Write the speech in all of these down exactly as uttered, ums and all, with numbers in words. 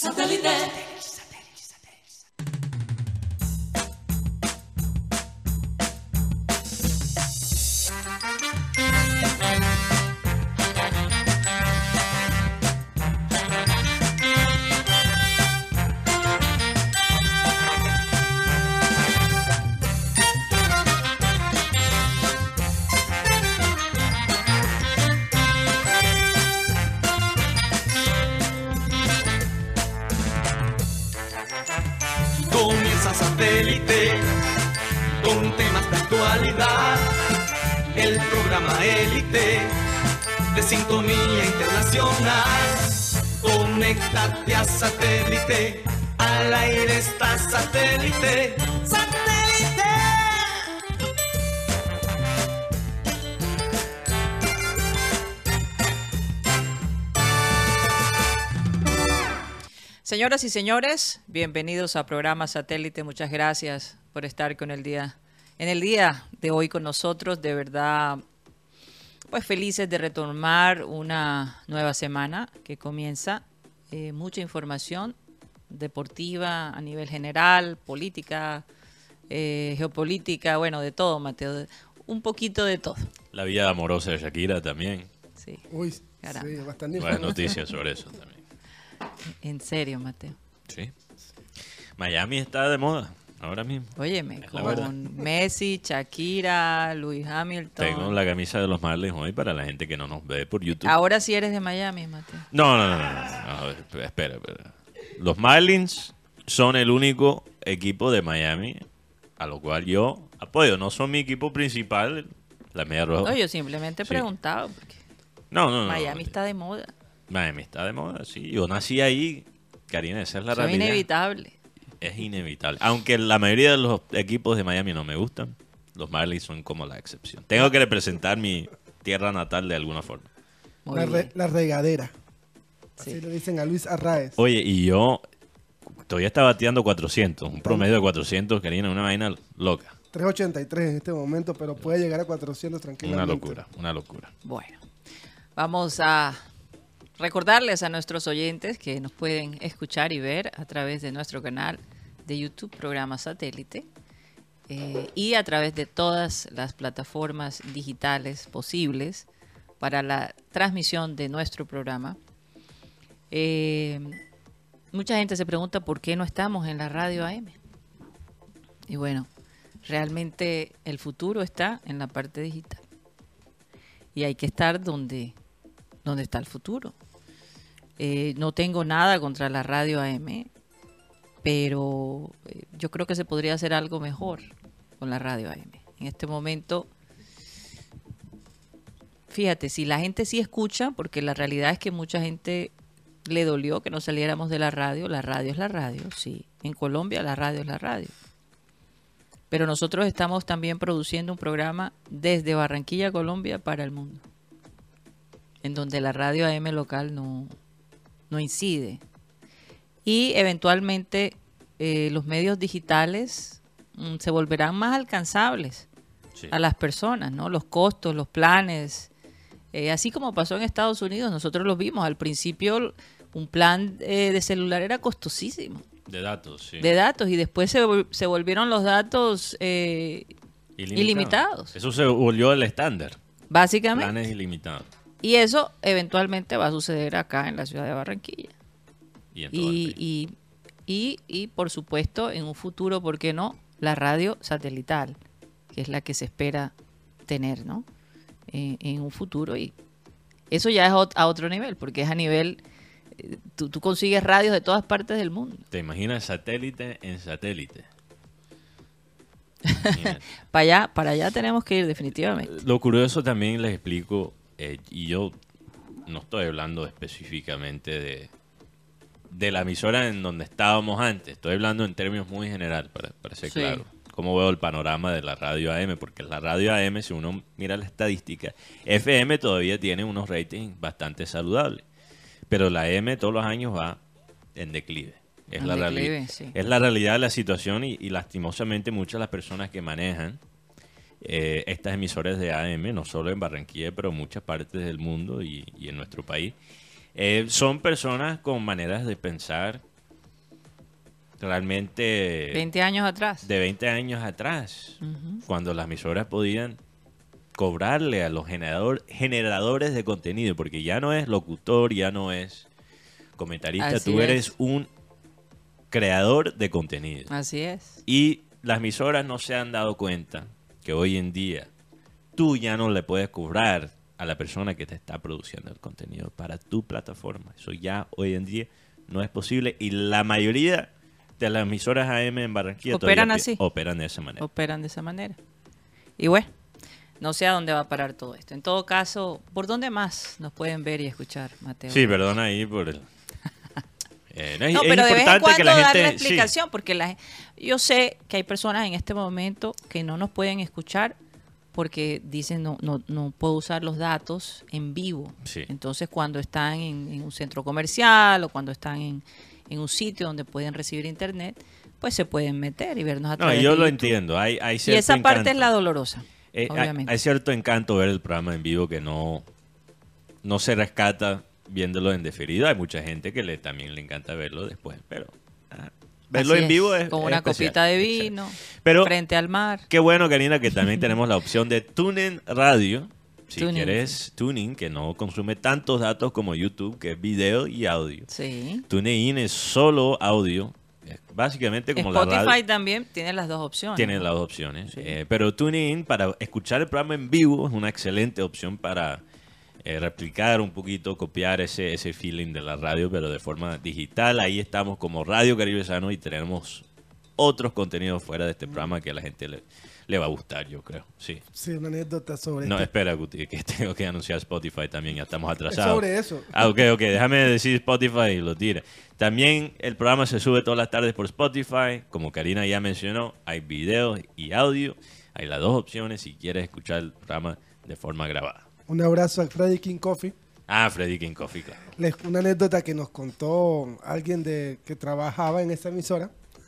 Satellite. Satélite, con temas de actualidad, el programa élite de sintonía internacional. Conéctate a Satélite, al aire está Satélite. ¡Satélite! Señoras y señores, bienvenidos a programa Satélite. Muchas gracias por estar con el día, en el día de hoy con nosotros. De verdad, pues felices de retomar una nueva semana que comienza. Eh, mucha información deportiva a nivel general, política, eh, geopolítica, bueno, de todo, Mateo. Un poquito de todo. La vida amorosa de Shakira también. Sí. Uy, Caramba. sí, bastante Buenas información. noticias sobre eso también. En serio, Mateo. Sí. Miami está de moda ahora mismo. Óyeme, Es la verdad. con Messi, Shakira, Lewis Hamilton. Tengo la camisa de los Marlins hoy para la gente que no nos ve por YouTube. Ahora sí eres de Miami, Mateo. No, no, no, no, no, no, espera, espera, espera. Los Marlins son el único equipo de Miami a lo cual yo apoyo. No son mi equipo principal, la Media Roja. No, yo simplemente he Sí. preguntado, porque No, no, no. Miami no. está de moda. Miami está de moda, sí. Yo nací ahí, Karina, esa es la Eso es realidad. inevitable. Es inevitable. Aunque la mayoría de los equipos de Miami no me gustan, los Marlins son como la excepción. Tengo que representar mi tierra natal de alguna forma. Muy La, re- bien. la regadera. Sí. Así le dicen a Luis Arraez. Oye, y yo todavía está bateando cuatrocientos, un promedio de cuatrocientos, Karina, una vaina loca. tres ochenta y tres en este momento, pero puede llegar a cuatrocientos Una tranquilamente. locura, una locura. Bueno, vamos a recordarles a nuestros oyentes que nos pueden escuchar y ver a través de nuestro canal de YouTube, programa Satélite, eh, y a través de todas las plataformas digitales posibles para la transmisión de nuestro programa. Eh, mucha gente se pregunta por qué no estamos en la radio A M. Y bueno, realmente el futuro está en la parte digital. Y hay que estar donde, donde está el futuro. Eh, no tengo nada contra la radio A M, pero eh, yo creo que se podría hacer algo mejor con la radio A M. En este momento, fíjate, si la gente sí escucha, porque la realidad es que mucha gente le dolió que no saliéramos de la radio. La radio es la radio, sí. En Colombia la radio es la radio. Pero nosotros estamos también produciendo un programa desde Barranquilla, Colombia, para el mundo, en donde la radio A M local no, no incide. Y eventualmente eh, los medios digitales mm, se volverán más alcanzables Sí. a las personas, ¿no? Los costos, los planes, eh, así como pasó en Estados Unidos, nosotros lo vimos. Al principio un plan eh, de celular era costosísimo, De datos, sí. de datos, y después se, vol- se volvieron los datos eh, Ilimitado. ilimitados. Eso se volvió el estándar. básicamente. Planes ilimitados. Y eso eventualmente va a suceder acá en la ciudad de Barranquilla. Y en todo el Y, país. y, y, y, por supuesto, en un futuro, ¿por qué no? La radio satelital, que es la que se espera tener, ¿no? Eh, en un futuro. Y eso ya es ot- a otro nivel, porque es a nivel... eh, Tú, tú consigues radios de todas partes del mundo. ¿Te imaginas satélite en satélite? Imagínate. Para allá, para allá tenemos que ir definitivamente. Lo curioso también les explico, eh, y yo no estoy hablando específicamente de, de la emisora en donde estábamos antes, estoy hablando en términos muy general, para, para ser Sí. claro. Cómo veo el panorama de la radio A M, porque la radio A M, si uno mira la estadística, F M todavía tiene unos ratings bastante saludables, pero la A M todos los años va en declive. Es, En la, declive, reali- sí. es la realidad de la situación y, y lastimosamente muchas de las personas que manejan eh, estas emisoras de A M, no solo en Barranquilla, pero en muchas partes del mundo y, y en nuestro país, eh, son personas con maneras de pensar realmente veinte años atrás. de veinte años atrás, Ujú. cuando las emisoras podían cobrarle a los generador, generadores de contenido, porque ya no es locutor, ya no es comentarista, Así tú es. eres un creador de contenido. Así es. Y las emisoras no se han dado cuenta que hoy en día tú ya no le puedes cobrar a la persona que te está produciendo el contenido para tu plataforma. Eso ya hoy en día no es posible y la mayoría de las emisoras A M en Barranquilla Operan todavía así. operan de esa manera. Operan de esa manera. Y bueno, no sé a dónde va a parar todo esto. En todo caso, ¿por dónde más nos pueden ver y escuchar, Mateo? Sí, perdona ahí por el... Eh, no, es, No, es pero de vez en importante cuando que la dar gente... la sí. explicación, porque la, yo sé que hay personas en este momento que no nos pueden escuchar porque dicen no, no, no puedo usar los datos en vivo. Sí. Entonces, cuando están en, en un centro comercial o cuando están en, en un sitio donde pueden recibir internet, pues se pueden meter y vernos a No, través yo de lo YouTube. entiendo. Hay, hay Y cierto esa parte encanto. es la dolorosa, Eh, hay, obviamente. hay cierto encanto ver el programa en vivo que no, no se rescata viéndolo en diferido. Hay mucha gente que le, también le encanta verlo después, pero ah, verlo Así en vivo es, es con es una especial, copita de especial. vino, Pero frente al mar. qué bueno, Karina, que también tenemos la opción de TuneIn Radio. Si TuneIn, quieres TuneIn, que no consume tantos datos como YouTube, que es video y audio. Sí. TuneIn es solo audio. Es básicamente como la Spotify radio. también tiene las dos opciones. Tiene ¿no? las dos opciones. Sí. Eh, pero TuneIn, para escuchar el programa en vivo, es una excelente opción para eh, replicar un poquito, copiar ese, ese feeling de la radio, pero de forma digital. Ahí estamos como Radio Caribe Sano y tenemos otros contenidos fuera de este programa que a la gente le, le va a gustar, yo creo. Sí. Sí, una anécdota sobre No, este- espera, Guti, que tengo que anunciar Spotify también, ya estamos es atrasados. sobre eso. Ah, ok, ok, déjame decir Spotify y lo tira. También el programa se sube todas las tardes por Spotify. Como Karina ya mencionó, hay videos y audio. Hay las dos opciones si quieres escuchar el programa de forma grabada. Un abrazo a Freddy King Coffee. Ah, Freddy King Coffee, claro. Les- Una anécdota que nos contó alguien de que trabajaba en esa emisora,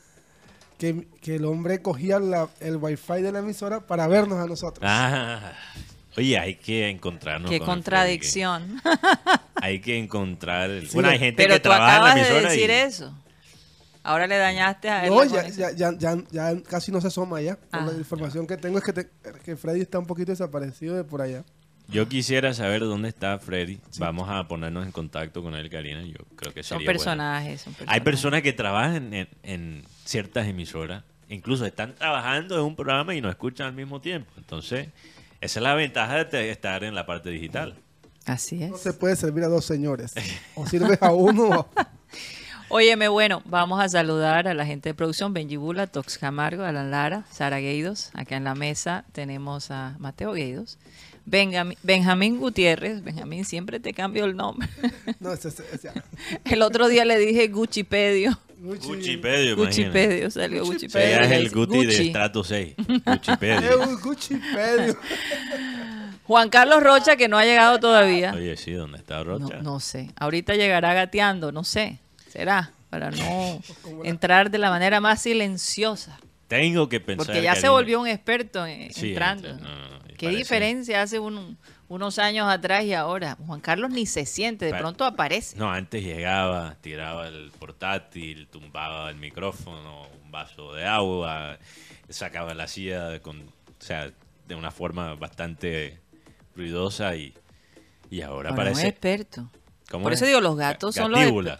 que, que el hombre cogía la- el wifi de la emisora para vernos a nosotros. Ah, oye, hay que encontrarnos Qué con el contradicción. Freddy King. Hay que encontrar... El... Bueno, hay gente Pero que tú trabaja en la acabas de emisora decir y... eso. Ahora le dañaste a él. No, la ya, conexión. ya, ya, ya, ya casi no se asoma ya. Por Ah. la información que tengo es que, te- que Freddy está un poquito desaparecido de por allá. Yo quisiera saber dónde está Freddy. Vamos a ponernos en contacto con él, Karina. Yo creo que Son sería bueno. personajes, son Hay personajes. personas que trabajan en, en ciertas emisoras, incluso están trabajando en un programa y no escuchan al mismo tiempo. Entonces, esa es la ventaja de te- estar en la parte digital. Así No es. se puede servir a dos señores. O sirves a uno o Óyeme, bueno, vamos a saludar a la gente de producción, Benji Bula, Tox Camargo, Alan Lara, Sara Gueidos. Acá en la mesa tenemos a Mateo Gueidos. Benjamín, Benjamín Gutiérrez. Benjamín, siempre te cambio el nombre. No, ese, ese, ese- El otro día le dije Guccipedio. Gucci. Guccipedio, imagínate. Guccipedio, salió Gucci Guccipedio. Ella es Le el dice, Guti de Gucci. estrato seis. Eh, Guccipedio. un Guccipedio. Juan Carlos Rocha, que no ha llegado todavía. Oye, sí, ¿dónde está No, Rocha? no sé. Ahorita llegará gateando, no sé. Será, para no entrar de la manera más silenciosa. Tengo que pensar. Porque ya se Karina. volvió un experto en, Sí, entrando. entra- no, no, no, y ¿Qué parece- diferencia hace un- unos años atrás y ahora? Juan Carlos ni se siente, de Pa- pronto aparece. No, antes llegaba, tiraba el portátil, tumbaba el micrófono, un vaso de agua, sacaba la silla con, o sea, de una forma bastante ruidosa y, y ahora Bueno, un parece... experto. ¿cómo Por es? eso digo, los gatos Ga- son los gatíbula,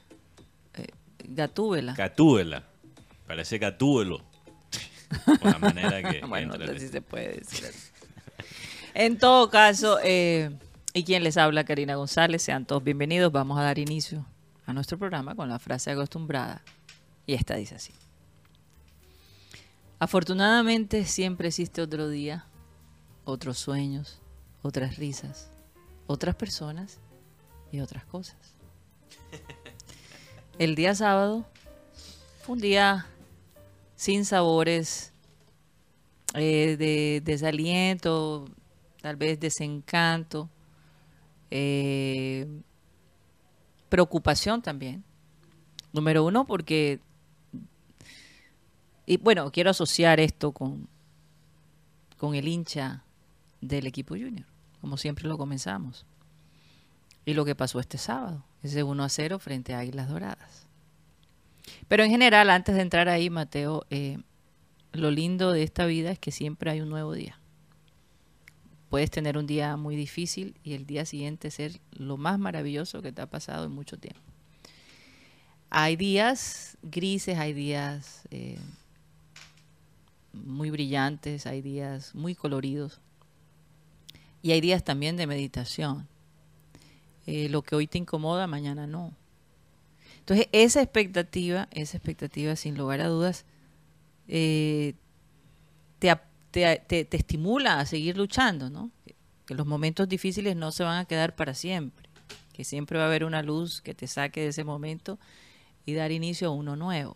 Gatúbela. Gatúbela, parece gatúbelo. Por la manera que Bueno, entra el- así se puede decir. así. En todo caso, eh, y quien les habla, Karina González, sean todos bienvenidos. Vamos a dar inicio a nuestro programa con la frase acostumbrada. Y esta dice así. Afortunadamente siempre existe otro día, otros sueños, otras risas, otras personas y otras cosas. El día sábado fue un día sin sabores, eh, de desaliento, tal vez desencanto, eh, preocupación también. Número uno, porque, y bueno, quiero asociar esto con, con el hincha del equipo junior, como siempre lo comenzamos. Y lo que pasó este sábado, ese uno a cero frente a Águilas Doradas. Pero en general, antes de entrar ahí, Mateo, eh, lo lindo de esta vida es que siempre hay un nuevo día. Puedes tener un día muy difícil y el día siguiente ser lo más maravilloso que te ha pasado en mucho tiempo. Hay días grises, hay días eh, muy brillantes, hay días muy coloridos y hay días también de meditación. Eh, lo que hoy te incomoda, mañana no. Entonces, esa expectativa, esa expectativa, sin lugar a dudas, eh, te, te, te, te estimula a seguir luchando, ¿no? Que, que los momentos difíciles no se van a quedar para siempre, que siempre va a haber una luz que te saque de ese momento y dar inicio a uno nuevo.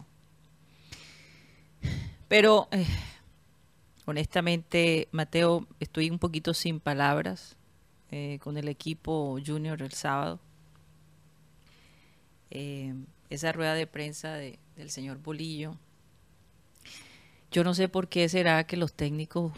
Pero, eh, honestamente, Mateo, estoy un poquito sin palabras eh, con el equipo junior el sábado. Eh, esa rueda de prensa de, del señor Bolillo, yo no sé por qué será que los técnicos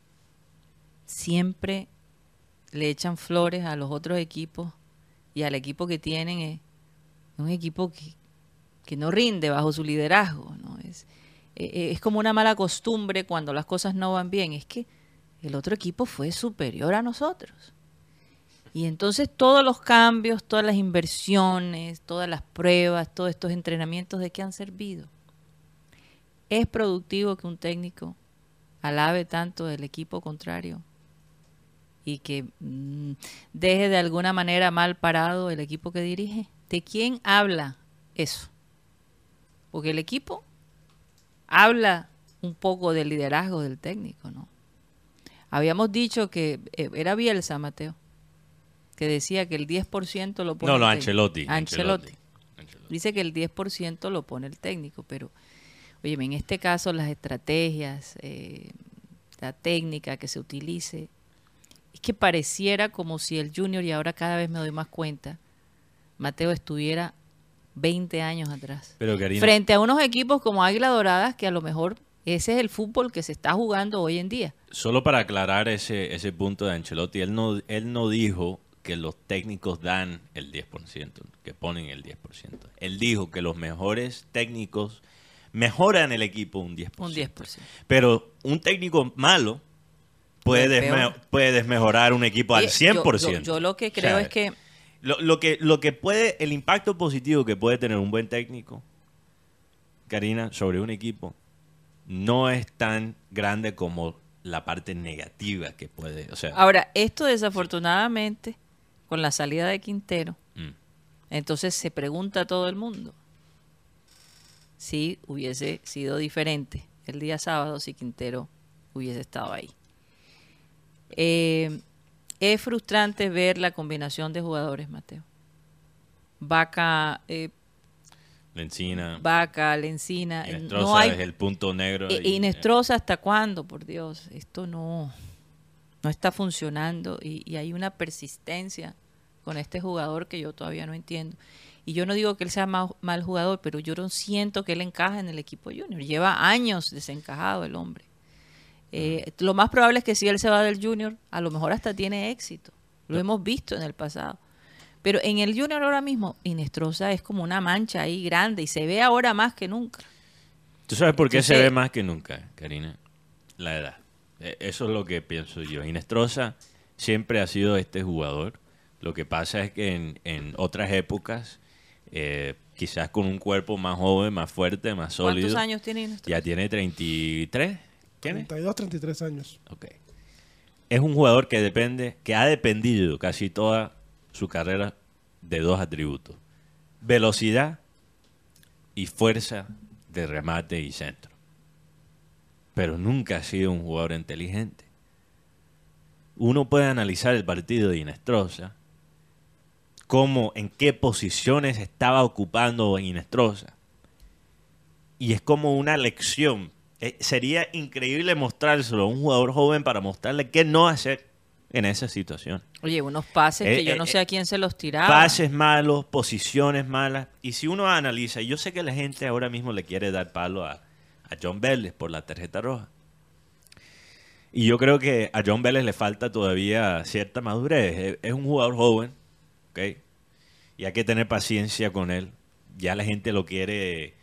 siempre le echan flores a los otros equipos y al equipo que tienen es un equipo que, que no rinde bajo su liderazgo, ¿no? Es, eh, es como una mala costumbre cuando las cosas no van bien, es que el otro equipo fue superior a nosotros. Y entonces todos los cambios, todas las inversiones, todas las pruebas, todos estos entrenamientos, ¿de qué han servido? ¿Es productivo que un técnico alabe tanto el equipo contrario y que mmm, deje de alguna manera mal parado el equipo que dirige? ¿De quién habla eso? Porque el equipo habla un poco del liderazgo del técnico, ¿no? Habíamos dicho que eh, era Bielsa, Mateo, que decía que el diez por ciento lo pone No, el no, técnico. Ancelotti. Ancelotti. Ancelotti. Dice que el diez por ciento lo pone el técnico, pero, oye, en este caso las estrategias, eh, la técnica que se utilice, es que pareciera como si el Junior, y ahora cada vez me doy más cuenta, Mateo, estuviera veinte años atrás. Pero, Karina, frente a unos equipos como Águila Doradas, que a lo mejor ese es el fútbol que se está jugando hoy en día. Solo para aclarar ese, ese punto de Ancelotti, él no, él no dijo que los técnicos dan el diez por ciento, que ponen el diez por ciento. Él dijo que los mejores técnicos mejoran el equipo un diez por ciento. Un diez por ciento. Pero un técnico malo puede, desme puede desmejorar un equipo al cien por ciento. Yo, yo, yo lo que creo, o sea, es que... Lo, lo que lo que puede, el impacto positivo que puede tener un buen técnico, Karina, sobre un equipo, no es tan grande como la parte negativa que puede, o sea... Ahora, esto desafortunadamente, con la salida de Quintero, mm. entonces se pregunta a todo el mundo si hubiese sido diferente el día sábado si Quintero hubiese estado ahí. Eh, es frustrante ver la combinación de jugadores, Mateo. Vaca... Eh, Lencina. Vaca, Lencina. Inestrosa no hay, es el punto negro. E, Inestrosa, ¿hasta cuándo? Por Dios, esto no, no está funcionando y, y hay una persistencia con este jugador que yo todavía no entiendo. Y yo no digo que él sea mal, mal jugador, pero yo no siento que él encaje en el equipo junior. Lleva años desencajado el hombre. Eh, lo más probable es que si él se va del junior, a lo mejor hasta tiene éxito. Lo no. hemos visto en el pasado. Pero en el junior ahora mismo, Inestrosa es como una mancha ahí grande y se ve ahora más que nunca. ¿Tú sabes por qué Entonces, se ve más que nunca, Karina? La edad. Eso es lo que pienso yo. Inestrosa siempre ha sido este jugador. Lo que pasa es que en, en otras épocas, eh, quizás con un cuerpo más joven, más fuerte, más sólido. ¿Cuántos años tiene Inestrosa? Ya tiene treinta y tres. ¿Tiene? treinta y dos, treinta y tres años. Ok. Es un jugador que depende, que ha dependido casi toda su carrera de dos atributos: velocidad y fuerza de remate y centro. Pero nunca ha sido un jugador inteligente. Uno puede analizar el partido de Inestrosa, cómo, en qué posiciones estaba ocupando Inestrosa, y es como una lección. Eh, sería increíble mostrárselo a un jugador joven para mostrarle qué no hacer en esa situación. Oye, unos pases eh, que yo eh, no sé a quién se los tiraba. Pases malos, posiciones malas. Y si uno analiza, yo sé que la gente ahora mismo le quiere dar palo a, a John Vélez por la tarjeta roja. Y yo creo que a John Vélez le falta todavía cierta madurez. Es, es un jugador joven, ¿ok? Y hay que tener paciencia con él. Ya la gente lo quiere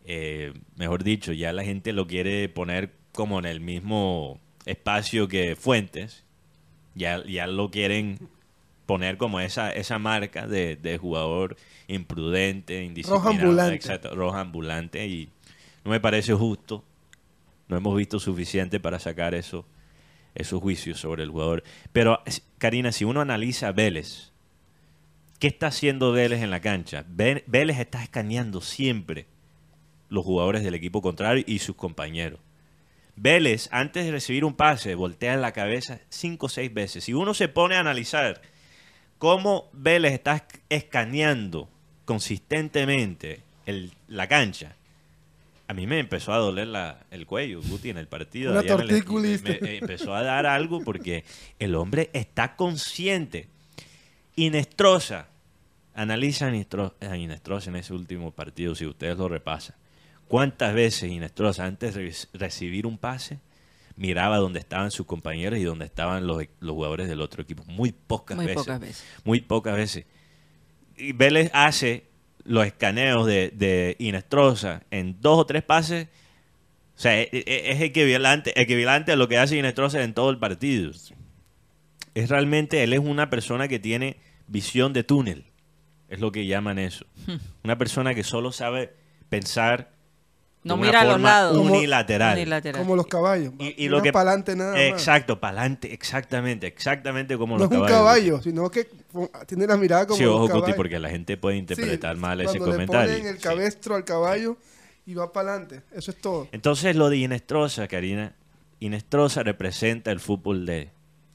eh, mejor dicho, ya la gente lo quiere poner como en el mismo espacio que Fuentes. Ya, ya lo quieren poner como esa, esa marca de, de jugador imprudente, indisciplinado. Roja ambulante. Exacto, roja ambulante. Y no me parece justo. No hemos visto suficiente para sacar eso, esos juicios sobre el jugador. Pero, Karina, si uno analiza a Vélez, ¿qué está haciendo Vélez en la cancha? Vélez está escaneando siempre los jugadores del equipo contrario y sus compañeros. Vélez, antes de recibir un pase, voltea la cabeza cinco o seis veces. Si uno se pone a analizar cómo Vélez está escaneando consistentemente el, la cancha, a mí me empezó a doler la, el cuello, Guti, en el partido. Una allá en el- tortícolis. me, me empezó a dar algo porque el hombre está consciente. Inestrosa, analiza a Inestro- a Inestrosa en ese último partido, si ustedes lo repasan. ¿Cuántas veces Inestrosa, antes de re- recibir un pase, miraba dónde estaban sus compañeros y dónde estaban los, los jugadores del otro equipo? Muy pocas Muy veces. pocas veces. Muy pocas veces. Y Vélez hace los escaneos de, de Inestrosa en dos o tres pases. O sea, es, es equivalente, equivalente a lo que hace Inestrosa en todo el partido. Es realmente, él es una persona que tiene visión de túnel. Es lo que llaman eso. Una persona que solo sabe pensar de No una mira a los forma lados. unilateral. Unilateral. Como los caballos. Y, y lo que para adelante nada más. Exacto, para adelante, exactamente, exactamente como No los es un caballos. caballo, sino que tiene la mirada como Sí, los ojo, Cuti, caballos. porque la gente puede interpretar Sí, mal ese cuando comentario. le ponen el Sí. cabestro al caballo y va para adelante. Eso es todo. Entonces lo de Inestrosa, Karina, Inestrosa representa el fútbol de,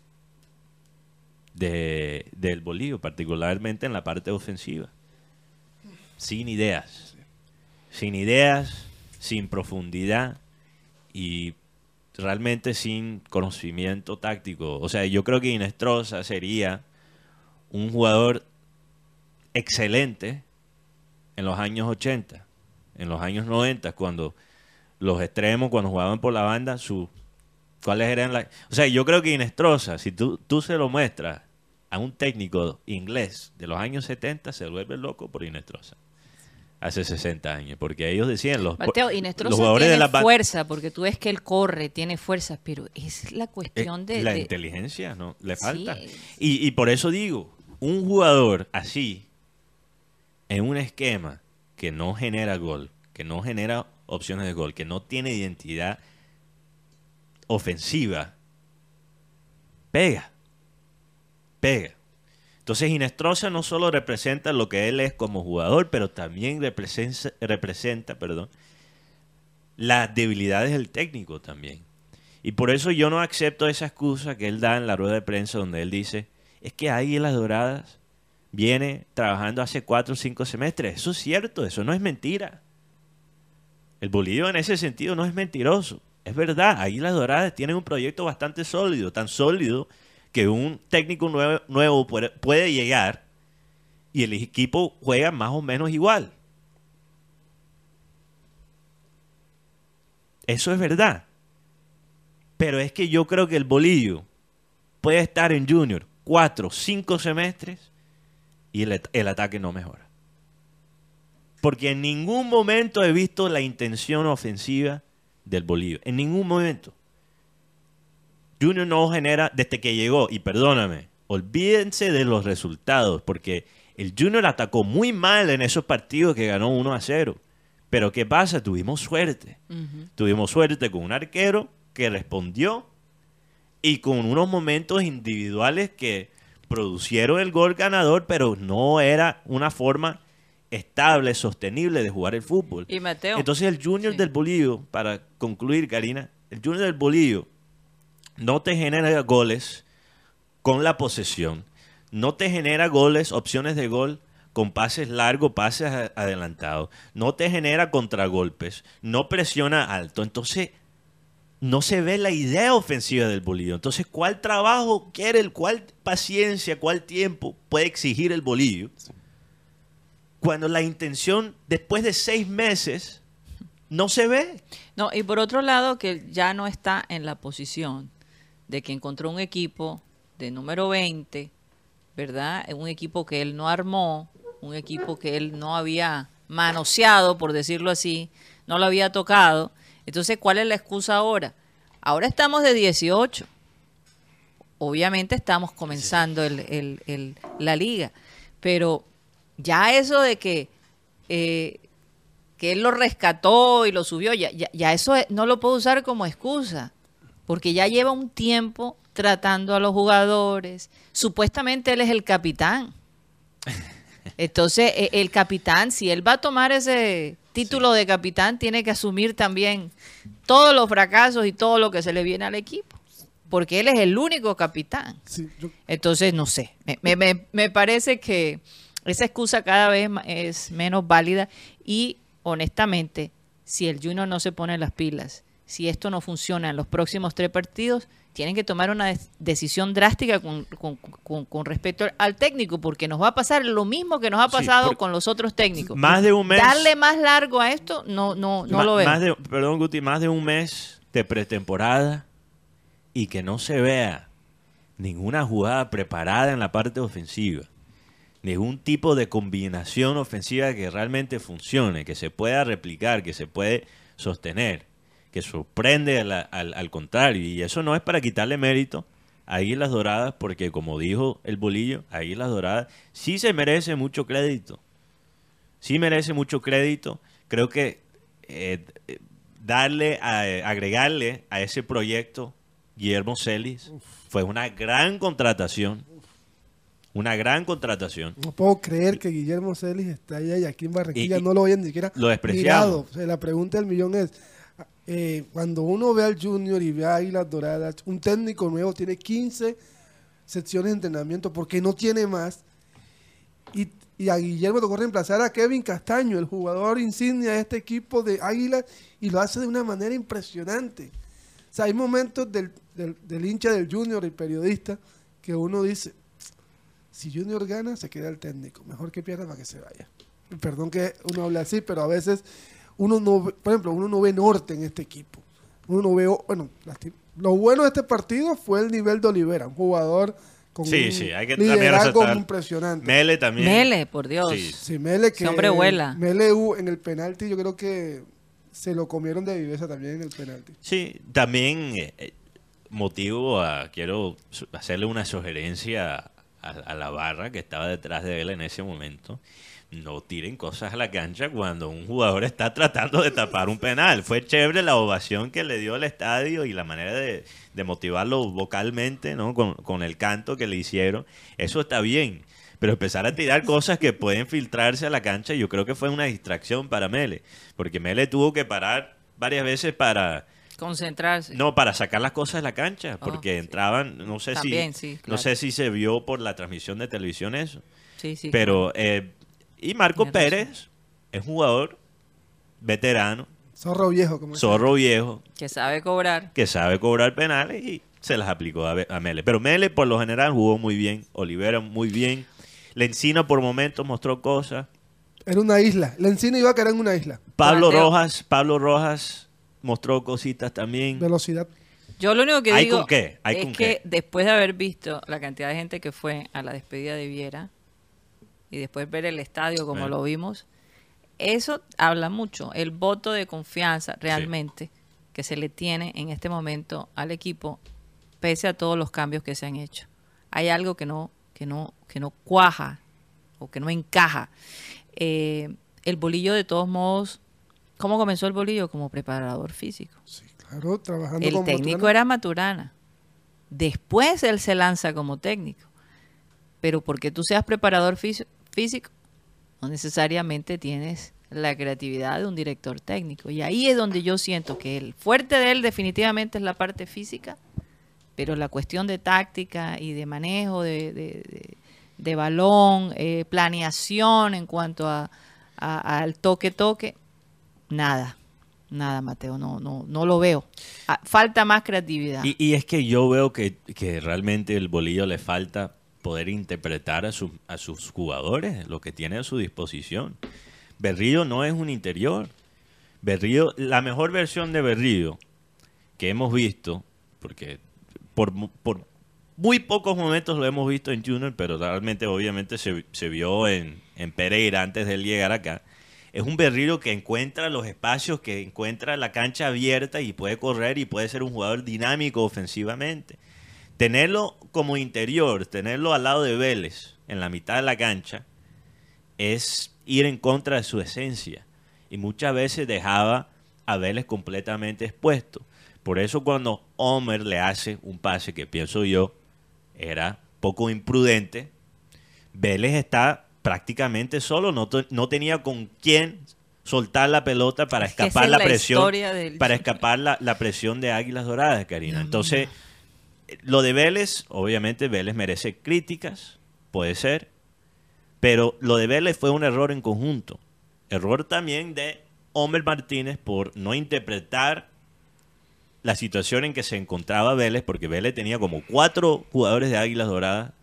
de del Bolívar, particularmente en la parte ofensiva. Sin ideas. Sin ideas, sin profundidad y realmente sin conocimiento táctico. O sea, yo creo que Inestrosa sería un jugador excelente en los años ochenta, en los años noventa, cuando los extremos, cuando jugaban por la banda, su, ¿cuáles eran las? O sea, yo creo que Inestrosa, si tú, tú se lo muestras a un técnico inglés de los años setenta, se vuelve loco por Inestrosa. Hace sesenta años, porque ellos decían los, Mateo, los Inestrosa jugadores tiene de la ba- fuerza, porque tú ves que él corre, tiene fuerza, pero es la Eh, cuestión de... la de- inteligencia, ¿no? Le Sí. falta. Y, y por eso digo, un jugador así, en un esquema que no genera gol, que no genera opciones de gol, que no tiene identidad ofensiva, pega. Pega. Entonces Inestrosa no solo representa lo que él es como jugador, pero también representa, representa perdón, las debilidades del técnico también. Y por eso yo no acepto esa excusa que él da en la rueda de prensa donde él dice, es que Águilas Doradas viene trabajando hace cuatro o cinco semestres. Eso es cierto, eso no es mentira. El Bolívar en ese sentido no es mentiroso. Es verdad, Águilas Doradas tienen un proyecto bastante sólido, tan sólido que un técnico nuevo, nuevo puede, puede llegar y el equipo juega más o menos igual. Eso es verdad. Pero es que yo creo que el Bolillo puede estar en Junior cuatro, cinco semestres y el, el ataque no mejora. Porque en ningún momento he visto la intención ofensiva del Bolillo. En ningún momento. Junior no genera desde que llegó, y perdóname, olvídense de los resultados, porque el Junior atacó muy mal en esos partidos que ganó uno a cero. Pero ¿qué pasa? Tuvimos suerte. Ujú. Tuvimos suerte con un arquero que respondió y con unos momentos individuales que producieron el gol ganador, pero no era una forma estable, sostenible de jugar el fútbol. Y Mateo. Entonces el Junior Sí. del Bolillo, para concluir, Karina, el Junior del Bolillo no te genera goles con la posesión, no te genera goles, opciones de gol con pases largos, pases a- adelantados, no te genera contragolpes, no presiona alto. Entonces no se ve la idea ofensiva del Bolillo. Entonces, ¿cuál trabajo quiere, el cuál paciencia, cuál tiempo puede exigir el Bolillo? Cuando la intención, después de seis meses, no se ve. No, y por otro lado, que ya no está en la posición de que encontró un equipo de número veinte, ¿verdad? Un equipo que él no armó, un equipo que él no había manoseado, por decirlo así, no lo había tocado. Entonces, ¿cuál es la excusa ahora? Ahora estamos de dieciocho. Obviamente estamos comenzando el, el, el, la liga, pero ya eso de que, eh, que él lo rescató y lo subió, ya, ya, ya eso no lo puedo usar como excusa, porque ya lleva un tiempo tratando a los jugadores. Supuestamente él es el capitán. Entonces, el capitán, si él va a tomar ese título sí. de capitán, tiene que asumir también todos los fracasos y todo lo que se le viene al equipo, porque él es el único capitán. Sí, yo... Entonces, no sé, me, me, me parece que esa excusa cada vez es menos válida y, honestamente, si el Junior no se pone las pilas, si esto no funciona en los próximos tres partidos, tienen que tomar una decisión drástica con, con, con, con respecto al técnico, porque nos va a pasar lo mismo que nos ha pasado sí, con los otros técnicos. Más de un mes. Darle más largo a esto, no, no, no ma, lo veo. Más de, perdón, Guti, más de un mes de pretemporada y que no se vea ninguna jugada preparada en la parte ofensiva, ningún tipo de combinación ofensiva que realmente funcione, que se pueda replicar, que se puede sostener, que sorprende al, al, al contrario. Y eso no es para quitarle mérito a Águilas Doradas, porque como dijo el Bolillo, Águilas Doradas sí se merece mucho crédito. Sí merece mucho crédito. Creo que eh, darle, a, agregarle a ese proyecto Guillermo Celis Uf. fue una gran contratación. Una gran contratación. No puedo creer que Guillermo Celis está allá y aquí en Barranquilla y, y no lo hayan ni siquiera lo mirado. O sea, la pregunta del millón es, eh, cuando uno ve al Junior y ve a Águilas Doradas, un técnico nuevo tiene quince secciones de entrenamiento porque no tiene más. Y, y a Guillermo tocó reemplazar a Kevin Castaño, el jugador insignia de este equipo de Águilas, y lo hace de una manera impresionante. O sea, hay momentos del, del, del hincha del Junior, el periodista, que uno dice, si Junior gana, se queda el técnico. Mejor que pierda para que se vaya. Perdón que uno habla así, pero a veces uno no, por ejemplo, uno no ve norte en este equipo. Uno no ve, bueno, lo bueno de este partido fue el nivel de Olivera, un jugador con sí, un sí, hay que liderazgo impresionante. Mele también. Mele, por Dios. Sí, sí Mele que... Ese hombre vuela. Mele en el penalti, yo creo que se lo comieron de viveza también en el penalti. Sí, también eh, motivo a, quiero hacerle una sugerencia a, a la barra que estaba detrás de él en ese momento. No tiren cosas a la cancha cuando un jugador está tratando de tapar un penal. Fue chévere la ovación que le dio el estadio y la manera de, de motivarlo vocalmente, ¿no? Con, con el canto que le hicieron. Eso está bien. Pero empezar a tirar cosas que pueden filtrarse a la cancha, yo creo que fue una distracción para Mele. Porque Mele tuvo que parar varias veces para... concentrarse. No, para sacar las cosas de la cancha. Porque oh, entraban, no sé También, si sí, claro. no sé si se vio por la transmisión de televisión eso. Sí, sí. Pero... Eh, y Marco Tienes Pérez razón. es jugador veterano. Zorro viejo. Como Zorro viejo. Que sabe cobrar. Que sabe cobrar penales y se las aplicó a, a Mele. Pero Mele por lo general jugó muy bien. Olivera muy bien. Lencina por momentos mostró cosas. Era una isla. Lencina iba a caer en una isla. Pablo Planteo. Rojas, Pablo Rojas mostró cositas también. Velocidad. Yo lo único que ¿Hay digo con qué? ¿Hay es con que qué? después de haber visto la cantidad de gente que fue a la despedida de Viera y después ver el estadio como Bueno. lo vimos, eso habla mucho. El voto de confianza realmente sí. que se le tiene en este momento al equipo, pese a todos los cambios que se han hecho. Hay algo que no, que no, que no cuaja o que no encaja. Eh, el Bolillo, de todos modos, ¿cómo comenzó el Bolillo? Como preparador físico. Sí, claro, trabajando El con técnico Maturana. era Maturana. Después él se lanza como técnico. Pero porque tú seas preparador físico, físico, no necesariamente tienes la creatividad de un director técnico. Y ahí es donde yo siento que el fuerte de él definitivamente es la parte física, pero la cuestión de táctica y de manejo de, de, de, de balón, eh, planeación en cuanto a, a, al toque-toque, nada. Nada, Mateo, no, no, no lo veo. Ah, falta más creatividad. Y, y es que yo veo que, que realmente el Bolillo le falta poder interpretar a, su, a sus jugadores, lo que tiene a su disposición. Berrío no es un interior. Berrío, la mejor versión de Berrío que hemos visto, porque por, por muy pocos momentos lo hemos visto en Junior, pero realmente obviamente se, se vio en, en Pereira antes de él llegar acá, es un Berrío que encuentra los espacios, que encuentra la cancha abierta y puede correr y puede ser un jugador dinámico ofensivamente. Tenerlo como interior, tenerlo al lado de Vélez, en la mitad de la cancha, es ir en contra de su esencia. Y muchas veces dejaba a Vélez completamente expuesto. Por eso cuando Homer le hace un pase que pienso yo era poco imprudente, Vélez está prácticamente solo, no, no tenía con quién soltar la pelota para Es que escapar esa es la la presión, historia del- para escapar la, la presión de Águilas Doradas, Karina. Entonces, lo de Vélez, obviamente Vélez merece críticas, puede ser, pero lo de Vélez fue un error en conjunto. Error también de Homer Martínez por no interpretar la situación en que se encontraba Vélez, porque Vélez tenía como cuatro jugadores de Águilas Doradas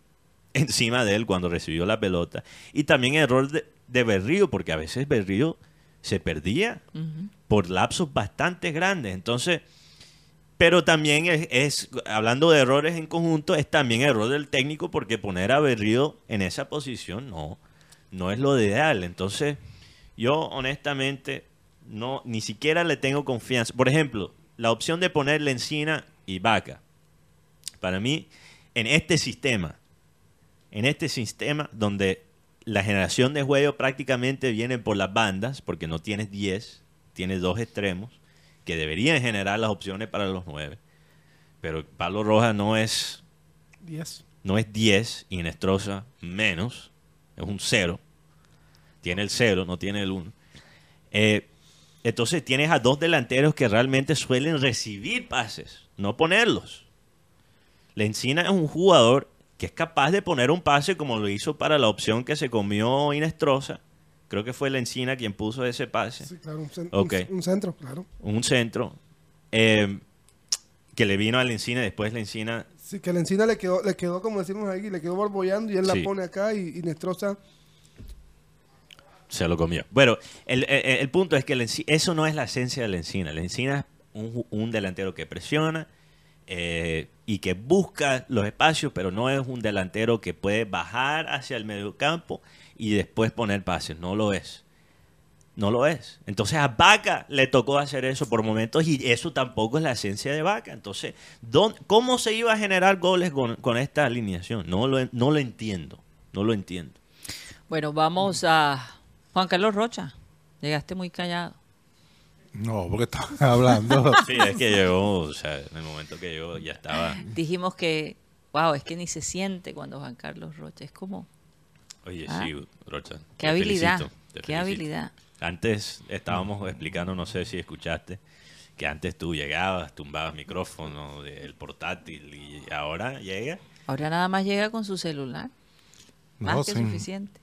encima de él cuando recibió la pelota. Y también error de, de Berrío, porque a veces Berrío se perdía Ujú. por lapsos bastante grandes. Entonces, pero también es, es, hablando de errores en conjunto, es también error del técnico, porque poner a Berrío en esa posición no, no es lo ideal. Entonces, yo honestamente no, ni siquiera le tengo confianza. Por ejemplo, la opción de ponerle Encina y Vaca. Para mí, en este sistema, en este sistema donde la generación de juego prácticamente viene por las bandas, porque no tienes diez, tienes dos extremos, que deberían generar las opciones para los nueve. Pero Pablo Rojas no es diez. no es diez y Inestrosa menos, es un cero. Tiene el cero, no tiene el uno. Eh, entonces tienes a dos delanteros que realmente suelen recibir pases, no ponerlos. Lencina es un jugador que es capaz de poner un pase como lo hizo para la opción que se comió Inestrosa. Creo que fue Lencina quien puso ese pase. Sí, claro, un, cen- Ok. un- un centro, claro. Un centro eh, que le vino a Lencina, después Lencina Sí, que la encina le quedó, le quedó, como decimos aquí, le quedó borbollando y él Sí. la pone acá y, y Nestroza. se lo comió. Bueno, el, el- el punto es que Lenci- eso no es la esencia de Lencina. Lencina es un, ju- un delantero que presiona eh, y que busca los espacios, pero no es un delantero que puede bajar hacia el mediocampo y después poner pases. No lo es. No lo es. Entonces a Vaca le tocó hacer eso por momentos y eso tampoco es la esencia de Vaca. Entonces, ¿dónde- ¿cómo se iba a generar goles con, con esta alineación? No lo, no lo entiendo. No lo entiendo. Bueno, vamos a Juan Carlos Rocha. Llegaste muy callado. No, porque estaba hablando. Sí, es que llegó, o sea, en el momento que llegó ya estaba. Dijimos que, wow, es que ni se siente cuando Juan Carlos Rocha. Es como, Oye, Ah. sí, Rocha. qué te habilidad, felicito, te qué felicito. habilidad. Antes estábamos explicando, no sé si escuchaste, que antes tú llegabas, tumbabas micrófono del portátil y ahora llega. Ahora nada más llega con su celular. Más No, que sí. suficiente.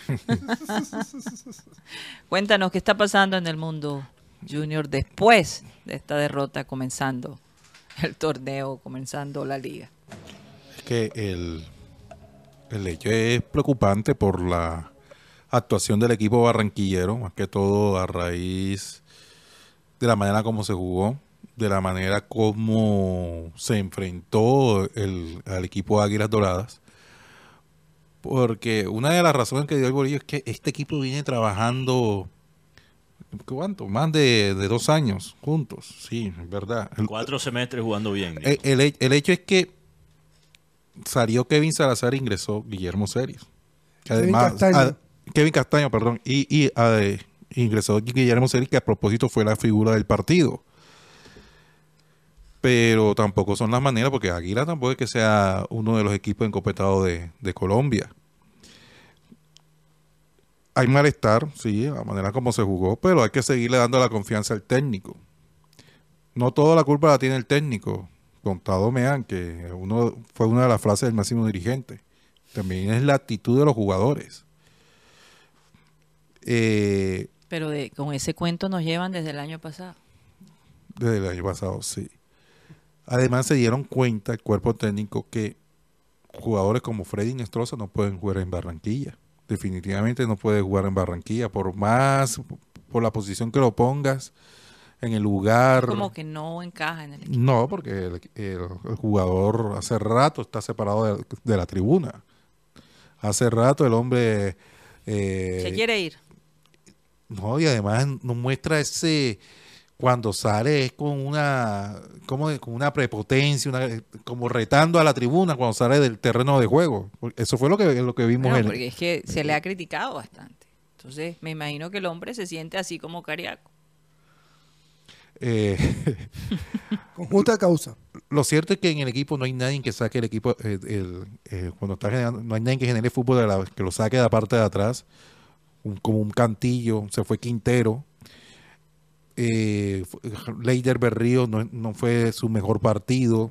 Cuéntanos qué está pasando en el mundo junior después de esta derrota, comenzando el torneo, comenzando la liga. Es que el, el hecho es preocupante por la actuación del equipo barranquillero, más que todo a raíz de la manera como se jugó, de la manera como se enfrentó el, al equipo de Águilas Doradas. Porque una de las razones que dio el Bolillo es que este equipo viene trabajando, ¿cuánto? Más de, de dos años juntos, sí, es verdad. El- Cuatro semestres jugando bien. digo. el, el he- el hecho es que salió Kevin Salazar e ingresó Guillermo Celis. Que Kevin además- Castaño. a- Kevin Castaño, perdón. Y, y a- ingresó Guillermo Celis, que a propósito fue la figura del partido. Pero tampoco son las maneras, porque Águila tampoco es que sea uno de los equipos encopetados de, de Colombia. Hay malestar, sí, la manera como se jugó, pero hay que seguirle dando la confianza al técnico. No toda la culpa la tiene el técnico. Contado Meán, que uno fue una de las frases del máximo dirigente. También es la actitud de los jugadores. Eh, Pero de, con ese cuento nos llevan desde el año pasado. desde el año pasado, sí. Además se dieron cuenta el cuerpo técnico que jugadores como Freddy Nestroza no pueden jugar en Barranquilla. Definitivamente no puede jugar en Barranquilla. Por más, por la posición que lo pongas, en el lugar... Como que no encaja en el equipo. No, porque el, el- el jugador hace rato está separado de, de la tribuna. Hace rato el hombre... eh, Se quiere ir. No, y además nos muestra ese, cuando sale es con una, como de- con una prepotencia, una, como retando a la tribuna cuando sale del terreno de juego. Eso fue lo que, lo que vimos Bueno, en porque es que se le ha criticado bastante. Entonces, me imagino que el hombre se siente así como Cariaco. eh, Con justa causa. Lo cierto es que en el equipo no hay nadie que saque el equipo, eh, el, eh, cuando está generando, no hay nadie que genere fútbol de la- que lo saque de la parte de atrás, un- como un Cantillo, se fue Quintero, eh, fu- Leider Berrío no, no fue su mejor partido.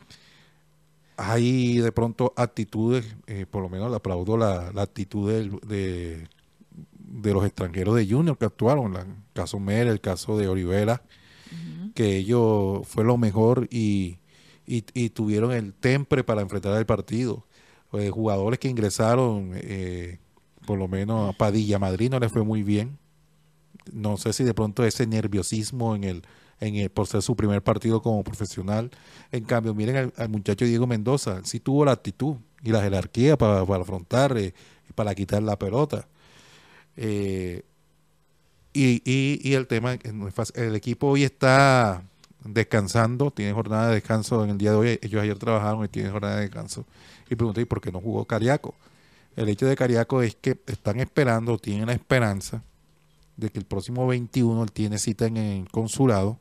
Hay de pronto actitudes, eh, por lo menos le aplaudo la, la actitud del- de, de los extranjeros de Junior que actuaron, la- el caso Mer, el caso de Olivera, que ellos fue lo mejor y, y, y tuvieron el temple para enfrentar el partido. Eh, jugadores que ingresaron, eh, por lo menos a Padilla Madrid no le fue muy bien. No sé si de pronto ese nerviosismo en el, en el, por ser su primer partido como profesional. En cambio, miren al, al muchacho Diego Mendoza, sí tuvo la actitud y la jerarquía para, para afrontar, eh, para quitar la pelota. Eh, y, y, y el tema, eh, no es fácil. El equipo hoy está descansando, tiene jornada de descanso en el día de hoy. Ellos ayer trabajaron y tienen jornada de descanso. Y pregunté, ¿y por qué no jugó Cariaco? El hecho de Cariaco es que están esperando, tienen la esperanza de que el próximo veintiuno él tiene cita en el consulado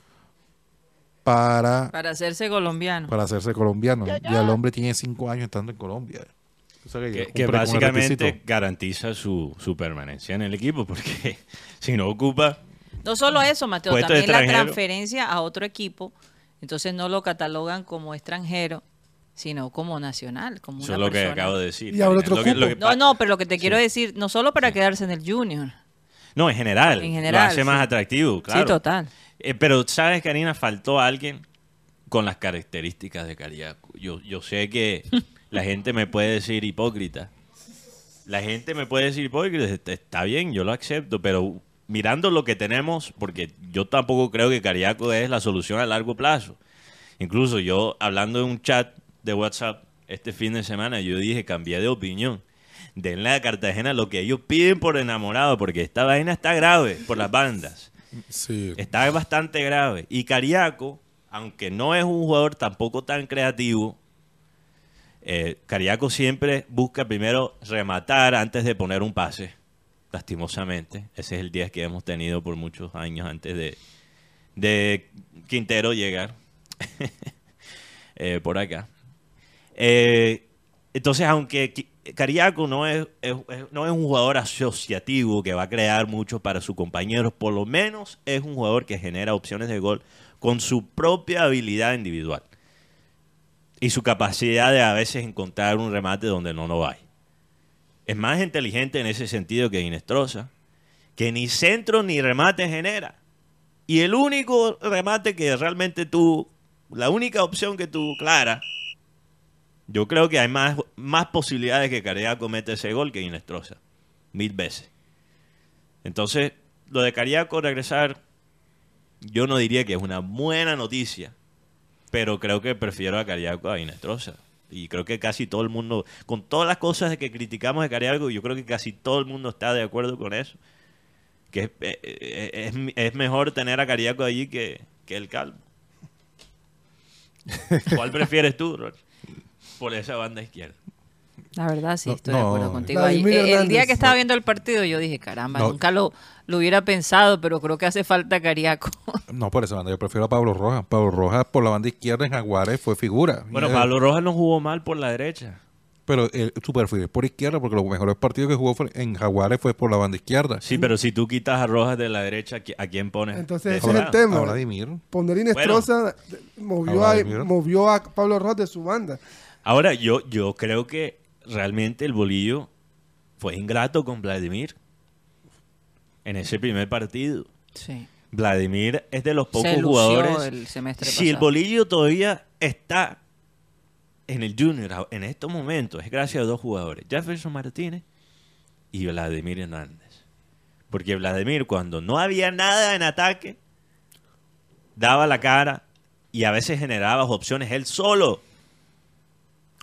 para, Para hacerse colombiano. para hacerse colombiano. Ya el hombre tiene cinco años estando en Colombia. O sea que ya Que, que cumple con el básicamente requisito. garantiza su, su permanencia en el equipo, porque si no ocupa, No solo eso, Mateo, Puesto de también la extranjero. transferencia a otro equipo. Entonces no lo catalogan como extranjero, sino como nacional, como eso una es lo que persona. acabo de decir. Y ahora Karina. otro Lo que- lo cupo. que No, pa- no, pero lo que te quiero Sí. decir, no solo para quedarse en el Junior. No, en general. En Lo general, hace más sí. atractivo, claro. Sí, total. Eh, pero, ¿sabes, Karina? Faltó alguien con las características de Cariaco. Yo, yo sé que la gente me puede decir hipócrita. La gente me puede decir hipócrita. Está- Está bien, yo lo acepto, pero mirando lo que tenemos, porque yo tampoco creo que Cariaco es la solución a largo plazo. Incluso yo, hablando en un chat de WhatsApp este fin de semana, yo dije, cambié de opinión. Denle a Cartagena lo que ellos piden por enamorado, porque esta vaina está grave por las bandas. Sí. Está bastante grave. Y Cariaco, aunque no es un jugador tampoco tan creativo, eh, Cariaco siempre busca primero rematar antes de poner un pase, lastimosamente. Ese es el diez que hemos tenido por muchos años antes de, de Quintero llegar eh, por acá. Eh, entonces, aunque Qui- Cariaco no es, es- es- no es un jugador asociativo que va a crear mucho para sus compañeros, por lo menos es un jugador que genera opciones de gol con su propia habilidad individual y su capacidad de a veces encontrar un remate donde no lo hay. Es más inteligente en ese sentido que Inestrosa, que ni centro ni remate genera. Y el único remate que realmente tú, la única opción que tú clara, yo creo que hay más, más posibilidades que Cariaco mete ese gol que Inestrosa. Mil veces. Entonces, lo de Cariaco regresar, yo no diría que es una buena noticia, pero creo que prefiero a Cariaco a Inestrosa. Y creo que casi todo el mundo, con todas las cosas que criticamos de Cariaco, yo creo que casi todo el mundo está de acuerdo con eso. Que es, es, es- es mejor tener a Cariaco allí que, que el Calvo. ¿Cuál prefieres tú, Rol? Por esa banda izquierda. La verdad, sí, No, estoy de acuerdo no. contigo. Vladimir Ahí, eh, el Hernández. día que estaba viendo el partido, yo dije, caramba, No. nunca lo, lo hubiera pensado, pero creo que hace falta Cariaco. No, por esa banda. Yo prefiero a Pablo Rojas. Pablo Rojas por la banda izquierda en Jaguares fue figura. Bueno, Eh, Pablo Rojas no jugó mal por la derecha. Pero eh, su perfil es por izquierda porque los mejores partidos que jugó fue- en Jaguares fue por la banda izquierda. Sí, pero si tú quitas a Rojas de la derecha, ¿qui- ¿a quién pones? Entonces de ese ese es el lado? tema. A Vladimir. Poner Inestrosa movió, a a, Vladimir. movió a Pablo Rojas de su banda. Ahora, yo, yo creo que realmente el Bolillo fue ingrato con Vladimir en ese primer partido. Sí. Vladimir es de los pocos Se lució jugadores. el semestre Si el pasado. Bolillo todavía está en el Junior en estos momentos, es gracias a dos jugadores, Jefferson Martínez y Vladimir Hernández. Porque Vladimir, cuando no había nada en ataque, daba la cara y a veces generaba opciones él solo.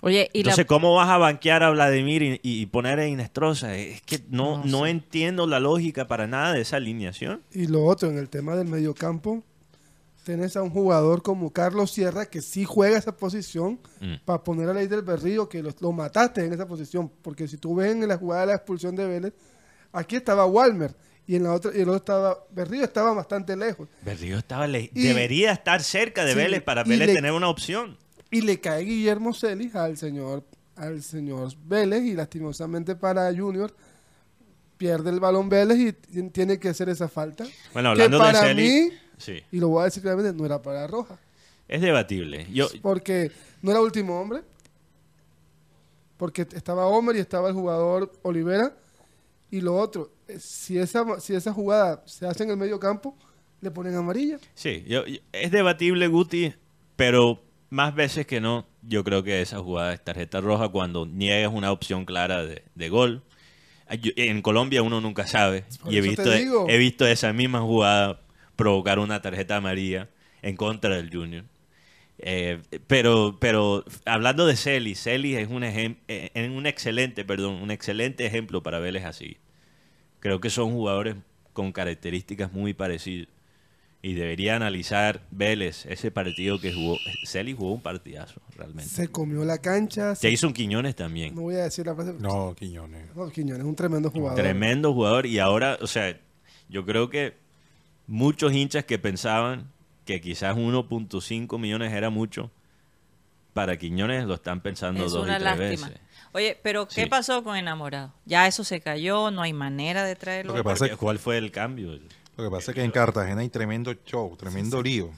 Oye, y Entonces, la, ¿cómo vas a banquear a Vladimir y, y poner a Inestrosa? Es que no, No, no sí. entiendo la lógica para nada de esa alineación. Y lo otro, en el tema del mediocampo, tenés a un jugador como Carlos Sierra que sí juega esa posición Mm. para poner a Leider Berrío, que lo, lo mataste en esa posición. Porque si tú ves en la jugada de la expulsión de Vélez, aquí estaba Walmer y en la otra, y el otro estaba, Berrío estaba bastante lejos. Berrío estaba le- Y- debería estar cerca de sí, Vélez para y Vélez le- tener una opción. Y le cae Guillermo Celis al señor, al señor Vélez y lastimosamente para Junior pierde el balón Vélez y ti- tiene que hacer esa falta. Bueno, que hablando de para Celis, mí, sí, y lo voy a decir claramente, no era para Roja. es debatible. Yo, Porque no era último hombre. Porque estaba Homer y estaba el jugador Olivera. Y lo otro, eh, si esa, si esa jugada se hace en el medio campo, le ponen amarilla. sí, yo- yo- es debatible, Guti, pero más veces que no, yo creo que esa jugada es tarjeta roja cuando niegas una opción clara de, de gol. Ay, yo- En Colombia uno nunca sabe Por y he eso visto, te digo. he visto esa misma jugada provocar una tarjeta amarilla en contra del Junior. Eh, pero, pero hablando de Celis, Celis es un, ejem- eh, eh, un excelente, perdón, un excelente ejemplo para Vélez así. Creo que son jugadores con características muy parecidas. Y debería analizar Vélez ese partido que jugó. Celis jugó un partidazo, realmente. Se comió la cancha. se- Jason Quiñones también. no voy a decir la frase. No, Quiñones. No, Quiñones es un tremendo jugador. Tremendo jugador. Y ahora, o sea, yo creo que muchos hinchas que pensaban que quizás uno punto cinco millones era mucho, para Quiñones lo están pensando es dos una y tres lástima. veces. Oye, pero ¿qué Sí. pasó con Enamorado? Ya eso se cayó, no hay manera de traerlo. Lo que al- pasa Porque, ¿cuál fue el cambio? Lo que pasa es que en Cartagena hay tremendo show, tremendo lío.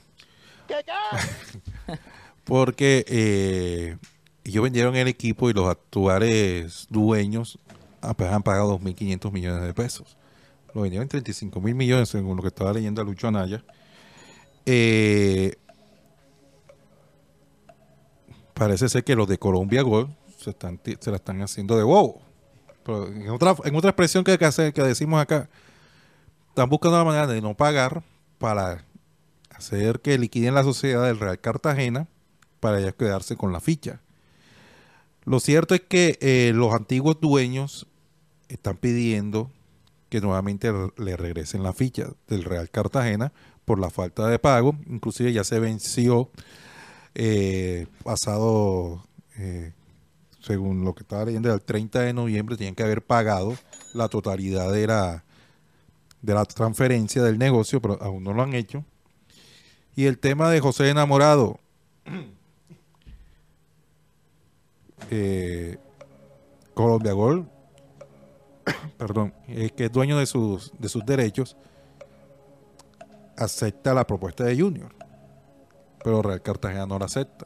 Porque eh, ellos vendieron el equipo y los actuales dueños apenas han pagado dos mil quinientos millones de pesos. Lo vendieron en treinta y cinco mil millones, según lo que estaba leyendo a Lucho Anaya. Eh, parece ser que los de Colombia Gol se, están, ti- se la están haciendo de bobo. Pero en otra, en otra expresión que, que, hace- que decimos acá, están buscando la manera de no pagar para hacer que liquiden la sociedad del Real Cartagena para ellos quedarse con la ficha. Lo cierto es que eh, los antiguos dueños están pidiendo que nuevamente re- le regresen la ficha del Real Cartagena por la falta de pago. Inclusive ya se venció eh, pasado, eh, según lo que estaba leyendo, el treinta de noviembre tenían que haber pagado la totalidad de la de la transferencia del negocio, pero aún no lo han hecho. Y el tema de José Enamorado, eh, Colombia Gol, perdón, es que es dueño de sus de sus derechos, acepta la propuesta de Junior, pero Real Cartagena no la acepta.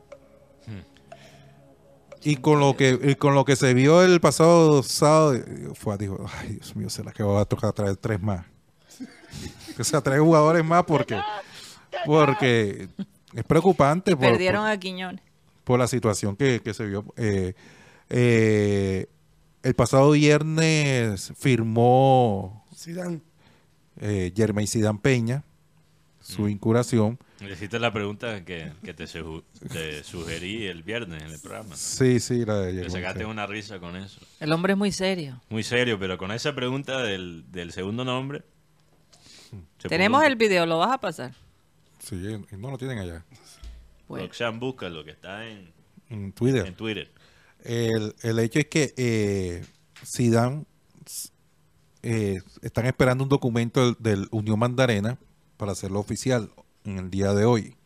Y con lo que y con lo que se vio el pasado sábado, fue dijo, ay Dios mío, será que va a tocar traer tres más. O sea, tres jugadores más porque porque es preocupante por, Perdieron por, a Quiñones. por la situación que, que se vio. Eh, eh, el pasado viernes firmó Zidane. eh, Jermaine Zidane Peña su incuración. Necesitas la pregunta que, que te, sugu- te sugerí el viernes en el programa. Sí, sí, la de Te Jermaine sacaste Zidane. una risa con eso. El hombre es muy serio. Muy serio, pero con esa pregunta del, del segundo nombre. se Tenemos puso- el video, ¿lo vas a pasar? Sí, no lo tienen allá. Bueno. Roxanne busca lo que está en, En Twitter. en Twitter. El, el hecho es que eh, Zidane eh, están esperando un documento del, del Unión Mandarena para hacerlo oficial en el día de hoy.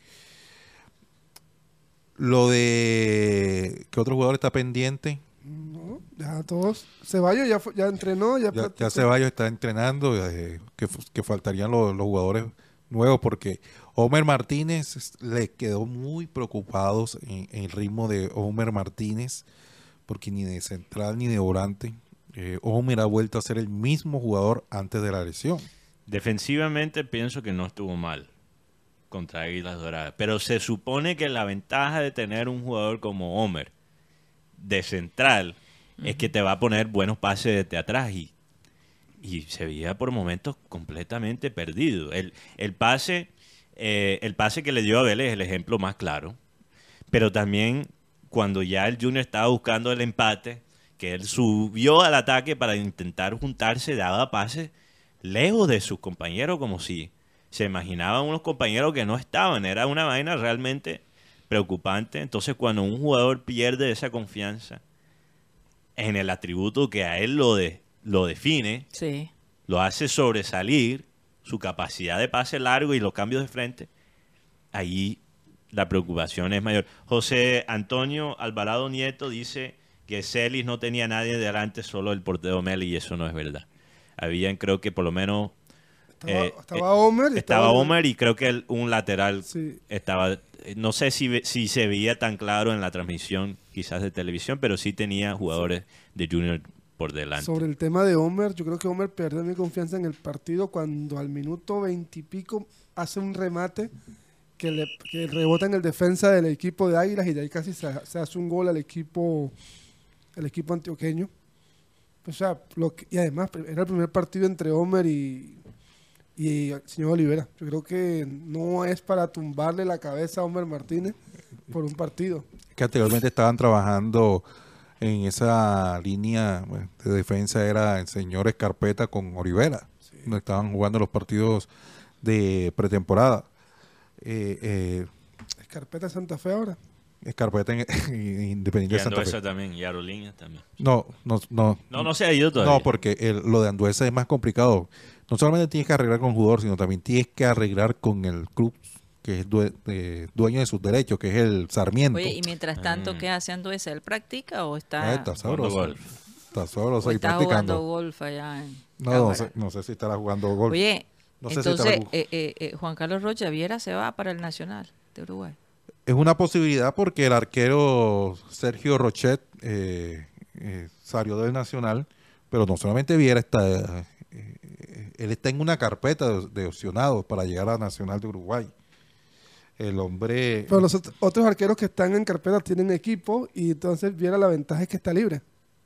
Lo de que otro jugador está pendiente, No, ya todos. Ceballos ya, fu- ya entrenó. Ya, ya, practicó. ya Ceballos está entrenando, eh, que, f- que faltarían los, los jugadores nuevos porque Homer Martínez es- le quedó muy preocupados en, en el ritmo de Homer Martínez, porque ni de central ni de volante eh, Homer ha vuelto a ser el mismo jugador antes de la lesión. Defensivamente pienso que no estuvo mal contra Águilas Doradas, pero se supone que la ventaja de tener un jugador como Homer de central es que te va a poner buenos pases desde atrás y, y se veía por momentos completamente perdido. El, el pase eh, el pase que le dio a Vélez es el ejemplo más claro, pero también cuando ya el Junior estaba buscando el empate, que él subió al ataque para intentar juntarse, daba pases lejos de sus compañeros, como si se imaginaban unos compañeros que no estaban. Era una vaina realmente preocupante. Entonces, cuando un jugador pierde esa confianza en el atributo que a él lo, de, lo define, Sí. lo hace sobresalir, su capacidad de pase largo y los cambios de frente, ahí la preocupación es mayor. José Antonio Alvarado Nieto dice que Celis no tenía nadie delante, solo el portero Meli, y eso no es verdad. Habían, creo que por lo menos... Estaba, eh, estaba Homer. y Estaba Homer y creo que el- un lateral Sí. estaba... No sé si, ve- si se veía tan claro en la transmisión, quizás de televisión, pero sí tenía jugadores de Junior por delante. Sobre el tema de Homer, yo creo que Homer perdió mi confianza en el partido cuando al minuto veintipico hace un remate que, le, que rebota en el defensa del equipo de Águilas y de ahí casi se, se hace un gol al equipo, al equipo antioqueño. O sea, lo que- y además era el primer partido entre Homer y, y el señor Olivera. Yo creo que no es para tumbarle la cabeza a Homer Martínez por un partido. Que anteriormente estaban trabajando en esa línea bueno, de defensa, era el señor Escarpeta con Olivera, donde estaban jugando los partidos de pretemporada. Eh, eh, Escarpeta Santa Fe ahora. Escarpeta en, en Independiente Y de Santa Fe. Anduesa también, y Aerolíneas también. No, no, no. No, no se ha ido todavía. No, porque el- lo de Anduesa es más complicado. No solamente tienes que arreglar con el jugador, sino también tienes que arreglar con el club que es due- de- dueño de sus derechos, que es el Sarmiento. Oye, y mientras tanto, Mm. ¿qué haciendo ese? ¿Él practica o Ah, está, está Jugando sabroso. golf. Está sabroso o ahí está jugando practicando. golf allá en No, no Cámara? sé, no sé si estará jugando golf. Oye, No sé si entonces, estará jug- eh, eh, eh, Juan Carlos Rocha Viera se va para el Nacional de Uruguay. Es una posibilidad porque el arquero Sergio Rochet eh, eh, salió del Nacional, pero no solamente Viera está, eh, él está en una carpeta de, de opcionados para llegar a Nacional de Uruguay. El hombre, Pero los ot- otros arqueros que están en carpeta tienen equipo y entonces Viera la ventaja es que está libre.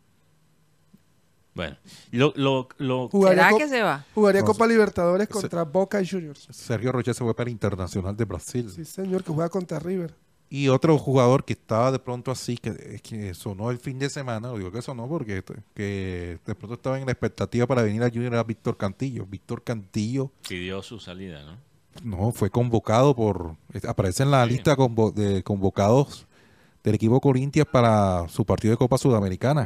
Bueno, lo, lo, lo, Jugaría, ¿Será co- que se va? jugaría No, Copa Libertadores se- contra Boca y Juniors. Sergio Rochet se fue para Internacional de Brasil. Sí, señor, que juega contra River. Y otro jugador que estaba de pronto así, que, que sonó el fin de semana, lo digo que sonó porque que de pronto estaba en la expectativa para venir a Junior, era Víctor Cantillo. Víctor Cantillo pidió su salida, ¿no? no fue convocado por, aparece en la Sí. lista convo- de convocados del equipo Corinthians para su partido de Copa Sudamericana.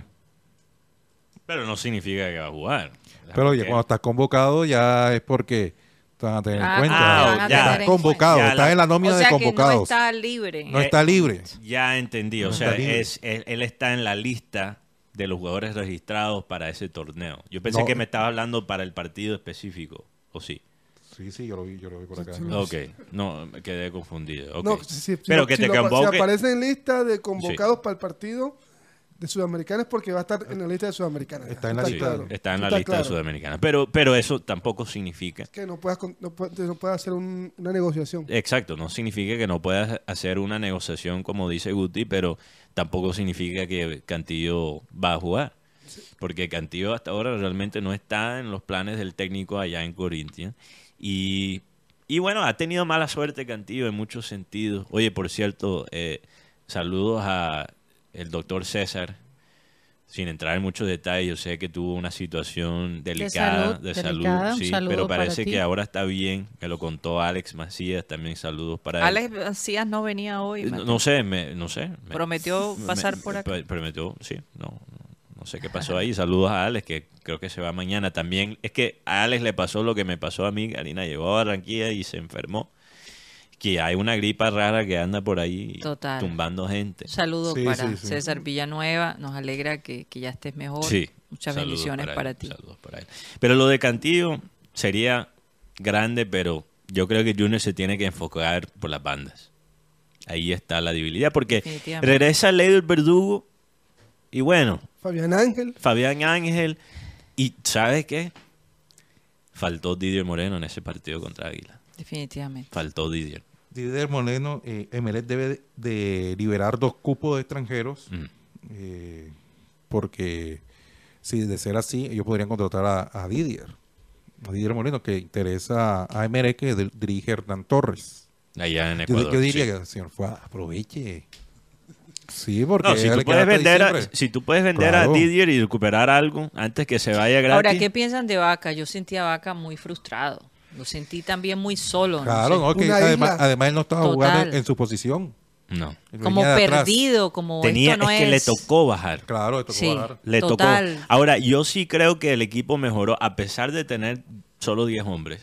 Pero no significa que va a jugar. Pero ya Porque- cuando estás convocado ya es porque te van a tener en Ah, cuenta. ah, van a ya. tener Estás en convocado, cuenta. estás en la nómina O sea de que no convocados. está libre. No está libre. Ya entendí, o No sea, está libre. es, él, él está en la lista de los jugadores registrados para ese torneo. Yo pensé No. que me estaba hablando para el partido específico, ¿o sí? Sí, sí, yo lo vi, yo lo vi por acá. Sí, Ok, no, me quedé confundido. ok. No, si, si- Pero si- que si te lo- si convoque... aparece en lista de convocados para el partido de Sudamericana es porque va a estar en la lista de Sudamericana. Está en la Sí, lista. está en la Está lista claro. de Sudamericana. Pero, pero eso tampoco significa... Que no puedas, con- no puedas, no puedas hacer un- una negociación. Exacto, no significa que no puedas hacer una negociación como dice Guti, pero tampoco significa que Cantillo va a jugar. Porque Cantillo hasta ahora realmente no está en los planes del técnico allá en Corinthians. Y, y bueno, ha tenido mala suerte Cantillo en muchos sentidos. Oye, por cierto, eh, saludos a el doctor César. Sin entrar en muchos detalles, yo sé que tuvo una situación delicada salud, de salud, delicada. Un sí, saludo pero para parece ti. que ahora está bien. Me lo contó Alex Macías, también saludos para él. Alex Macías no venía hoy. No, Mateo. no sé, me, no sé. me- Prometió me- pasar me- por acá. pre- Prometió, sí, no, no, no sé qué pasó ahí. Saludos a Alex, que creo que se va mañana. También es que a Alex le pasó lo que me pasó a mí. Karina llegó a Barranquilla y se enfermó. Que hay una gripa rara que anda por ahí Total. tumbando gente. Un saludo Sí, para sí, sí. César Villanueva. Nos alegra que, que ya estés mejor. Sí. Muchas saludos bendiciones él, para ti. Saludos para él. Pero lo de Cantillo sería grande, pero yo creo que Junior se tiene que enfocar por las bandas. Ahí está la debilidad, porque Definitivamente. regresa Leider Verdugo y bueno, Fabián Ángel, Fabián Ángel. Y ¿sabes qué? Faltó Didier Moreno en ese partido contra Águila. Definitivamente. Faltó Didier. Didier Moreno, eh, M L S debe de, de liberar dos cupos de extranjeros, Mm. eh, porque si de ser así, ellos podrían contratar a, a Didier. A Didier Moreno, que interesa a M L S, que de- dirige Hernán Torres. Allá en Yo, Ecuador. yo diría sí. que el señor Fua, aproveche. Sí, porque No, si él tú, le puedes queda hasta vender a, diciembre. si tú puedes vender Claro. a Didier y recuperar algo antes que se vaya gratis. Ahora, ¿qué piensan de Vaca? Yo sentí a Vaca muy frustrado. Lo sentí también muy solo. Claro, no no, sé. que Una además, isla. además él no estaba jugando Total. en, en su posición. No. Él Como venía de atrás. perdido, como Tenía, esto no es que le es- tocó bajar. Claro, le tocó Sí. bajar. Le Total. tocó. Ahora, yo sí creo que el equipo mejoró a pesar de tener solo diez hombres.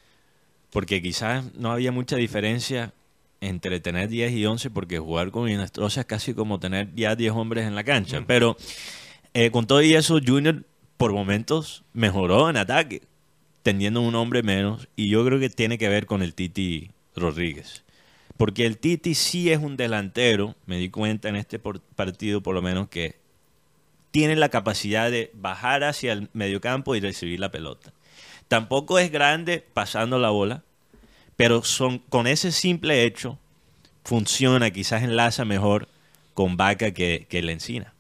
Porque quizás no había mucha diferencia entre tener diez y once, porque jugar con Inestrosa es casi como tener ya diez hombres en la cancha. Pero eh, con todo y eso, Junior por momentos mejoró en ataque, teniendo un hombre menos. Y yo creo que tiene que ver con el Titi Rodríguez. Porque el Titi sí es un delantero, me di cuenta en este por- partido por lo menos, que tiene la capacidad de bajar hacia el mediocampo y recibir la pelota. Tampoco es grande pasando la bola, pero son, con ese simple hecho funciona, quizás enlaza mejor con Vaca que, que Lencina.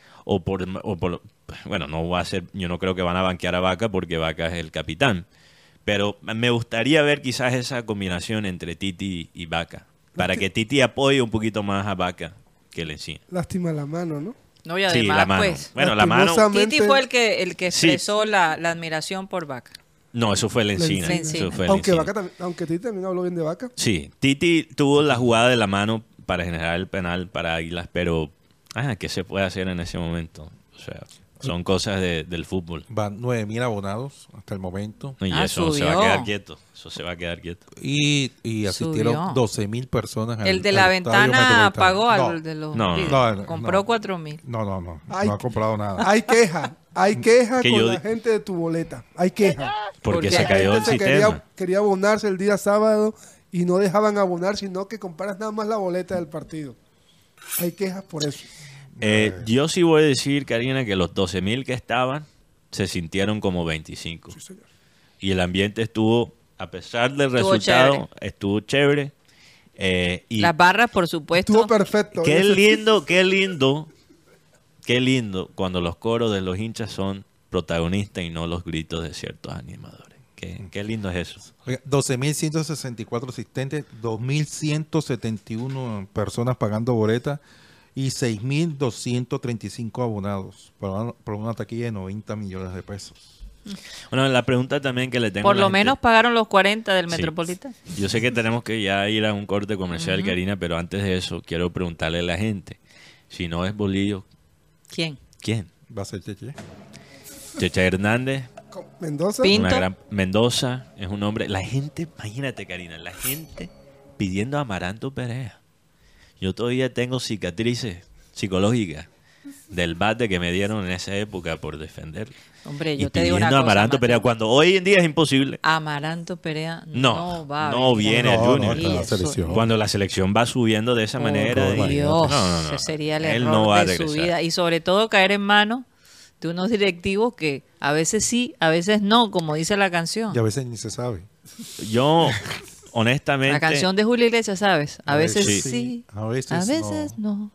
O por, o por, bueno, no va a ser, yo no creo que van a banquear a Vaca porque Vaca es el capitán. Pero me gustaría ver quizás esa combinación entre Titi y Vaca, para que Titi apoye un poquito más a Vaca que Lencina. Lástima la mano, ¿no? No, y Sí, además, la mano. pues, Bueno, la mano. Lastimosamente- Titi fue el que, el que Sí. expresó la, la admiración por Vaca. No, eso fue Lencina. Lencina. Eso fue Aunque, Lencina. Vaca también, aunque Titi también habló bien de Vaca. Sí, Titi tuvo la jugada de la mano para generar el penal para Águilas, pero ah, ¿qué se puede hacer en ese momento? O sea, son cosas de- del fútbol. Van nueve mil abonados hasta el momento. Y Ah, eso se va a subió. quedar quieto. Eso se va a quedar quieto. Y, y asistieron Subió. doce mil personas. al- El de al la estadio ventana Metropolitano. pagó No, al de los no, vidrios. no, no, Compró no. cuatro mil. No, no, no. Ay. No ha comprado nada. Hay queja, hay queja Que con yo la di- gente de tu boleta. Hay queja. Porque Porque se la cayó el gente se sistema. quería, quería abonarse el día sábado y no dejaban abonar, sino que comparas nada más la boleta del partido. Hay quejas por eso. Eh, yo sí voy a decir, Karina, que los doce mil que estaban se sintieron como veinticinco. Sí, señor. Y el ambiente estuvo, a pesar del Estuvo resultado, chévere. estuvo chévere. Eh, y Las barras, por supuesto. Estuvo perfecto. Qué Ese- lindo, qué lindo, qué lindo cuando los coros de los hinchas son protagonistas y no los gritos de ciertos animadores. Qué, qué lindo es eso. Oiga, doce mil ciento sesenta y cuatro asistentes, dos mil ciento setenta y uno personas pagando boleta y seis mil doscientos treinta y cinco abonados por una, por una taquilla de noventa millones de pesos. Bueno, la pregunta también que le tengo Por a la lo gente- menos pagaron los cuarenta del Sí. Metropolitano. Yo sé que tenemos que ya ir a un corte comercial, Karina, pero antes de eso quiero preguntarle a la gente, si no es Bolillo, ¿Quién? ¿quién? Va a ser Cheche. Checha Hernández, con Mendoza. Pinto. una gran Mendoza, es un hombre. La gente, imagínate, Karina, la gente pidiendo a Amaranto Perea. Yo todavía tengo cicatrices psicológicas del bate que me dieron en esa época por defenderlo. Hombre, Y yo te digo una pidiendo a cosa. Amaranto Mateo. Perea, cuando hoy en día es imposible. Amaranto Perea No, no, va a no venir. viene No, Junior. no, está en la Eso. selección. Cuando la selección va subiendo de esa Oh, manera. por y- Dios, no, no, no. ese sería el Él error no va a de su regresar. vida. Y sobre todo caer en manos de unos directivos que a veces sí, a veces no, como dice la canción. Y a veces ni se sabe. Yo, honestamente. La canción de Julio Iglesias, ¿sabes? A, A veces veces sí, sí, a veces a veces no.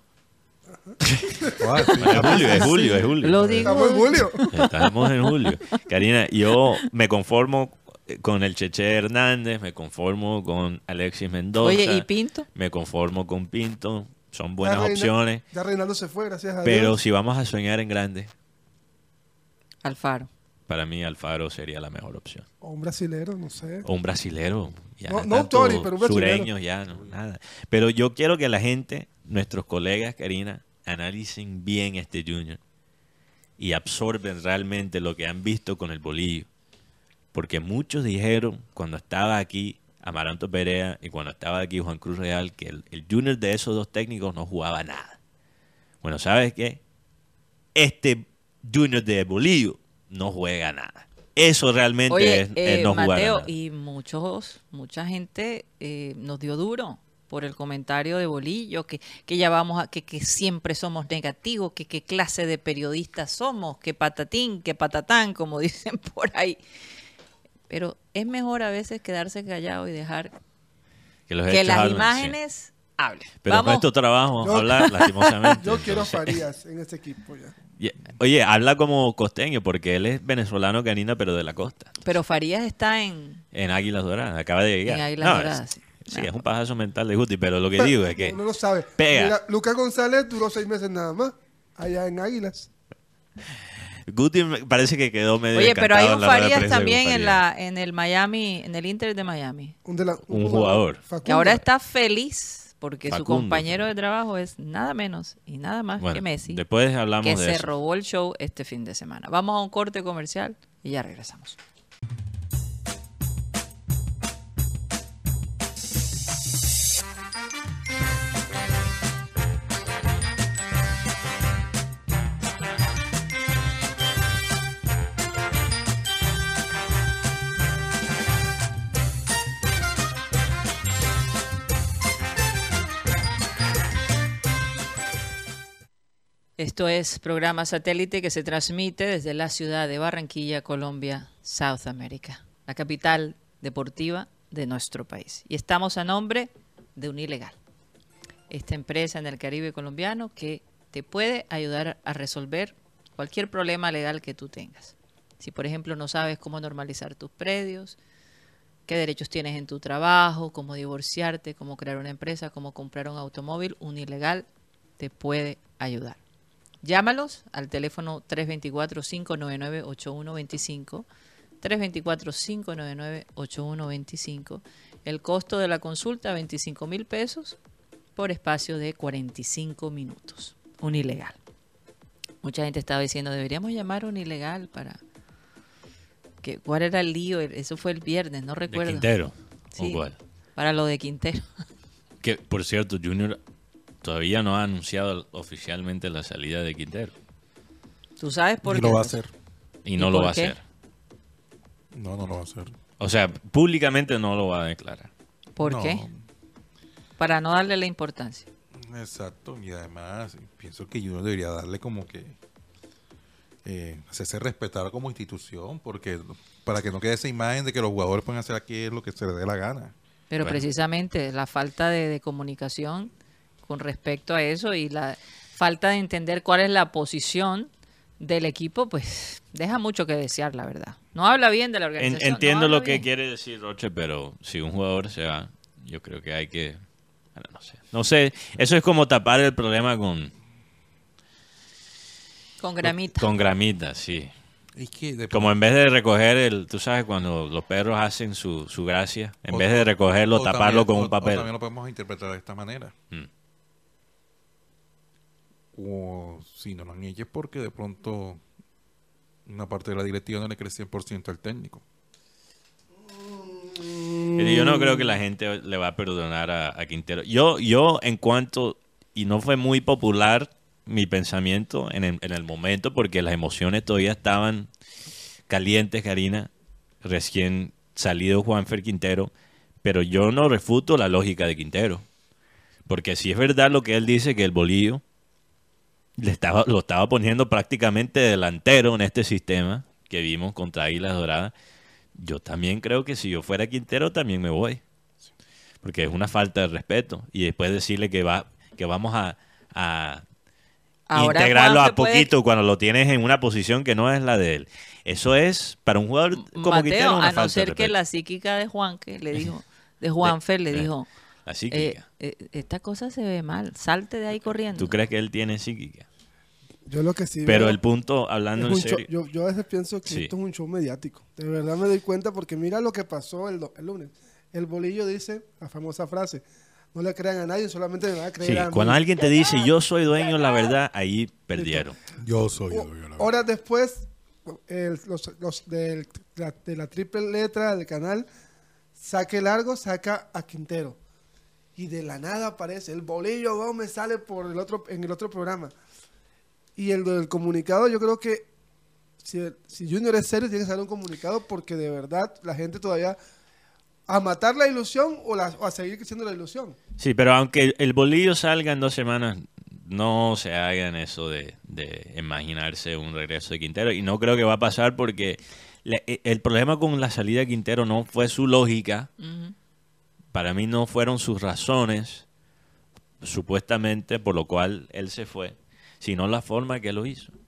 Ah, sí, Es julio, es julio, es julio. Lo digo. Estamos en julio. Estamos en julio. Karina, yo me conformo con el Cheche Hernández, me conformo con Alexis Mendoza. Oye, ¿y Pinto? Me conformo con Pinto. Son buenas Ya Reina- opciones. Ya Reinaldo se fue, gracias a Pero Dios. si vamos a soñar en grande, Alfaro. para mí Alfaro sería la mejor opción. O un brasilero, no sé. O un brasilero. Ya No- no tanto Tori, pero un brasilero. sureños ya, no, nada. Pero yo quiero que la gente, nuestros colegas, Karina, analicen bien este Junior y absorben realmente lo que han visto con el Bolillo. Porque muchos dijeron cuando estaba aquí Amaranto Perea y cuando estaba aquí Juan Cruz Real que el, el Junior de esos dos técnicos no jugaba nada. Bueno, ¿sabes qué? Este Junior de Bolillo no juega nada. Eso realmente Oye, es, eh, es no jugar a Mateo, nada. y muchos, mucha gente eh, nos dio duro por el comentario de Bolillo, que, que ya vamos a, que, que siempre somos negativos, que qué clase de periodistas somos, que patatín, que patatán, como dicen por ahí. Pero es mejor a veces quedarse callado y dejar Que, los que hechos las hablan, sí. imágenes hablen. Pero Vamos, nuestro trabajo Yo- hablar, lastimosamente. Yo quiero a Entonces, Farías en este equipo ya. y- Oye, habla como costeño, porque él es venezolano, Karina, pero de la costa. pero Farías está en, En Águilas Doradas, acaba de llegar. en Águilas No, Doradas. es- sí. Sí, No. es un pajazo mental de Guti, pero lo que digo es que No, no lo sabe. pega. Mira, Lucas González duró seis meses nada más, allá en Águilas. Guti me parece que quedó medio Oye, pero hay encantado un en la rueda de Farías prensa también con en Farías. la en el Miami, en el Inter de Miami, Un, de la- Un jugador. Facundo. que ahora está feliz porque su Facundo. compañero de trabajo es nada menos y nada más Bueno, que Messi, después hablamos que de se eso. robó el show este fin de semana. Vamos a un corte comercial y ya regresamos. Esto es programa satélite que se transmite desde la ciudad de Barranquilla, Colombia, South America, la capital deportiva de nuestro país. Y estamos a nombre de Unilegal, esta empresa en el Caribe colombiano que te puede ayudar a resolver cualquier problema legal que tú tengas. Si, por ejemplo, no sabes cómo normalizar tus predios, qué derechos tienes en tu trabajo, cómo divorciarte, cómo crear una empresa, cómo comprar un automóvil, Unilegal te puede ayudar. Llámalos al teléfono tres dos cuatro, cinco nueve nueve, ocho uno dos cinco, tres dos cuatro, cinco nueve nueve, ocho uno dos cinco. El costo de la consulta, veinticinco mil pesos por espacio de cuarenta y cinco minutos. Unilegal. Mucha gente estaba diciendo, deberíamos llamar a Unilegal para... que ¿cuál era el lío? Eso fue el viernes, no De recuerdo. Quintero. Sí, ¿O cuál? para lo de Quintero. Que, por cierto, Junior todavía no ha anunciado oficialmente la salida de Quintero. ¿Tú sabes por Y qué? lo va a hacer. Y ¿Y no lo por va a qué? hacer. No, no lo va a hacer. O sea, públicamente no lo va a declarar. ¿Por No, qué? Para no darle la importancia. Exacto. Y además, pienso que Junior debería darle como que... Eh, hacerse respetar como institución, porque para que no quede esa imagen de que los jugadores pueden hacer aquí lo que se les dé la gana. Pero Bueno. precisamente la falta de, de comunicación con respecto a eso y la falta de entender cuál es la posición del equipo, pues deja mucho que desear, la verdad. No habla bien de la En- organización. no entiendo habla lo que bien. quiere decir Roche, pero si un jugador se va, yo creo que hay que... bueno, no sé. No sé, eso es como tapar el problema con... Con gramita. Con gramita, sí. Es que de- Como en vez de recoger el... Tú sabes, cuando los perros hacen su, su gracia, en o- vez de recogerlo, o taparlo también- con o- un papel. O también lo podemos interpretar de esta manera. Mm. O si no lo han hecho es porque de pronto una parte de la directiva no le cree cien por ciento al técnico. Pero yo no creo que la gente le va a perdonar a, a Quintero. Yo, yo en cuanto, y no fue muy popular mi pensamiento en el, en el momento, porque las emociones todavía estaban calientes, Karina, recién salido Juanfer Quintero, pero yo no refuto la lógica de Quintero. Porque si es verdad lo que él dice, que el Bolillo le estaba, lo estaba poniendo prácticamente delantero en este sistema que vimos contra Águilas Doradas, yo también creo que si yo fuera Quintero también me voy. Porque es una falta de respeto. Y después decirle que va que vamos a, a Ahora integrarlo Juanfe a puede- poquito cuando lo tienes en una posición que no es la de él. Eso es, para un jugador como Mateo, Quintero, una a no falta de ser que respeto. la psíquica de Juan, que le dijo, de Juanfer, le Eh, dijo, La eh, psíquica. eh, esta cosa se ve mal, salte de ahí corriendo. ¿Tú crees que él tiene psíquica? Yo lo que sí Pero veo el punto, hablando es en un show- serio... yo, yo a veces pienso que Sí. esto es un show mediático. De verdad me doy cuenta porque mira lo que pasó el, do- el lunes. El Bolillo dice la famosa frase, no le crean a nadie, solamente me van a creer Sí, a mí. cuando alguien te dice yo soy dueño, la verdad, ahí perdieron. Yo soy O- yo, yo la verdad. Horas después, el- los, los del- la- de la triple letra del canal, saque largo, saca a Quintero. Y de la nada aparece, el Bolillo Gómez sale por el otro, en el otro programa. Y el del comunicado, yo creo que si, si Junior es serio, tiene que salir un comunicado porque de verdad la gente todavía a matar la ilusión o, la- o a seguir creciendo la ilusión. Sí, pero aunque el, el Bolillo salga en dos semanas, no se hagan eso de, de imaginarse un regreso de Quintero. Y no creo que va a pasar porque le- el problema con la salida de Quintero no fue su lógica. Ujú. Para mí no fueron sus razones, supuestamente, por lo cual él se fue, sino la forma que lo hizo.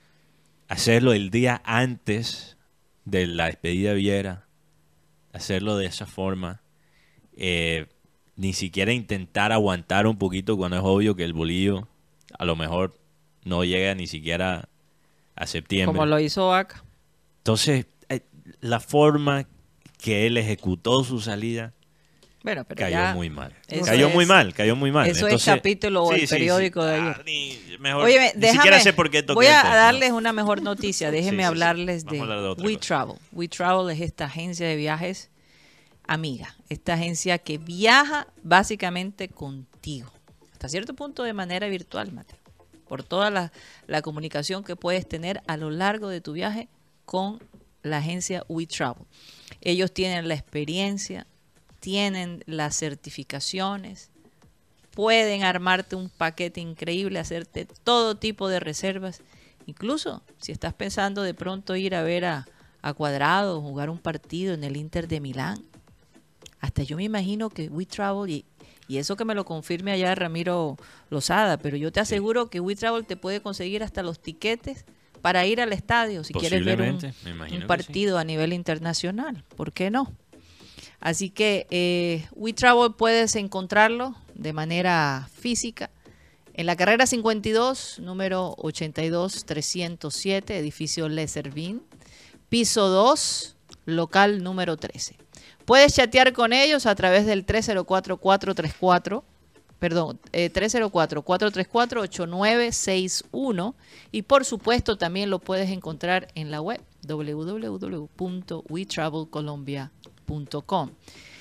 Hacerlo el día antes de la despedida de Viera, hacerlo de esa forma, eh, ni siquiera intentar aguantar un poquito cuando es obvio que el bolillo a lo mejor no llega ni siquiera a septiembre. Como lo hizo Vaca. Entonces, eh, la forma que él ejecutó su salida Bueno, pero cayó ya muy mal. eso Cayó es- muy mal, cayó muy mal. eso es capítulo o el periódico de ayer. Ah, ni- mejor, Óyeme, ni déjame, siquiera sé por qué toqué voy el a tema, ¿no? darles una mejor noticia. Déjenme Sí, sí, sí. hablarles Vamos a hablar de de otra We cosa. Travel. We Travel es esta agencia de viajes amiga. Esta agencia que viaja básicamente contigo. Hasta cierto punto de manera virtual, Mateo. Por toda la, la comunicación que puedes tener a lo largo de tu viaje con la agencia We Travel. Ellos tienen la experiencia, tienen las certificaciones, pueden armarte un paquete increíble, hacerte todo tipo de reservas. Incluso si estás pensando de pronto ir a ver a, a Cuadrado, jugar un partido en el Inter de Milán. Hasta yo me imagino que We Travel, y, y eso que me lo confirme allá Ramiro Lozada, pero yo te aseguro que We Travel te puede conseguir hasta los tiquetes para ir al estadio si quieres ver un, Posiblemente, me imagino un que partido a nivel internacional. ¿Por qué no? Así que eh, We Travel puedes encontrarlo de manera física en la carrera cincuenta y dos, número ochenta y dos trescientos siete, edificio Le Servin, piso dos, local número trece. Puedes chatear con ellos a través del tres cero cuatro, cuatro tres cuatro, perdón, eh, tres cero cuatro, cuatro tres cuatro, ocho nueve seis uno, y por supuesto también lo puedes encontrar en la web w w w punto we travel colombia punto com.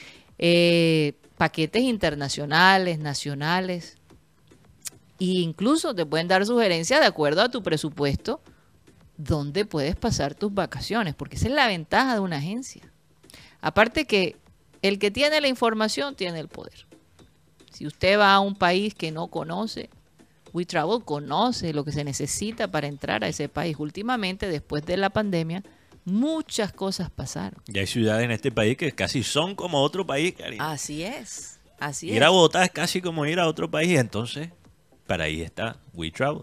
Eh, paquetes internacionales, nacionales, e incluso te pueden dar sugerencias de acuerdo a tu presupuesto dónde puedes pasar tus vacaciones, porque esa es la ventaja de una agencia. Aparte que el que tiene la información tiene el poder. Si usted va a un país que no conoce, We Travel conoce lo que se necesita para entrar a ese país. Últimamente, después de la pandemia, muchas cosas pasaron. Y hay ciudades en este país que casi son como otro país, Karina. Así es, así Ir a es. Bogotá es casi como ir a otro país, entonces para ahí está We Travel.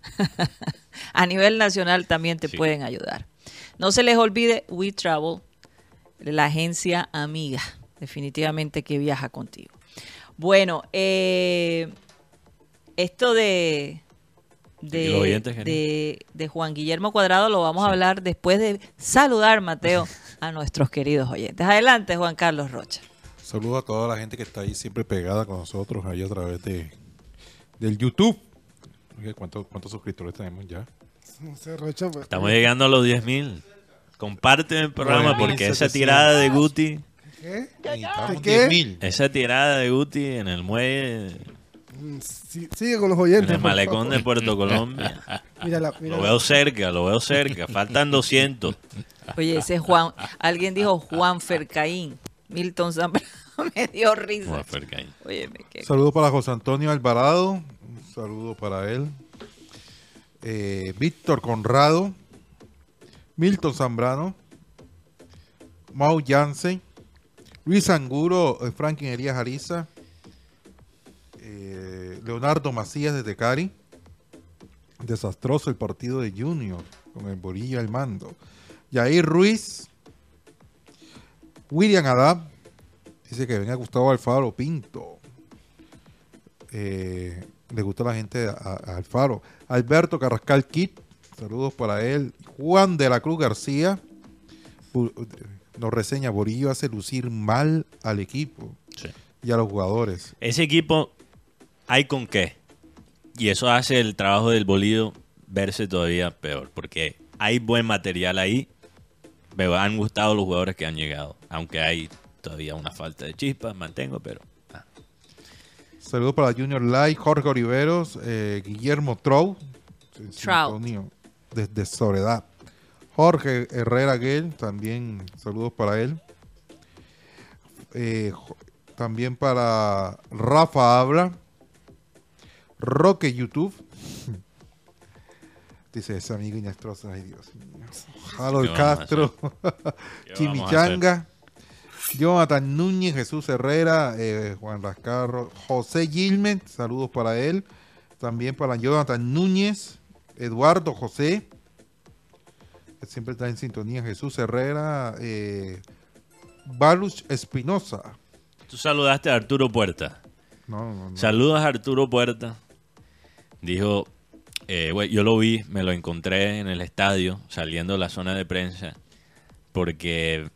A nivel nacional también te Sí. pueden ayudar. No se les olvide We Travel, la agencia amiga, definitivamente que viaja contigo. Bueno, eh, esto de, de, ¿Y los oyentes, Karina? de, de Juan Guillermo Cuadrado lo vamos a Sí. hablar después de saludar, Mateo, a nuestros queridos oyentes. Adelante, Juan Carlos Rocha. Saludos a toda la gente que está ahí siempre pegada con nosotros ahí a través de del YouTube. Oye, ¿Cuántos, ¿Cuántos suscriptores tenemos ya? No sé, Rocha, pues, Estamos llegando a los diez mil. Comparten el programa nueve mil porque esa setecientos. tirada de Guti, ¿qué? Necesitamos ¿De qué? diez mil. esa tirada de Guti en el muelle, Mm, sí, sigue con los en oyentes. el por malecón favor. de Puerto Colombia. Mírala, mírala. Lo veo cerca, lo veo cerca. Faltan doscientos. Oye, ese Juan, alguien dijo Juan Fercaín, Milton Zambrano, me dio risa. Vamos a ver qué hay. Oye, me quedé. Saludos para José Antonio Alvarado. Un saludo para él. Eh, Víctor Conrado. Milton Zambrano. Mau Jansen. Luis Anguro. eh, Franklin Elías Ariza. eh, Leonardo Macías desde Cari. Desastroso el partido de Junior con el bolillo al mando. Yair Ruiz. William Adab. Dice que venga Gustavo Alfaro Pinto. Eh, le gusta la gente a, a Alfaro. Alberto Carrascal Kit. Saludos para él. Juan de la Cruz García. Bu- Nos reseña, Borillo hace lucir mal al equipo Sí. y a los jugadores. Ese equipo hay con qué. Y eso hace el trabajo del Bolillo verse todavía peor. Porque hay buen material ahí. Me han gustado los jugadores que han llegado. Aunque hay todavía una falta de chispas, mantengo, pero... ah. Saludos para Junior Light, Jorge Oliveros, eh, Guillermo Trou. en Trout. sintonía, Desde Soledad. Jorge Herrera Guel, también saludos para él. Eh, jo- también para Rafa Habla. Roque YouTube. Dice ese amigo Inestrosa, ay Dios mío. Harold ¿Qué vamos a Castro. ¿Qué vamos a Chimichanga. Jonathan Núñez, Jesús Herrera, eh, Juan Rascarro, José Gilmen, saludos para él. También para Jonathan Núñez, Eduardo José, que siempre está en sintonía, Jesús Herrera, eh, Baluch Espinosa, Tú saludaste a Arturo Puerta. No, no, no. Saludos a Arturo Puerta. Dijo, eh, güey, yo lo vi, me lo encontré en el estadio, saliendo de la zona de prensa, porque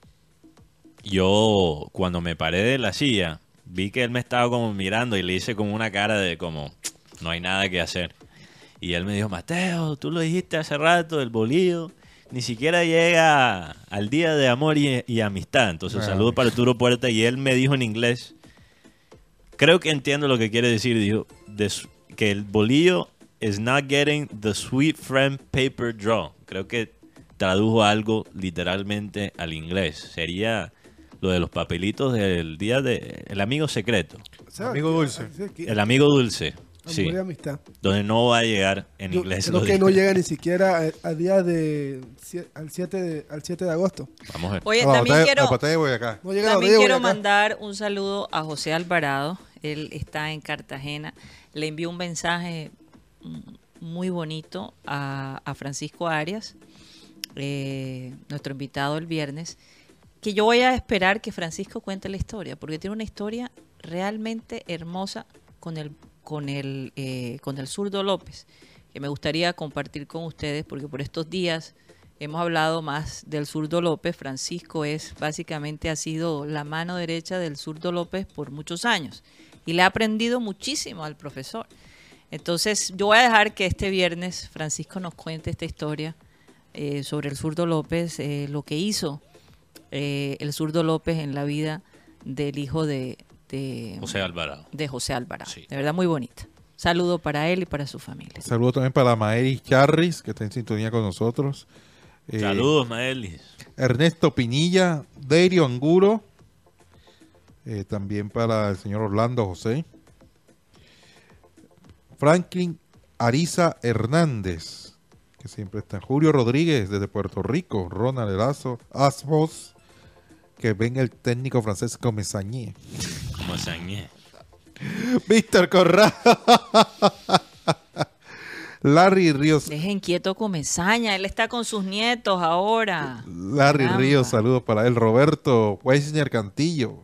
yo cuando me paré de la silla, vi que él me estaba como mirando y le hice como una cara de como, no hay nada que hacer. Y él me dijo, Mateo, tú lo dijiste hace rato, el bolillo ni siquiera llega al día de amor y, y amistad. Entonces, Bueno. saludo para Arturo Puerta. Y él me dijo en inglés, creo que entiendo lo que quiere decir, dijo, de su- que el bolillo is not getting the sweet friend paper draw. Creo que tradujo algo literalmente al inglés. Sería lo de los papelitos del día de el amigo secreto, O sea, Amigo dulce. sí, aquí- el amigo dulce, amor sí, y amistad. donde no va a llegar en Yo inglés. creo lo que dijo. no llega ni siquiera a, a día de sie- al siete de, al siete de agosto. Vamos a ver. Oye, Ah, la también batalla- quiero, la batalla de Boyacá. No llega a también la quiero acá. mandar un saludo a José Alvarado. Él está en Cartagena. Le envió un mensaje mm, muy bonito a, a Francisco Arias, eh, nuestro invitado el viernes, que yo voy a esperar que Francisco cuente la historia, porque tiene una historia realmente hermosa con el, con el, eh, con el zurdo López, que me gustaría compartir con ustedes, porque por estos días hemos hablado más del zurdo López. Francisco es básicamente ha sido la mano derecha del zurdo López por muchos años y le ha aprendido muchísimo al profesor. Entonces yo voy a dejar que este viernes Francisco nos cuente esta historia eh, sobre el zurdo López, eh, lo que hizo eh, el zurdo López en la vida del hijo de, de, José Alvarado. de José Alvarado. Sí. De verdad muy bonita. Saludo para él y para su familia. Saludo también para Maeris Charris, que está en sintonía con nosotros. Eh, Saludos, Maelis. Ernesto Pinilla, Deirio Anguro. eh, también para el señor Orlando José. Franklin Ariza Hernández, que siempre está. Julio Rodríguez, desde Puerto Rico. Ronald Erazo Asbos, que venga el técnico Francesco Mesañé. Como Sañé. Víctor Corrado. Larry Ríos. Dejen quieto Comesaña, él está con sus nietos ahora. Larry Caramba. Ríos, saludos para él. Roberto Weisner Cantillo,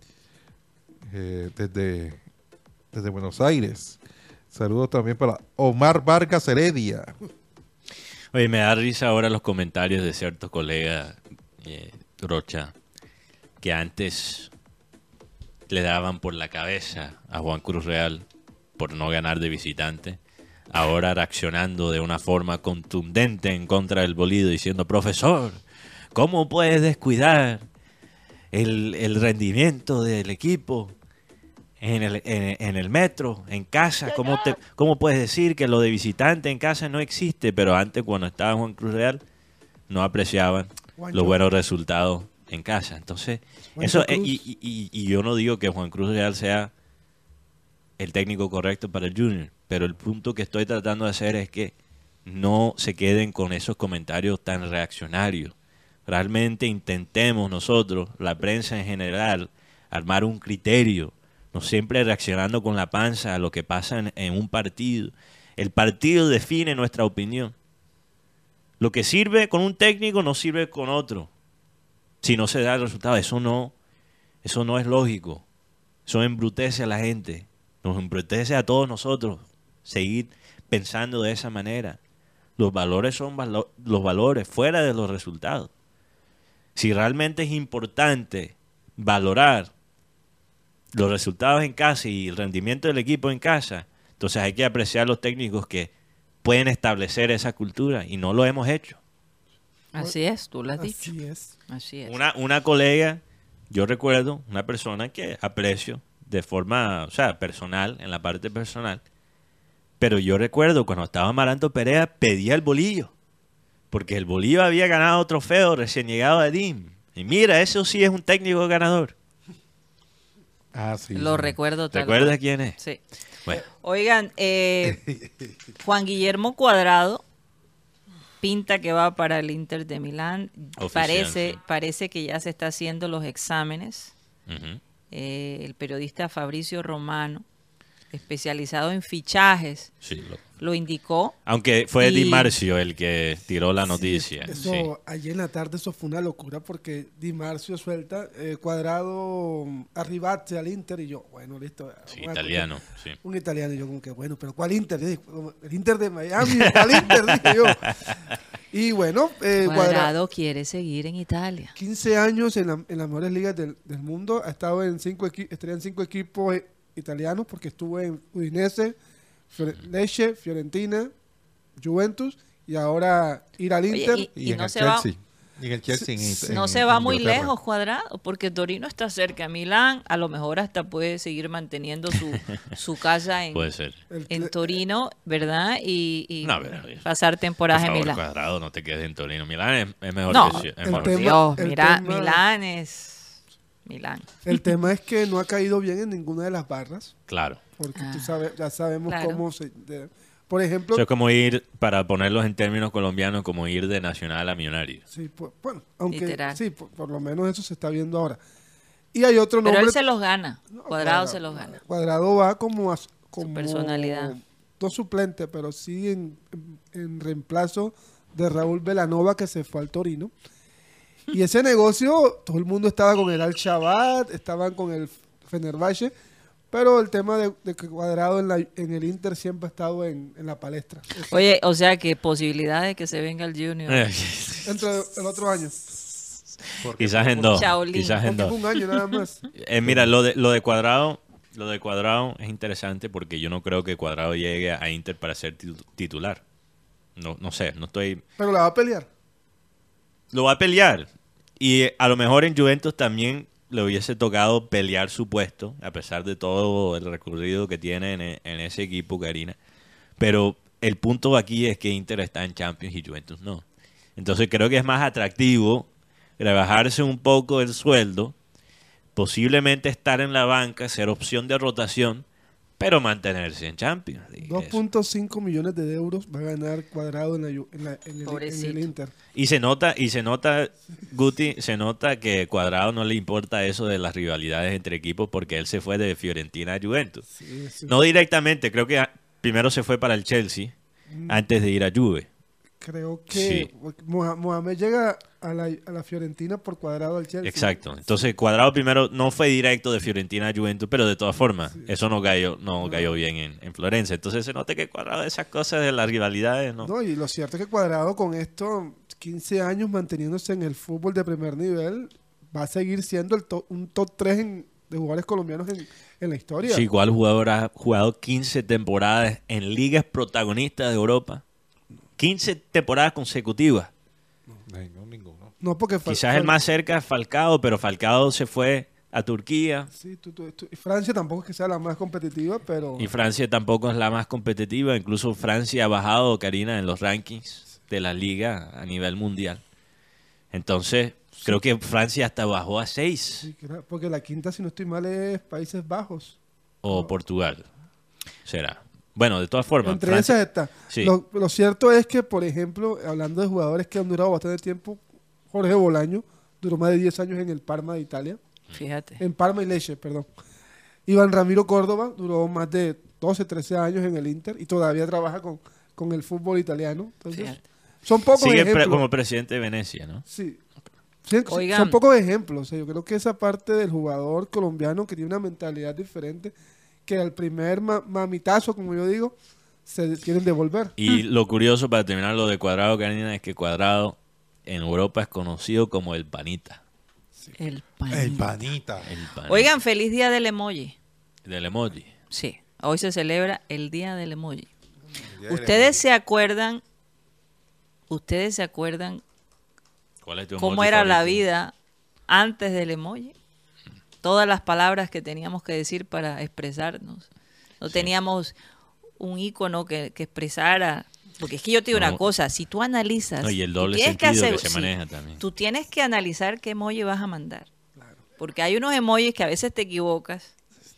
eh, desde, desde Buenos Aires. Saludos también para Omar Vargas Heredia. Oye, me da risa ahora los comentarios de ciertos colegas, eh, Rocha, que antes le daban por la cabeza a Juan Cruz Real por no ganar de visitante. Ahora reaccionando de una forma contundente en contra del Bolillo, diciendo, profesor, ¿cómo puedes descuidar el, el rendimiento del equipo en el, en, en el metro, en casa? ¿Cómo, te, ¿Cómo puedes decir que lo de visitante en casa no existe? Pero antes, cuando estaba Juan Cruz Real, no apreciaban Juancho. los buenos resultados en casa. Entonces, Juancho eso eh, Cruz. y, y- y- y yo no digo que Juan Cruz Real sea el técnico correcto para el Junior, pero el punto que estoy tratando de hacer es que no se queden con esos comentarios tan reaccionarios. Realmente intentemos nosotros, la prensa en general, armar un criterio, no siempre reaccionando con la panza a lo que pasa en, en un partido. El partido define nuestra opinión. Lo que sirve con un técnico no sirve con otro. Si no se da el resultado, eso no, eso no es lógico. Eso embrutece a la gente. Nos embrutece a todos nosotros seguir pensando de esa manera. Los valores son valo- los valores fuera de los resultados. Si realmente es importante valorar los resultados en casa y el rendimiento del equipo en casa, entonces hay que apreciar los técnicos que pueden establecer esa cultura y no lo hemos hecho. Así es, tú lo has dicho. Así es. Así es. Una, una colega, yo recuerdo, una persona que aprecio de forma, o sea, personal, en la parte personal, pero yo recuerdo cuando estaba Amaranto Perea, pedía el Bolillo, porque el Bolillo había ganado trofeo recién llegado a D I M. Y mira, eso sí es un técnico ganador. Ah, sí. Lo sí. recuerdo tal ¿Recuerdas cual. quién es? Sí. Bueno, Oigan, eh, Juan Guillermo Cuadrado pinta que va para el Inter de Milán. Oficial, parece, sí. parece que ya se está haciendo los exámenes. ujú. Eh, el periodista Fabricio Romano, especializado en fichajes, Sí, lo lo indicó. Aunque fue Y- Di Marcio el que tiró la noticia. Eso, sí. ayer en la tarde, eso fue una locura porque Di Marcio suelta eh, Cuadrado arribate al Inter y yo, bueno, listo. Sí, una- italiano. Sí. Un italiano y yo como que, bueno, pero ¿cuál Inter? Dije, el Inter de Miami, ¿cuál Inter? Dije yo. Y bueno, eh, Cuadrado, Cuadrado quiere seguir en Italia. quince años en, la- en las mejores ligas del, del mundo, ha estado en cinco, equi- estaría en cinco equipos eh, italianos porque estuvo en Udinese, Fiore- Lecce, Fiorentina, Juventus y ahora ir al Oye, Inter. y- Y, en no el se va- Chelsea. Y en el Chelsea. en- No en se va muy Inglaterra. lejos Cuadrado, porque Torino está cerca. Milán a lo mejor hasta puede seguir manteniendo su, su casa en, Puede ser. El- en Torino, ¿verdad? Y, y No, pero- pasar Por temporadas en favor, Milán. Cuadrado, no te quedes en Torino. Milán es, es mejor No, que es el mejor. tema- Dios, el mira, tema- Milán es Milán. El tema es que no ha caído bien en ninguna de las barras, Claro. porque Ah, tú sabes, ya sabemos claro. cómo se... de- por ejemplo, Eso es como ir, para ponerlos en términos colombianos, como ir de Nacional a Millonario. sí, pues, bueno, aunque Literal. sí, por, por lo menos eso se está viendo ahora. Y hay otro Pero nombre... él se los gana. No, Cuadrado se los gana. Cuadrado va como, as- como personalidad. no suplente, pero sí en, en- en reemplazo de Raúl Belanova que se fue al Torino. Y ese negocio, todo el mundo estaba con el Al-Shabaab, estaban con el Fenerbahce, pero el tema de, de que Cuadrado en, la- en el Inter siempre ha estado en, en la palestra. Eso, Oye, o sea que posibilidades de que se venga el Junior. Entre el otro año. Porque- Quizás en dos. Shaolin. Quizás en Porque dos. fue un año nada más. Eh, mira, lo de, lo de Cuadrado, lo de Cuadrado es interesante porque yo no creo que Cuadrado llegue a Inter para ser titu- titular. No, no sé, no estoy. Pero la va a pelear. Lo va a pelear. Y eh, a lo mejor en Juventus también le hubiese tocado pelear su puesto, a pesar de todo el recorrido que tiene en, e- en ese equipo, Karina. Pero el punto aquí es que Inter está en Champions y Juventus no. Entonces creo que es más atractivo rebajarse un poco el sueldo, posiblemente estar en la banca, ser opción de rotación, pero mantenerse en Champions. Y dos eso. punto cinco millones de euros va a ganar Cuadrado en, la Ju- en, la- en el, en Pobrecito. el Inter. Y se nota, y se nota, Guti, se nota que Cuadrado no le importa eso de las rivalidades entre equipos porque él se fue de Fiorentina a Juventus. Sí, sí. No directamente, creo que a- primero se fue para el Chelsea antes de ir a Juve. Creo que Sí. Moha- Mohamed llega a la, a la Fiorentina por Cuadrado al Chelsea. Exacto. Entonces Cuadrado primero no fue directo de Fiorentina a Juventus, pero de todas formas, eso no cayó, no cayó bien en, en Florencia. Entonces se nota que Cuadrado esas cosas de las rivalidades, ¿no? No, y lo cierto es que Cuadrado con esto, quince años manteniéndose en el fútbol de primer nivel, va a seguir siendo el to- un top tres en- de jugadores colombianos en, en la historia. Sí, ¿cuál jugador ha jugado quince temporadas en ligas protagonistas de Europa? quince temporadas consecutivas. Ninguno, ninguno. No, porque Fal- Quizás el Fal- más cerca es Falcao, pero Falcao se fue a Turquía Sí, tú- tú- tú- y Francia tampoco es que sea la más competitiva, pero y Francia tampoco es la más competitiva. Incluso Francia ha bajado, Karina, en los rankings de la liga a nivel mundial. Entonces, creo que Francia hasta bajó a seis sí, que era- porque la quinta, si no estoy mal, es Países Bajos. o Portugal. Será. Bueno, de todas formas, Entre Francia- esas está. Sí. Lo, lo cierto es que, por ejemplo, hablando de jugadores que han durado bastante tiempo, Jorge Bolaño duró más de diez años en el Parma de Italia. Fíjate. En Parma y Lecce, perdón. Iván Ramiro Córdoba duró más de doce, trece años en el Inter y todavía trabaja con, con el fútbol italiano. Entonces, Fíjate. son pocos sigue pre- ejemplos. como presidente de Venecia, ¿no? Sí. Sí, sí, Oigan. son pocos ejemplos. O sea, yo creo que esa parte del jugador colombiano que tiene una mentalidad diferente, que al primer ma- mamitazo, como yo digo, se quieren devolver. Y lo curioso para terminar lo de Cuadrado, Karina, es que Cuadrado en Europa es conocido como el panita. El pan. El panita. El panita Oigan, feliz día del emoji. del emoji. Sí, hoy se celebra el día del emoji. Ustedes se acuerdan, ustedes se acuerdan ¿Cuál es tu cómo emoji era la favorito? vida antes del emoji. Todas las palabras que teníamos que decir para expresarnos. No teníamos un icono que, que expresara. Porque es que yo te digo No. una cosa, si tú analizas... No, y el tú doble tienes sentido que asegu- se sí, maneja también. Tú tienes que analizar qué emoji vas a mandar. Porque hay unos emojis que a veces te equivocas.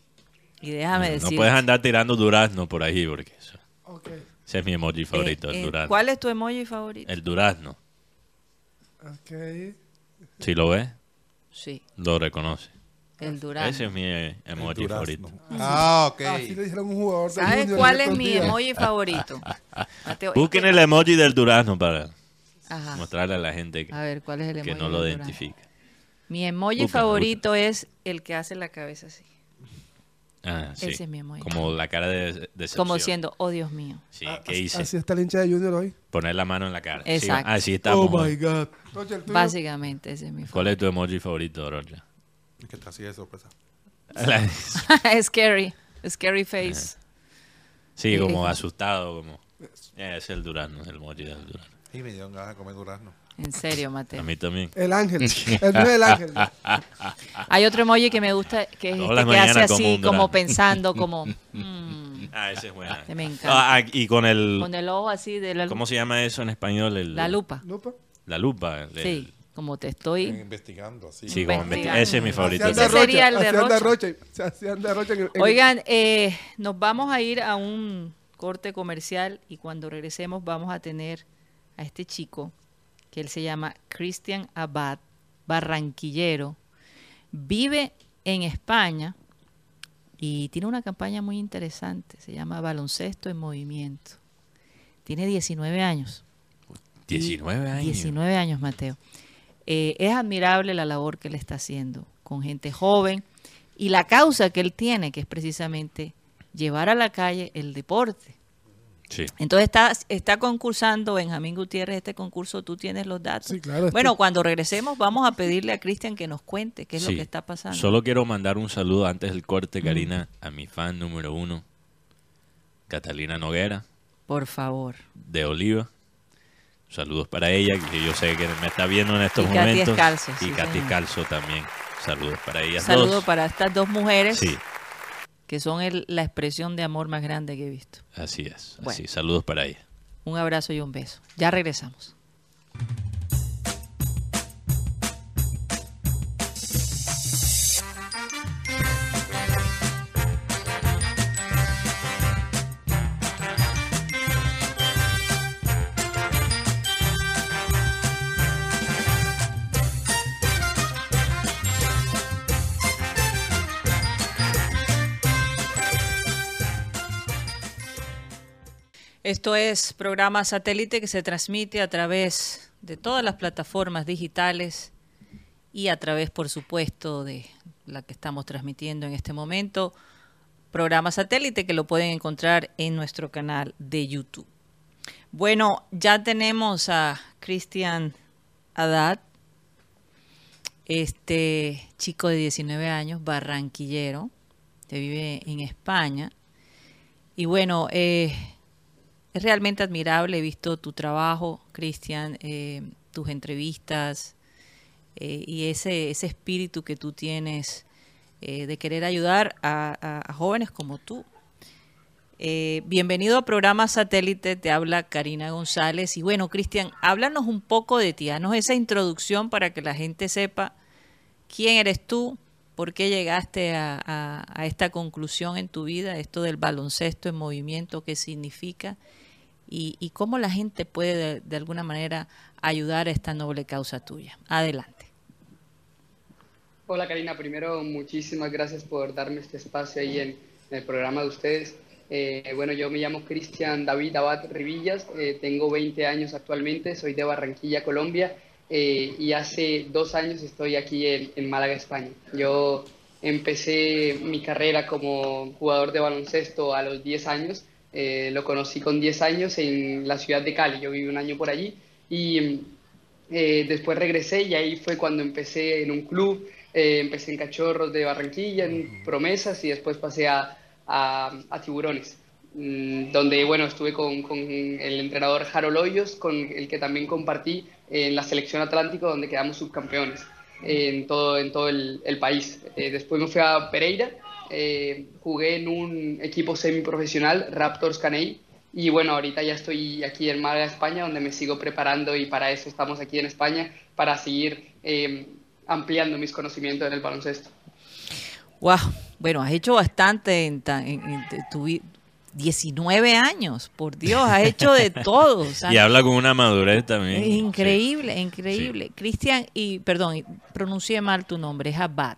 Y déjame No decir... puedes andar tirando durazno por ahí porque eso, Ok. ese es mi emoji favorito, el durazno. Eh, ¿Cuál es tu emoji favorito? El durazno. Ok. Si lo ves, Sí, lo reconoce. El durazno. Ese es mi eh, emoji El durazno. favorito. Ah, ok. Así le dijeron a un jugador de ¿Sabes Junior cuál en es estos mi días. emoji favorito? Mateo, Busquen el emoji del durazno para Ajá. mostrarle a la gente que, A ver, ¿cuál es el emoji que no lo del durazno? identifica. Mi emoji Búscalo, favorito es el que hace la cabeza así. Ah, sí. Ese es mi emoji. Como la cara de de decepción. Como diciendo, oh Dios mío. Sí, Ah, ¿qué así- hice? Así está el hincha de Junior hoy. Poner la mano en la cara. Sí, Exacto. así estamos. Oh hoy. my God. Rocha, el tuyo. Básicamente ese es mi ¿Cuál favorito. es tu emoji favorito, Rocha? Es que está así de sorpresa. Scary. Scary face. Sí, Eh, como eh. asustado, como... Eh, es el durazno, el emoji del durazno. Y me dieron ganas de comer durazno. En serio, A Mateo. mí también. El ángel. El mío es el ángel. Hay otro emoji que me gusta, que es Todas este las que hace mañanas como así, un como durazno. pensando, como... mm, Ah, ese es buena. que me encanta. Ah, ah, y con el... Con el ojo así de la, ¿Cómo se llama eso en español? El, la lupa. ¿Lupa? La lupa. el- Sí, como te Estoy estoy... investigando así. Sí, como Investigando. investi- ese es mi favorito. Así Ese anda sería el de así anda Rocha. Rocha. Así anda Rocha en el- en- Oigan, eh, nos vamos a ir a un corte comercial y cuando regresemos vamos a tener a este chico que él se llama Cristian Abad, barranquillero, vive en España y tiene una campaña muy interesante, se llama Baloncesto en Movimiento. Tiene diecinueve años. diecinueve años. diecinueve años, Mateo. Eh, es admirable la labor que él está haciendo con gente joven y la causa que él tiene, que es precisamente llevar a la calle el deporte. Sí. Entonces está, está concursando Benjamín Gutiérrez este concurso, tú tienes los datos. Sí, claro, Bueno, este- cuando regresemos vamos a pedirle a Cristian que nos cuente qué es Sí. lo que está pasando. Solo quiero mandar un saludo antes del corte, Karina, a mi fan número uno, Catalina Noguera, Por favor. de Oliva. Saludos para ella, que yo sé que me está viendo en estos Y Katy momentos. Escalzo, y sí, Katy señor. Escalzo también. Saludos para ellas Saludo dos. para estas dos mujeres Sí, que son el- la expresión de amor más grande que he visto. así es. Bueno. Así, saludos para ellas. Un abrazo y un beso. Ya regresamos. Esto es programa satélite que se transmite a través de todas las plataformas digitales y a través, por supuesto, de la que estamos transmitiendo en este momento, programa satélite que lo pueden encontrar en nuestro canal de YouTube. Bueno, ya tenemos a Cristian Haddad, este chico de diecinueve años, barranquillero, que vive en España. Y bueno, eh, es realmente admirable, he visto tu trabajo, Cristian, eh, tus entrevistas eh, y ese, ese espíritu que tú tienes eh, de querer ayudar a, a- a jóvenes como tú. Eh, bienvenido a Programa Satélite, te habla Karina González. Y bueno, Cristian, háblanos un poco de ti, haznos esa introducción para que la gente sepa quién eres tú, por qué llegaste a, a- a esta conclusión en tu vida, esto del baloncesto en movimiento, qué significa y, y cómo la gente puede de, de alguna manera ayudar a esta noble causa tuya. Adelante. Hola Karina, primero muchísimas gracias por darme este espacio ahí en, en el programa de ustedes. Eh, bueno, yo me llamo Cristian David Abad Rivillas, eh, tengo veinte años actualmente, soy de Barranquilla, Colombia, eh, y hace dos años estoy aquí en, en Málaga, España. Yo empecé mi carrera como jugador de baloncesto a los diez años, eh, lo conocí con diez años en la ciudad de Cali, yo viví un año por allí y eh, después regresé y ahí fue cuando empecé en un club. Eh, empecé en Cachorros de Barranquilla, en Promesas, y después pasé a, a, a Tiburones, mmm, donde bueno, estuve con, con el entrenador Harold Hoyos, con el que también compartí en la selección Atlántico, donde quedamos subcampeones eh, en todo, en todo el, el país. Eh, después me fui a Pereira, eh, jugué en un equipo semiprofesional, Raptors Caney, y bueno, ahorita ya estoy aquí en Málaga, España, donde me sigo preparando y para eso estamos aquí en España, para seguir eh, ampliando mis conocimientos en el baloncesto. Wow, bueno, has hecho bastante en, ta- en- en tu vi- diecinueve años, por Dios, has hecho de todo. O sea, Y habla con una madurez también. es increíble, Sí. increíble. Cristian, y perdón, pronuncié mal tu nombre, es Abad.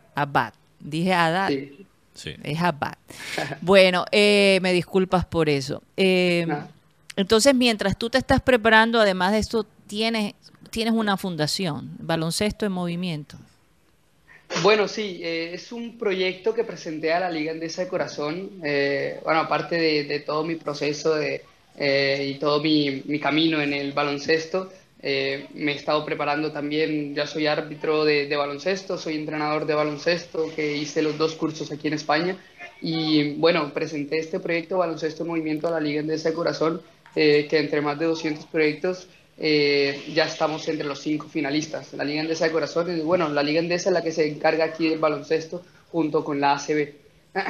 Abad. Dije Haddad. Sí. Sí. Es Abad. Bueno, eh, me disculpas por eso. Eh, Nada. entonces, mientras tú te estás preparando, además de esto, tienes, tienes una fundación, Baloncesto en Movimiento. Bueno, sí, eh, es un proyecto que presenté a la Liga Endesa de Corazón. Eh, bueno, aparte de, de todo mi proceso de, eh, y todo mi, mi camino en el baloncesto, eh, me he estado preparando también. Ya soy árbitro de, de baloncesto, soy entrenador de baloncesto, que hice los dos cursos aquí en España. Y bueno, presenté este proyecto Baloncesto en Movimiento a la Liga Endesa de Corazón, eh, que entre más de doscientos proyectos eh, ya estamos entre los cinco finalistas. La Liga Endesa de Corazón, es, bueno, la Liga Endesa es la que se encarga aquí del baloncesto junto con la A C B.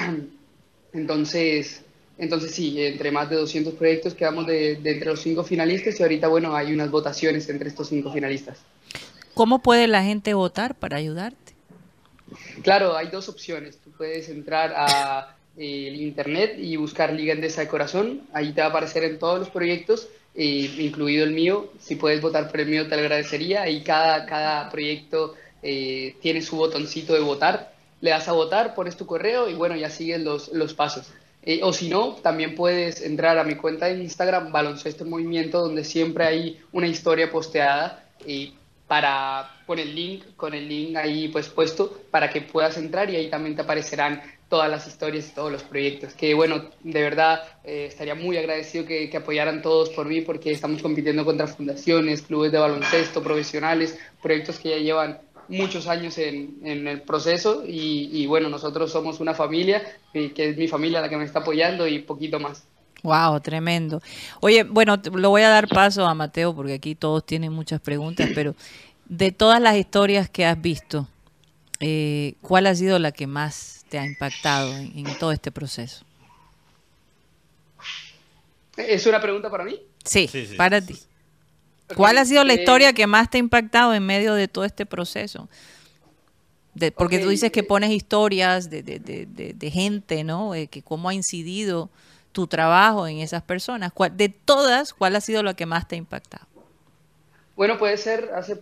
Entonces, entonces sí, entre más de doscientos proyectos quedamos de, de entre los cinco finalistas y ahorita, bueno, hay unas votaciones entre estos cinco finalistas. ¿Cómo puede la gente votar para ayudarte? Claro, hay dos opciones. Tú puedes entrar a eh, el internet y buscar Liga Endesa de Corazón. Ahí te va a aparecer en todos los proyectos, eh, incluido el mío. Si puedes votar por el mío, te lo agradecería. Y cada, cada proyecto eh, tiene su botoncito de votar. Le das a votar, pones tu correo y bueno, ya sigues los, los pasos. Eh, o si no, también puedes entrar a mi cuenta de Instagram, Baloncesto en Movimiento, donde siempre hay una historia posteada y para con el link, con el link ahí pues puesto para que puedas entrar y ahí también te aparecerán todas las historias y todos los proyectos. Que bueno, de verdad eh, estaría muy agradecido que, que apoyaran todos por mí porque estamos compitiendo contra fundaciones, clubes de baloncesto, profesionales, proyectos que ya llevan muchos años en, en el proceso y, y bueno, nosotros somos una familia, eh, que es mi familia la que me está apoyando y poquito más. Wow, tremendo. Oye, bueno, te- lo voy a dar paso a Mateo porque aquí todos tienen muchas preguntas, pero de todas las historias que has visto, eh, ¿cuál ha sido la que más te ha impactado en, en todo este proceso? ¿Es una pregunta para mí? Sí, Sí, sí, para sí, ti. sí. ¿Cuál ha sido la Eh, historia que más te ha impactado en medio de todo este proceso? De- porque tú Ok, dices que eh, pones historias de, de, de, de- de gente, ¿no? Eh, que cómo ha incidido tu trabajo en esas personas. ¿Cuál- de todas, ¿cuál ha sido la que más te ha impactado? Bueno, puede ser, hace,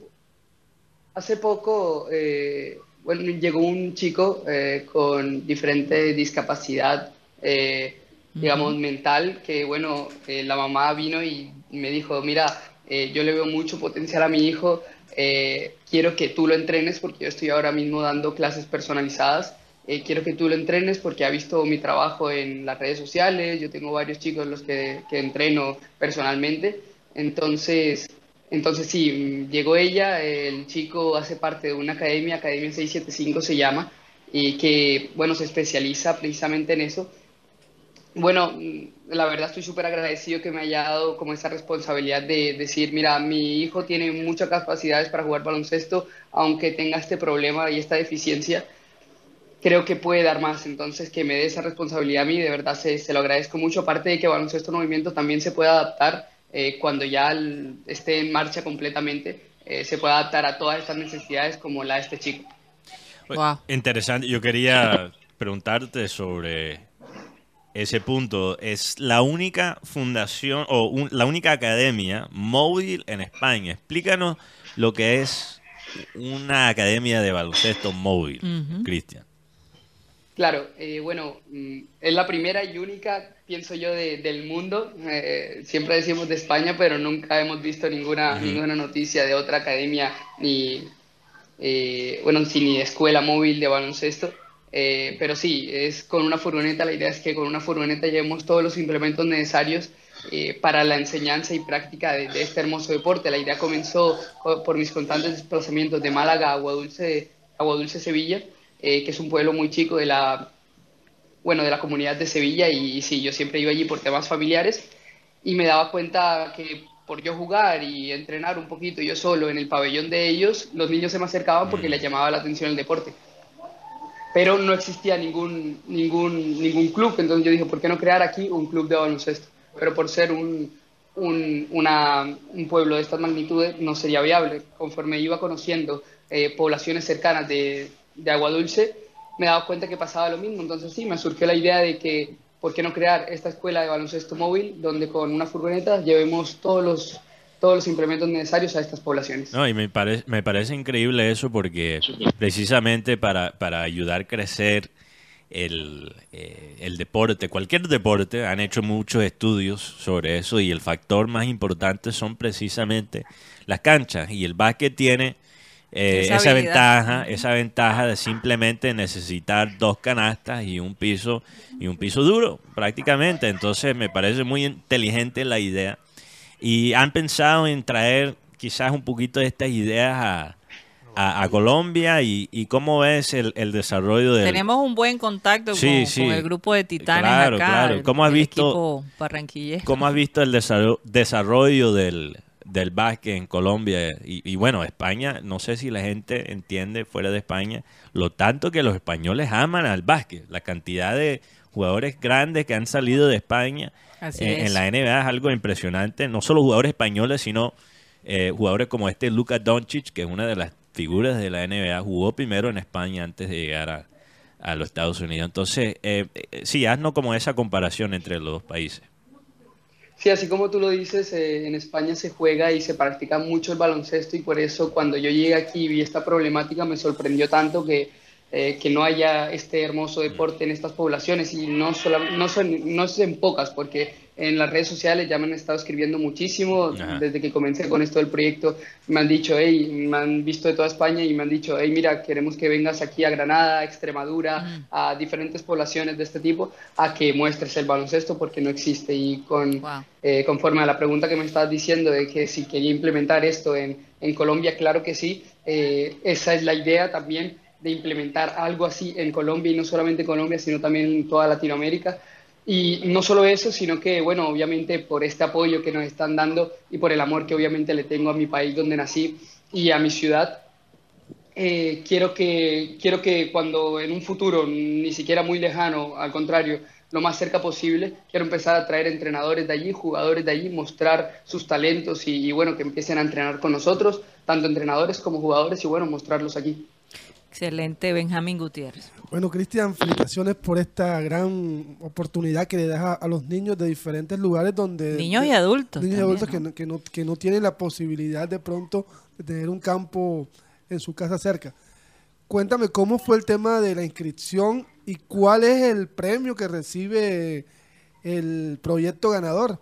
hace poco, eh, bueno, llegó un chico eh, con diferente discapacidad, eh, digamos, Ujú. mental, que bueno, eh, la mamá vino y me dijo, mira, eh, yo le veo mucho potencial a mi hijo, eh, quiero que tú lo entrenes porque yo estoy ahora mismo dando clases personalizadas, eh, quiero que tú lo entrenes porque ha visto mi trabajo en las redes sociales, yo tengo varios chicos los que, que entreno personalmente, entonces... Entonces sí, mm, llegó ella, el chico hace parte de una academia, Academia seiscientos setenta y cinco se llama, y que, bueno, se especializa precisamente en eso. Bueno, mm, la verdad estoy súper agradecido que me haya dado como esa responsabilidad de decir, mira, mi hijo tiene muchas capacidades para jugar baloncesto, aunque tenga este problema y esta deficiencia, creo que puede dar más. Entonces, que me dé esa responsabilidad a mí, de verdad se, se lo agradezco mucho. Aparte de que Baloncesto en Movimiento también se puede adaptar eh, cuando ya el- esté en marcha completamente, eh, se puede adaptar a todas estas necesidades como la de este chico. Oye, Wow. interesante. Yo quería preguntarte sobre ese punto. Es la única fundación o un- la única academia móvil en España. Explícanos lo que es una academia de baloncesto móvil, Ujú. Cristian. Claro, eh, bueno, mm, es la primera y única, pienso yo, de- del mundo. Eh, siempre decimos de España, pero nunca hemos visto ninguna, Ujú. ninguna noticia de otra academia, ni, eh, bueno, sí, ni de escuela móvil de baloncesto. Eh, pero sí, es con una furgoneta. La idea es que con una furgoneta llevemos todos los implementos necesarios eh, para la enseñanza y práctica de, de este hermoso deporte. La idea comenzó co- por mis constantes desplazamientos de Málaga a Aguadulce, Aguadulce Sevilla, eh, que es un pueblo muy chico de la, bueno, de la comunidad de Sevilla y, y sí, yo siempre iba allí por temas familiares y me daba cuenta que por yo jugar y entrenar un poquito yo solo en el pabellón de ellos, los niños se me acercaban porque les Mm. llamaba la atención el deporte. Pero no existía ningún, ningún, ningún club, entonces yo dije, ¿por qué no crear aquí un club de baloncesto? Pero por ser un, un, una, un pueblo de estas magnitudes no sería viable. Conforme iba conociendo eh, poblaciones cercanas de, de Aguadulce, me daba cuenta que pasaba lo mismo. Entonces sí, me surgió la idea de que, ¿por qué no crear esta escuela de baloncesto móvil donde con una furgoneta llevemos todos los todos los implementos necesarios a estas poblaciones. No, y me, pare, me parece increíble eso porque precisamente para, para ayudar a crecer el, eh, el deporte, cualquier deporte, han hecho muchos estudios sobre eso y el factor más importante son precisamente las canchas y el básquet tiene eh, esa, esa ventaja, esa ventaja de simplemente necesitar dos canastas y un piso y un piso duro prácticamente. Entonces me parece muy inteligente la idea y han pensado en traer quizás un poquito de estas ideas a A, a Colombia y, y cómo ves el, el desarrollo del... Tenemos un buen contacto sí, con, sí. con el grupo de Titanes claro, acá, claro. el, ¿Cómo has el visto, equipo barranquillero. ¿Cómo has visto el desarrollo, desarrollo del, del básquet en Colombia? Y, y bueno, España, no sé si la gente entiende fuera de España lo tanto que los españoles aman al básquet. La cantidad de jugadores grandes que han salido de España eh, en la N B A es algo impresionante. No solo jugadores españoles, sino eh, jugadores como este Luka Doncic, que es una de las figuras de la N B A, jugó primero en España antes de llegar a, a los Estados Unidos. Entonces, eh, eh, sí, haznos como esa comparación entre los dos países. Sí, así como tú lo dices, eh, en España se juega y se practica mucho el baloncesto y por eso cuando yo llegué aquí y vi esta problemática me sorprendió tanto que, eh, que no haya este hermoso deporte en estas poblaciones y no, solo, no, son, no son pocas porque en las redes sociales ya me han estado escribiendo muchísimo. Ajá. Desde que comencé con esto del proyecto me han dicho, hey, me han visto de toda España y me han dicho, hey, mira, queremos que vengas aquí a Granada, a Extremadura, mm. a diferentes poblaciones de este tipo, a que muestres el baloncesto porque no existe. Y con, wow. eh, conforme a la pregunta que me estabas diciendo de que si quería implementar esto en, en Colombia, claro que sí, eh, esa es la idea también de implementar algo así en Colombia y no solamente en Colombia, sino también en toda Latinoamérica. Y no solo eso, sino que, bueno, obviamente por este apoyo que nos están dando y por el amor que obviamente le tengo a mi país donde nací y a mi ciudad, eh, quiero que, quiero que cuando en un futuro, ni siquiera muy lejano, al contrario, lo más cerca posible, quiero empezar a traer entrenadores de allí, jugadores de allí, mostrar sus talentos y, y bueno, que empiecen a entrenar con nosotros, tanto entrenadores como jugadores y bueno, mostrarlos aquí. Excelente, Benjamín Gutiérrez. Bueno, Cristian, felicitaciones por esta gran oportunidad que le das a, a los niños de diferentes lugares donde... Niños y adultos. Niños también, y adultos ¿no? que, no, que, no, que no tienen la posibilidad de pronto de tener un campo en su casa cerca. Cuéntame, ¿cómo fue el tema de la inscripción y cuál es el premio que recibe el proyecto ganador?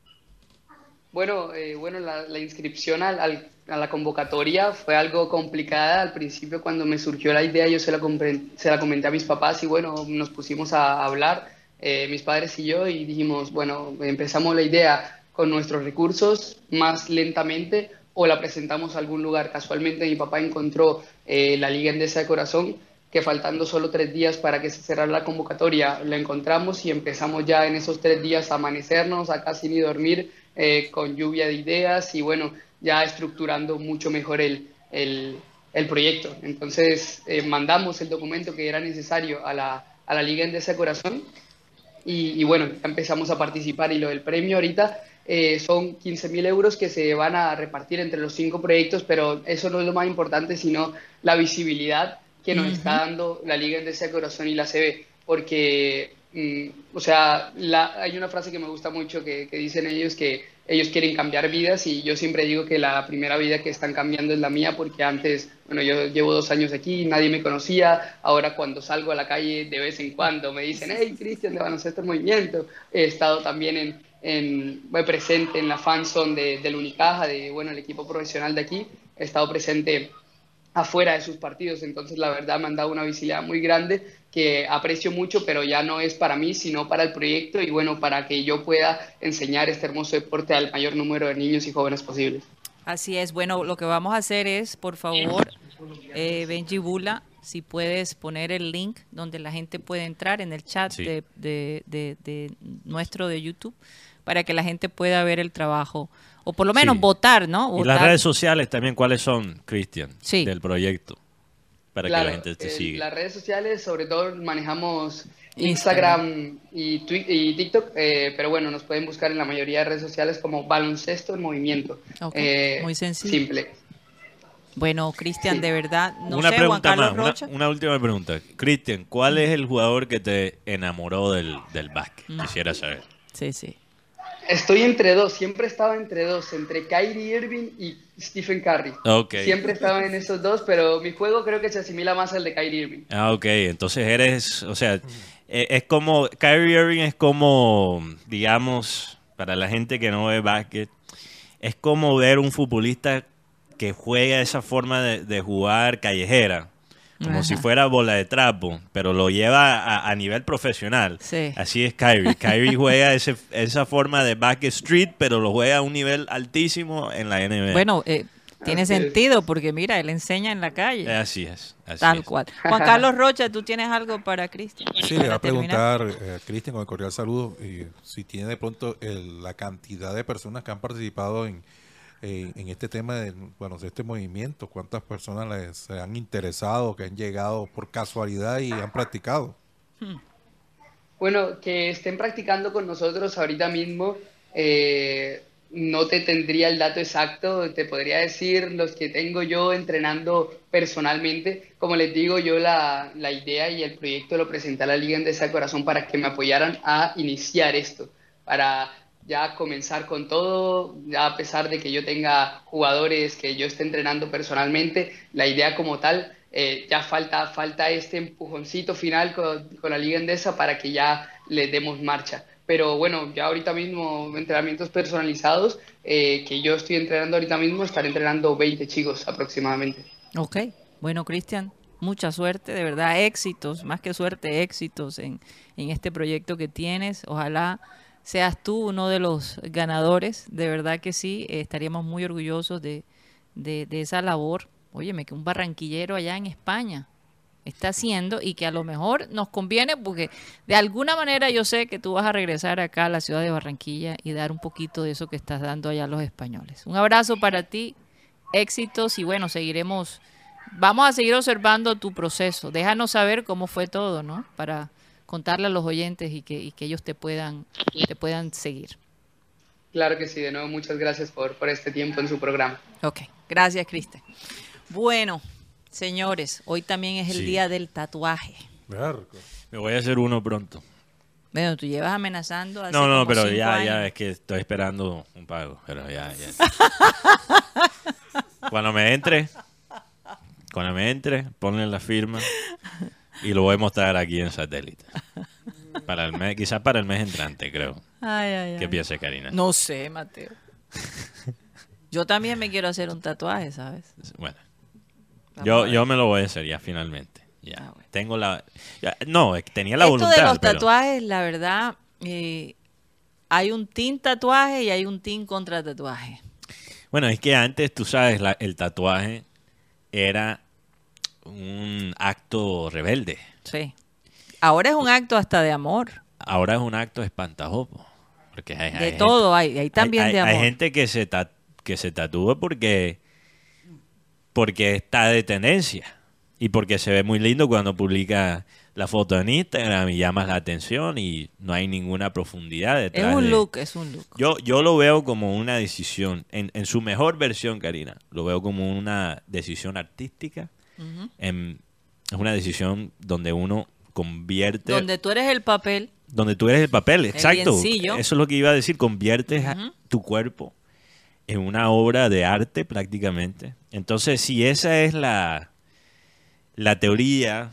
Bueno, eh, bueno la, la inscripción al, al, a la convocatoria fue algo complicada. Al principio, cuando me surgió la idea, yo se la, se la comenté a mis papás y bueno, nos pusimos a hablar, eh, mis padres y yo, y dijimos, bueno, empezamos la idea con nuestros recursos más lentamente o la presentamos a algún lugar. Casualmente mi papá encontró eh, la Liga Endesa de Corazón, que faltando solo tres días para que se cerrara la convocatoria, la encontramos y empezamos ya en esos tres días a amanecernos, a casi ni dormir, eh, con lluvia de ideas y bueno, ya estructurando mucho mejor el, el, el proyecto. Entonces eh, mandamos el documento que era necesario a la, a la Liga Endesa de Corazón y, y bueno, ya empezamos a participar y lo del premio ahorita eh, son quince mil euros que se van a repartir entre los cinco proyectos, pero eso no es lo más importante, sino la visibilidad que nos uh-huh. está dando la Liga Endesa de Corazón y la C B, porque, mm, o sea, la, hay una frase que me gusta mucho que, que dicen ellos que ellos quieren cambiar vidas y yo siempre digo que la primera vida que están cambiando es la mía porque antes, bueno, yo llevo dos años aquí, nadie me conocía, ahora cuando salgo a la calle de vez en cuando me dicen, hey, Cristian de Baloncesto en Movimiento, he estado también en, en bueno, presente en la fanzone de, del Unicaja, de, bueno, el equipo profesional de aquí, he estado presente afuera de sus partidos, entonces la verdad me han dado una visibilidad muy grande que aprecio mucho, pero ya no es para mí, sino para el proyecto y bueno, para que yo pueda enseñar este hermoso deporte al mayor número de niños y jóvenes posibles. Así es, bueno, lo que vamos a hacer es, por favor, eh, Benji Bula, si puedes poner el link donde la gente puede entrar en el chat sí. de, de, de, de nuestro de YouTube, para que la gente pueda ver el trabajo, o por lo menos sí. votar, ¿no? Votar. Y las redes sociales también, ¿cuáles son, Cristian, sí. del proyecto? Para claro, que la gente te el, siga. Las redes sociales, sobre todo, manejamos Instagram, Instagram. Y, y TikTok, eh, pero bueno, nos pueden buscar en la mayoría de redes sociales como Baloncesto en Movimiento. Okay. Eh, Muy sencillo. Simple. Bueno, Cristian, sí. de verdad, no una sé, pregunta Juan Carlos más, Rocha. Una, una última pregunta. Cristian, ¿cuál es el jugador que te enamoró del, del básquet? Mm. Quisiera saber. Sí, sí. Estoy entre dos, siempre estaba entre dos, entre Kyrie Irving y Stephen Curry. Ok. Siempre estaba en esos dos, pero mi juego creo que se asimila más al de Kyrie Irving. Ah, ok. Entonces eres, o sea, e- es como, Kyrie Irving es como, digamos, para la gente que no ve básquet, es como ver un futbolista que juega esa forma de, de jugar callejera. Como Ajá. si fuera bola de trapo, pero lo lleva a, a nivel profesional. Sí. Así es Kyrie. Kyrie juega ese, esa forma de basket street, pero lo juega a un nivel altísimo en la N B A. Bueno, eh, tiene Así es. sentido porque mira, él enseña en la calle. Así es. Así Tal es. cual. Juan Carlos Rocha, ¿tú tienes algo para Cristian? Sí, le voy Para a terminar. preguntar eh, a Cristian con el cordial saludo y si tiene de pronto el- la cantidad de personas que han participado en, eh, en este tema de, bueno, de este movimiento, cuántas personas les, se han interesado, que han llegado por casualidad y han practicado. Bueno, que estén practicando con nosotros ahorita mismo, eh, no te tendría el dato exacto, te podría decir los que tengo yo entrenando personalmente. Como les digo, yo la, la idea y el proyecto lo presenté a la Liga Endesa de Corazón para que me apoyaran a iniciar esto, para ya comenzar con todo, ya a pesar de que yo tenga jugadores que yo esté entrenando personalmente, la idea como tal, eh, ya falta, falta este empujoncito final con, con la Liga Endesa para que ya le demos marcha. Pero bueno, ya ahorita mismo entrenamientos personalizados, eh, que yo estoy entrenando ahorita mismo, estaré entrenando veinte chicos aproximadamente. Ok. Bueno, Cristian, mucha suerte, de verdad, éxitos, más que suerte, éxitos en, en este proyecto que tienes. Ojalá seas tú uno de los ganadores, de verdad que sí, eh, estaríamos muy orgullosos de, de, de esa labor. Óyeme, que un barranquillero allá en España está haciendo y que a lo mejor nos conviene porque de alguna manera yo sé que tú vas a regresar acá a la ciudad de Barranquilla y dar un poquito de eso que estás dando allá a los españoles. Un abrazo para ti, éxitos y bueno, seguiremos, vamos a seguir observando tu proceso. Déjanos saber cómo fue todo, ¿no? Para contarle a los oyentes y que, y que ellos te puedan, te puedan seguir. Claro que sí, de nuevo muchas gracias por, por este tiempo en su programa. Ok, gracias, Cristian. Bueno, señores, hoy también es el Sí. día del tatuaje. Verga. Me voy a hacer uno pronto. Bueno, tú llevas amenazando hace No, no, como pero cinco ya, años. ya, es que estoy esperando un pago. Pero ya, ya. Cuando me entre, cuando me entre, ponle la firma y lo voy a mostrar aquí en satélite. Para el mes, quizás para el mes entrante, creo. Ay, ay, ay. ¿Qué piensa, Karina? No sé, Mateo. Yo también me quiero hacer un tatuaje, ¿sabes? Bueno, Vamos a yo, ver. yo me lo voy a hacer ya finalmente. Ya. Ah, bueno. Tengo la. ya, no, es que tenía la Esto voluntad. de los pero- tatuajes, la verdad, eh, hay un team tatuaje y hay un team contra tatuaje. Bueno, es que antes, tú sabes, la- el tatuaje era un acto rebelde. Sí. Ahora es un acto hasta de amor. Ahora es un acto espantajoso. Porque hay, De hay gente- todo hay, hay también hay, de hay- amor. hay gente que se, ta- que se tatúa porque, porque está de tendencia. Y porque se ve muy lindo cuando publica la foto en Instagram y llamas la atención y no hay ninguna profundidad Es detrás un de- look, es un look. Yo, yo lo veo como una decisión, en, en su mejor versión, Karina, lo veo como una decisión artística. Ujú. en- es una decisión donde uno convierte... Donde tú eres el papel. donde tú eres el papel, exacto. biencillo. Eso es lo que iba a decir, conviertes a- Ujú. tu cuerpo en una obra de arte prácticamente. Entonces, si esa es la, la teoría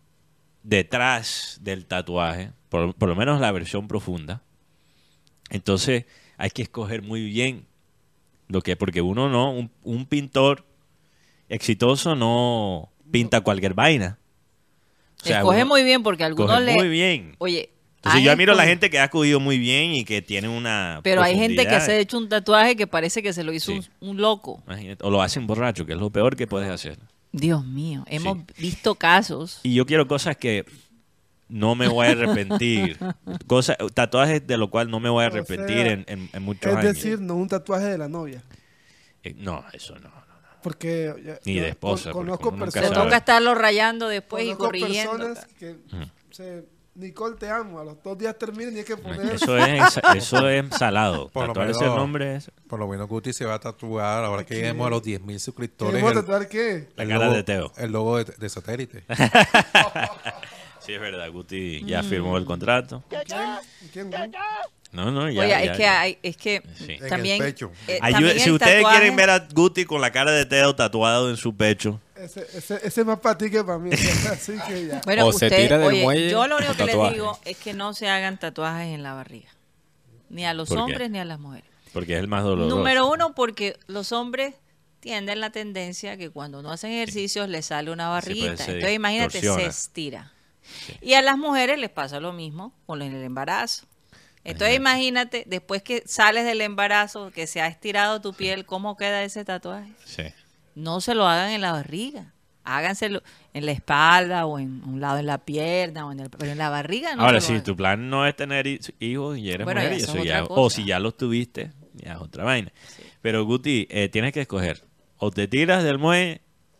detrás del tatuaje, por, por lo menos la versión profunda, entonces hay que escoger muy bien lo que, porque uno no, un, un pintor exitoso no pinta cualquier vaina. O sea, Escoge uno muy bien porque algunos coge le... muy bien. Oye, Entonces han yo admiro a la escogido- gente que ha acudido muy bien y que tiene una Pero hay gente que profundidad. se ha hecho un tatuaje que parece que se lo hizo Sí. un, un loco. Imagínate, o lo hacen borracho, que es lo peor que puedes hacer. Dios mío, hemos visto casos. Y yo quiero cosas que no me voy a arrepentir. Cosas, tatuajes de lo cual no me voy a O sea, arrepentir en, en- en muchos Es años. decir, no un tatuaje de la novia. Eh, no, eso no. no. Porque ya- Ni yo de esposa, con- porque conozco uno nunca Se personas, sabe. toca estarlo rayando después y conozco corrigiendo. personas que se, Nicole, te amo. A los dos días terminan y hay que poner. Eso es, eso es salado. Por lo Tatuar ese menos- nombre es Por lo menos Guti se va a tatuar, ahora que lleguemos a los diez mil suscriptores, ¿Queremos el, tatuar qué? la el cara logo, de Teo. el logo de, de satélite. Sí, es verdad. Guti ya Mm. firmó el contrato. ¿Quién? ¿Quién? No, no, ya. Oye, ya, es que ya. hay, es que Sí. En también, el pecho. eh, Ayude- también si el ustedes tatuaje- quieren ver a Guti con la cara de Teo tatuado en su pecho, Ese, ese, ese es más para ti que para mí. Así que ya. Bueno, O se usted- tira del oye, muelle yo lo único o que les tatuaje. digo es que no se hagan tatuajes en la barriga. Ni a los ¿Por qué? hombres ni a las mujeres. porque es el más doloroso. Número uno, porque los hombres tienden la tendencia que cuando no hacen ejercicios les sale una pues, barriguita. se Entonces imagínate, se distorsiona. estira. Y a las mujeres les pasa lo mismo con el embarazo. Entonces imagínate, después que sales del embarazo, que se ha estirado tu piel, ¿cómo queda ese tatuaje? Sí. No se lo hagan en la barriga. Háganselo en la espalda o en un lado en la pierna, o en el, pero en la barriga no. Ahora, se si lo hagan. tu plan no es tener hi- hijos y eres Bueno, mujer, ya y eso eso es ya, otra o cosa. si ya los tuviste, ya es otra vaina. Pero Guti, eh, tienes que escoger, o te tiras del muelle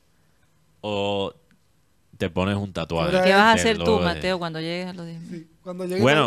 o te pones un tatuaje. ¿Qué ¿Qué vas a del hacer tú, logo de- Mateo, cuando llegues a los diez mil? Sí, cuando llegue Bueno.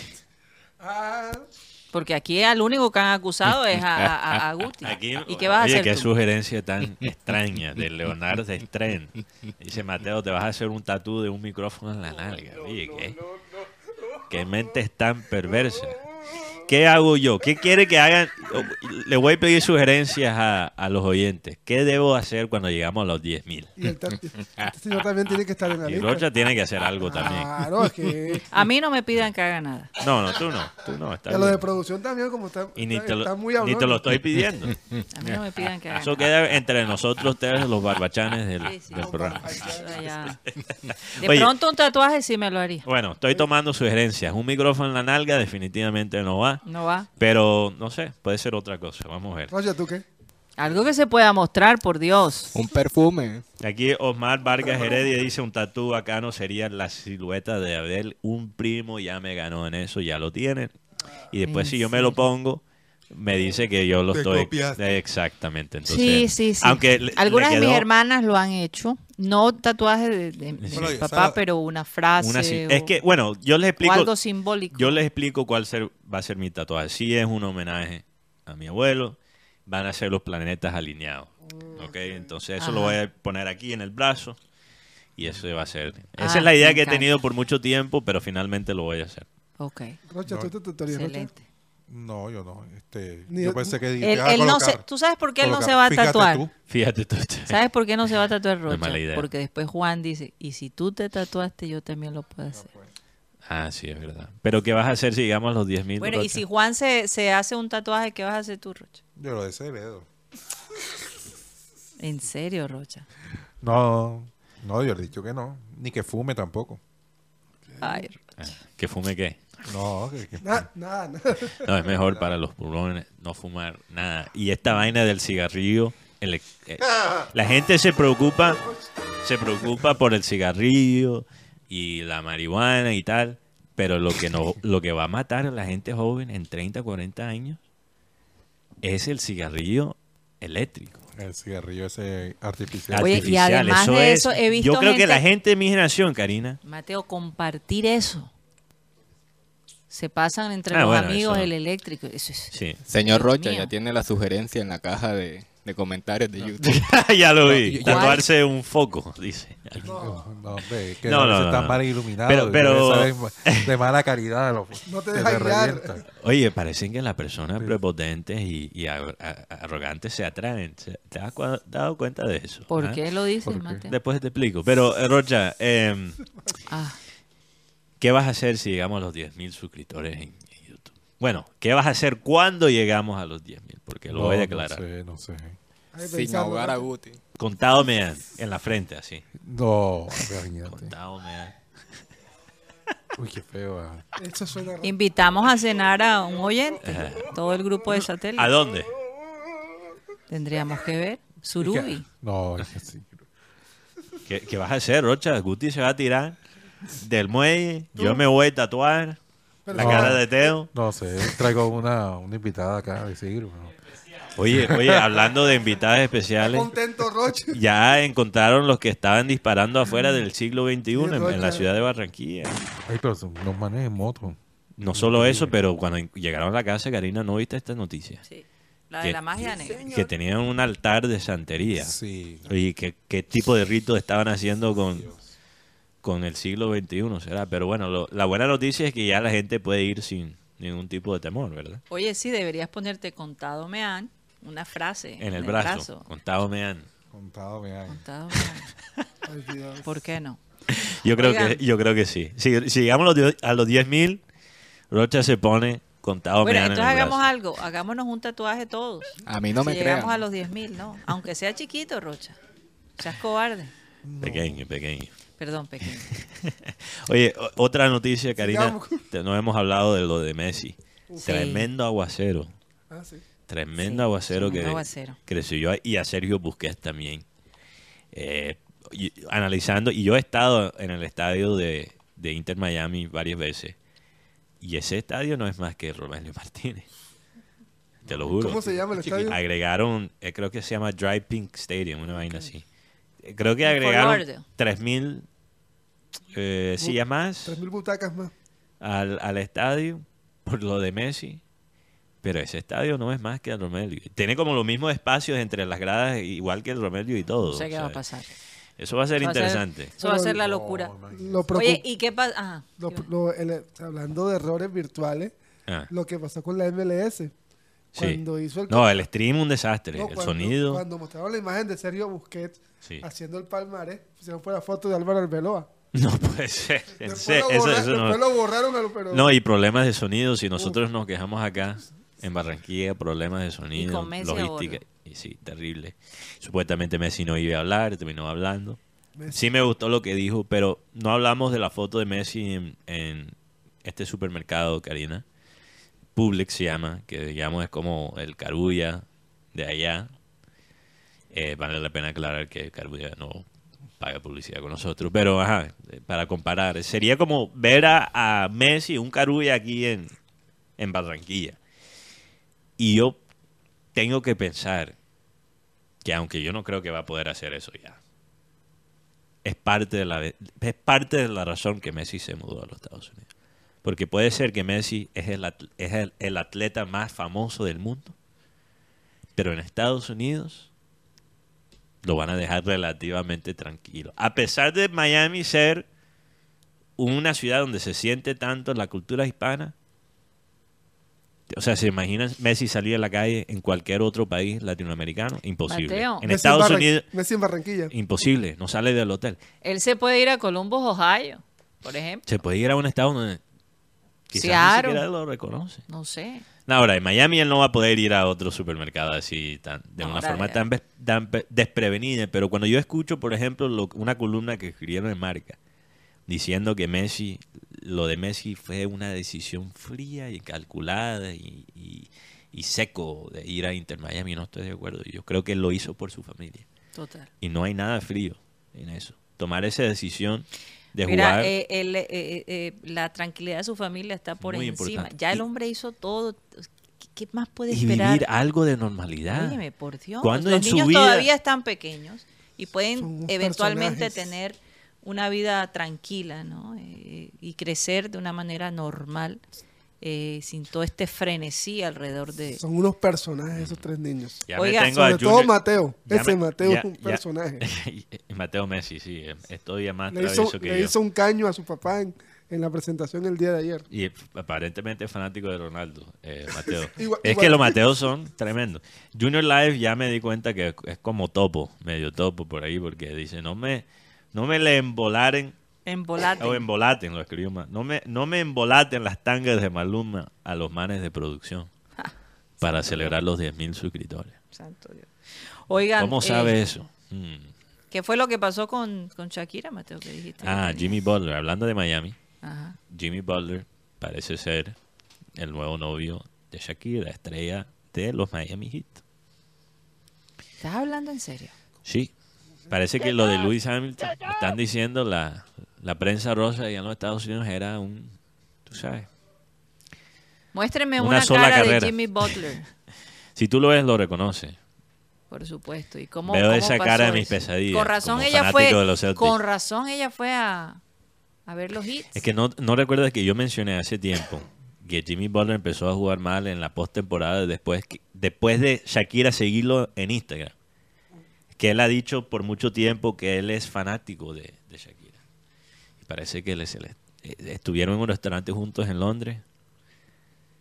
Ah, Porque aquí al único que han acusado es a, a- a Guti. Aquí, ¿Y qué vas a oye, hacer qué tú? sugerencia tan extraña de Leonardo Stren. Dice, Mateo, te vas a hacer un tatú de un micrófono en la nalga. Oye, ¿qué? ¿Qué mente tan perversa? ¿Qué hago yo? ¿Qué quiere que hagan? Le voy a pedir sugerencias a, a los oyentes. ¿Qué debo hacer cuando llegamos a los diez mil? y el ta- este señor también tiene que estar en la Y lista. Rocha tiene que hacer algo también. Claro, es que A mí no me pidan que haga nada. No, no, tú no. Tú no. Está a lo de bien. producción también, como está, Y ni está, te, lo, está muy ni hablón. te lo estoy pidiendo. A mí no me pidan que haga Eso nada. queda entre nosotros tres, los barbachanes del, Sí, sí. del programa. Eso ya- De Oye. pronto un tatuaje sí me lo haría. Bueno, estoy tomando sugerencias. Un micrófono en la nalga definitivamente no va. No va. Pero, no sé, puede ser otra cosa. Vamos a ver. Rocha, ¿tú qué? Algo que se pueda mostrar, por Dios. Un perfume. Aquí Osmar Vargas Heredia dice, un tatú bacano sería la silueta de Abel. Un primo ya me ganó en eso, ya lo tiene. Y después ¿En si yo me lo serio? pongo, me dice que yo lo Te estoy... copiaste. Exactamente. Entonces, Sí, sí, sí. Aunque le- Algunas le de mis quedó hermanas lo han hecho. No tatuajes de, de mi Sí. Bueno, yo papá, sab- pero una frase. una si- o, es que, bueno, yo les o explico... algo simbólico. Yo les explico cuál ser- va a ser mi tatuaje. Sí es un homenaje a mi abuelo. Van a ser los planetas alineados. ¿Ok? Entonces eso lo Ajá. voy a poner aquí en el brazo. Y eso va a ser... Esa Ah, es la idea me que he encanta. tenido por mucho tiempo, pero finalmente lo voy a hacer. Ok, Rocha, ¿tú te tatuarías, Rocha? excelente. No, yo no. Este, Ni- yo pensé que Él, te ibas a él no colocar- se, ¿Tú sabes por qué él no colocar- se va a fíjate tatuar? tú. Fíjate tú. ¿Sabes por qué no se va a tatuar No es Rocha? mala idea. Porque después Juan dice, y si tú te tatuaste, yo también lo puedo hacer. Ah, sí, es verdad. Pero ¿qué vas a hacer si llegamos a los diez mil? Bueno, y si Juan se, se hace un tatuaje, ¿qué vas a hacer tú, Rocha? Yo lo desheredo. En serio, Rocha. No, no, yo he dicho que no. Ni que fume tampoco. Ay, ¿Que fume qué? No, que, que- Nada, nada, nada. No, es mejor para los pulmones no fumar nada. Y esta vaina del cigarrillo, el- eh, la gente se preocupa, se preocupa por el cigarrillo y la marihuana y tal, pero lo que no, lo que va a matar a la gente joven en treinta, cuarenta años es el cigarrillo eléctrico. el cigarrillo ese artificial. Oye, y artificial. además de eso, he visto Yo creo que gente- la gente de mi generación, Karina, Mateo, compartir eso. Se pasan entre Ah, los bueno, amigos eso- el eléctrico. Eso es. sí. Señor Dios Rocha, mío. ya tiene la sugerencia en la caja de, de comentarios de YouTube. Ya lo vi. ¿Cuál? Tatuarse un foco, dice. No, no, hombre, que No, a no, veces no, están no. mal iluminados. Pero- y pero- debe saber de mala calidad. Los, No te que deja se guiar. revientan. Oye, parecen que las personas prepotentes y, y ar- a- arrogantes se atraen. Se- ¿Te has cua- dado cuenta de eso? ¿Por ¿Ah? qué lo dices, ¿Por qué? Mateo? Después te explico. Pero, eh, Rocha, eh, Ah, ¿qué vas a hacer si llegamos a los diez mil suscriptores en, en YouTube? Bueno, ¿qué vas a hacer cuando llegamos a los diez mil? Porque lo No, voy a no declarar. sé, no sé. Ay, Sin pensando, ahogar a Rocha. Guti. Contado me dan en la frente, así. No, imagínate. Contado me dan. Uy, qué feo. ah. Eso suena raro. invitamos a cenar a un oyente. Todo el grupo de satélite. ¿A dónde? Tendríamos que ver. Surubi. No, es que sí. ¿Qué, qué vas a hacer, Rocha? Guti se va a tirar del muelle. Yo me voy a tatuar la No. cara de Teo. No sé, traigo una, una invitada acá a decir. ¿no? Oye, oye, hablando de invitadas Está especiales, contento, Rocha. ya encontraron los que estaban disparando afuera del siglo veintiuno en, en la Rocha. ciudad de Barranquilla. Ay, pero son los manes en moto. No solo eso, pero cuando en- llegaron a la casa, Karina, ¿no viste esta noticia? Sí. La ¿Qué? de la magia negra. Que tenían un altar de santería. Sí. ¿Y qué, qué tipo de rito estaban haciendo con, con el siglo veintiuno? ¿Será? Pero bueno, lo- la buena noticia es que ya la gente puede ir sin, ningún tipo de temor, ¿verdad? Oye, sí, deberías ponerte contado me han, una frase. En el brazo, contado me han. Contado me han. Contado me han. Ay, Dios. ¿Por qué no? Yo creo Oigan. que yo creo que sí. Si, si llegamos a los die- a los diez mil, Rocha se pone contado Bueno, me han en entonces el hagamos brazo. algo, hagámonos un tatuaje todos. A mí no si me llegamos crean. a los diez mil, no. Aunque sea chiquito, Rocha. Seas cobarde. Pequeño, pequeño. Perdón, pequeño. Oye, o- otra noticia, Karina. Sigamos. te- No hemos hablado de lo de Messi. Sí. Tremendo aguacero. Ah, sí. Tremendo Sí, aguacero que tremendo aguacero. creció y a Sergio Busquets también. Eh, y- analizando, y yo he estado en el estadio de, de Inter Miami varias veces, y ese estadio no es más que Romelio Martínez. Te lo juro. ¿Cómo se llama el estadio? Agregaron, eh, creo que se llama Dry Pink Stadium, una vaina así. Eh, Creo que En Fort agregaron Lauderdale. tres mil eh, sillas más Tres mil butacas más. al, al estadio por lo de Messi. Pero ese estadio no es más que el Romelio. Tiene como los mismos espacios entre las gradas, igual que el Romelio y todo. No sé qué o va a sea, pasar. Eso va a ser Eso va a ser- interesante. Eso va a ser la No, locura. imagínate. Lo preocup- Oye, ¿y qué pasa? Ajá. lo- lo- el- hablando de errores virtuales, Ah, lo que pasó con la M L S. sí. Cuando hizo el No, el stream un desastre. No, el cuando- sonido. Cuando mostraron la imagen de Sergio Busquets Sí. haciendo el palmarés, pusieron fue la foto de Álvaro Arbeloa. No puede ser. En Después, serio, lo, eso- borra- eso no- después lo borraron, al- pero No, y problemas de sonido. Si nosotros nos quejamos acá en Barranquilla, problemas de sonido, con Messi a logística. bordo. Y sí, terrible. Supuestamente Messi no iba a hablar, terminó hablando. Messi. Sí me gustó lo que dijo, pero no hablamos de la foto de Messi en, en este supermercado, Karina. Publix se llama, que digamos es como el Carulla de allá. Eh, vale la pena aclarar que Carulla no paga publicidad con nosotros, pero ajá, eh, para comparar, sería como ver a, a Messi, un Carulla aquí en, en Barranquilla. Y yo tengo que pensar que aunque yo no creo que va a poder hacer eso ya, es parte de la es parte de la razón que Messi se mudó a los Estados Unidos. Porque puede ser que Messi es el, atl- es el, el atleta más famoso del mundo, pero en Estados Unidos lo van a dejar relativamente tranquilo. A pesar de Miami ser una ciudad donde se siente tanto la cultura hispana, o sea, ¿se imaginan Messi salir a la calle en cualquier otro país latinoamericano? Imposible. Mateo. En Messi Estados Barran- Unidos, Messi en Barranquilla. imposible. No sale del hotel. Él se puede ir a Columbus, Ohio, por ejemplo. Se puede ir a un estado donde quizás Seattle. ni siquiera lo reconoce. No sé. No, ahora, en Miami él no va a poder ir a otro supermercado así tan, de una Ahora, forma eh. tan, ve- tan pe- desprevenida. Pero cuando yo escucho, por ejemplo, lo- una columna que escribieron en Marca diciendo que Messi, lo de Messi fue una decisión fría y calculada y, y- y seco de ir a Inter Miami, no estoy de acuerdo. Yo creo que él lo hizo por su familia. Total. Y no hay nada frío en eso. Tomar esa decisión de Mira, jugar... eh, el, eh, eh, eh, la tranquilidad de su familia está por Muy encima. importante. Ya el Y- hombre hizo todo. ¿Qué, qué más puede y esperar? vivir algo de normalidad. Óyeme, por Dios. ¿Cuándo Los en su niños vida- todavía están pequeños y Son pueden unos eventualmente personajes. tener una vida tranquila, ¿no? Eh, y crecer de una manera normal, eh, sin todo este frenesí alrededor de... Son unos personajes esos tres niños. Ya Oiga, me tengo a Sobre todo Junior- Mateo. ya Ese me- Mateo ya- es un ya- personaje. y Mateo Messi, sí, es todavía más Le travieso hizo, que le yo. hizo un caño a su papá en, en la presentación el día de ayer. Y aparentemente es fanático de Ronaldo, eh, Mateo. Igual- es igual. que los Mateos son tremendos. Junior Live ya me di cuenta que es como topo, medio topo por ahí, porque dice, no me, no me le embolaren, En volate. o embolaten, lo escribió mal. No me, no me embolaten las tangas de Maluma a los manes de producción para celebrar los diez mil suscriptores. Santo Dios. Oigan, ¿Cómo eh, sabe eso? Mm. ¿qué fue lo que pasó con, con Shakira, Mateo, que dijiste? Ah, Jimmy Butler, hablando de Miami. Ajá. Jimmy Butler parece ser el nuevo novio de Shakira, estrella de los Miami Heat. ¿Estás hablando en serio? Sí, parece que lo de Lewis Hamilton, están diciendo la, la prensa rosa allá en los Estados Unidos era un, tú sabes, Muéstreme Una una, sola cara carrera. de Jimmy Butler, si tú lo ves lo reconoces. por supuesto. ¿Y cómo, Veo cómo esa pasó cara de mis eso? pesadillas, Con razón como ella fanático fue, de los Celtics. con razón ella fue a, a ver los hits. Es que no, no recuerdas que yo mencioné hace tiempo que Jimmy Butler empezó a jugar mal en la postemporada después, que- después de Shakira seguirlo en Instagram. Que él ha dicho por mucho tiempo que él es fanático de, de Shakira. Y parece que él es el- eh, estuvieron en un restaurante juntos en Londres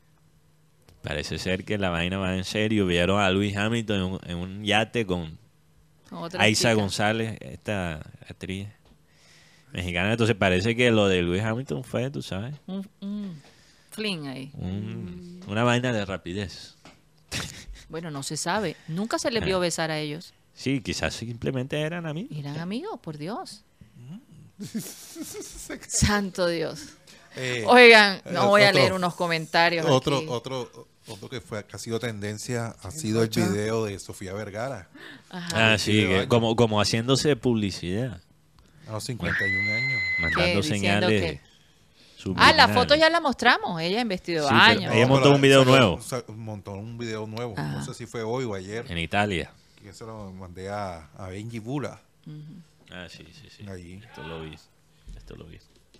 Parece ser que la vaina va en serio. Vieron a Luis Hamilton en un, en un yate con Otra Aiza chica. González, esta actriz mexicana. Entonces parece que lo de Luis Hamilton fue, tú sabes, Un, un fling ahí. un- una vaina de rapidez. Bueno, no se sabe. Nunca se les vio besar a ellos. Sí, quizás simplemente eran amigos. Eran amigos, por Dios. Santo Dios. Eh, Oigan, eh, no voy a otro- leer unos comentarios. Otro, aquí. otro, otro que fue que ha sido tendencia ha sido el video de Sofía Vergara Ajá. Ah, sí, Sí, que vaya. como, como haciéndose publicidad, a los cincuenta y un años. mandando Diciendo señales. que- Ah, subliminales. la foto ya la mostramos. Ella en vestido de Sí, baño. pero ella No, montó pero un video sacó- nuevo. sa- Montó un video nuevo. Ajá. No sé si fue hoy o ayer. En Italia. Que se lo mandé a, a Benji Bula. Ah, sí, sí, sí. Ahí. Esto lo vi. Esto lo vi.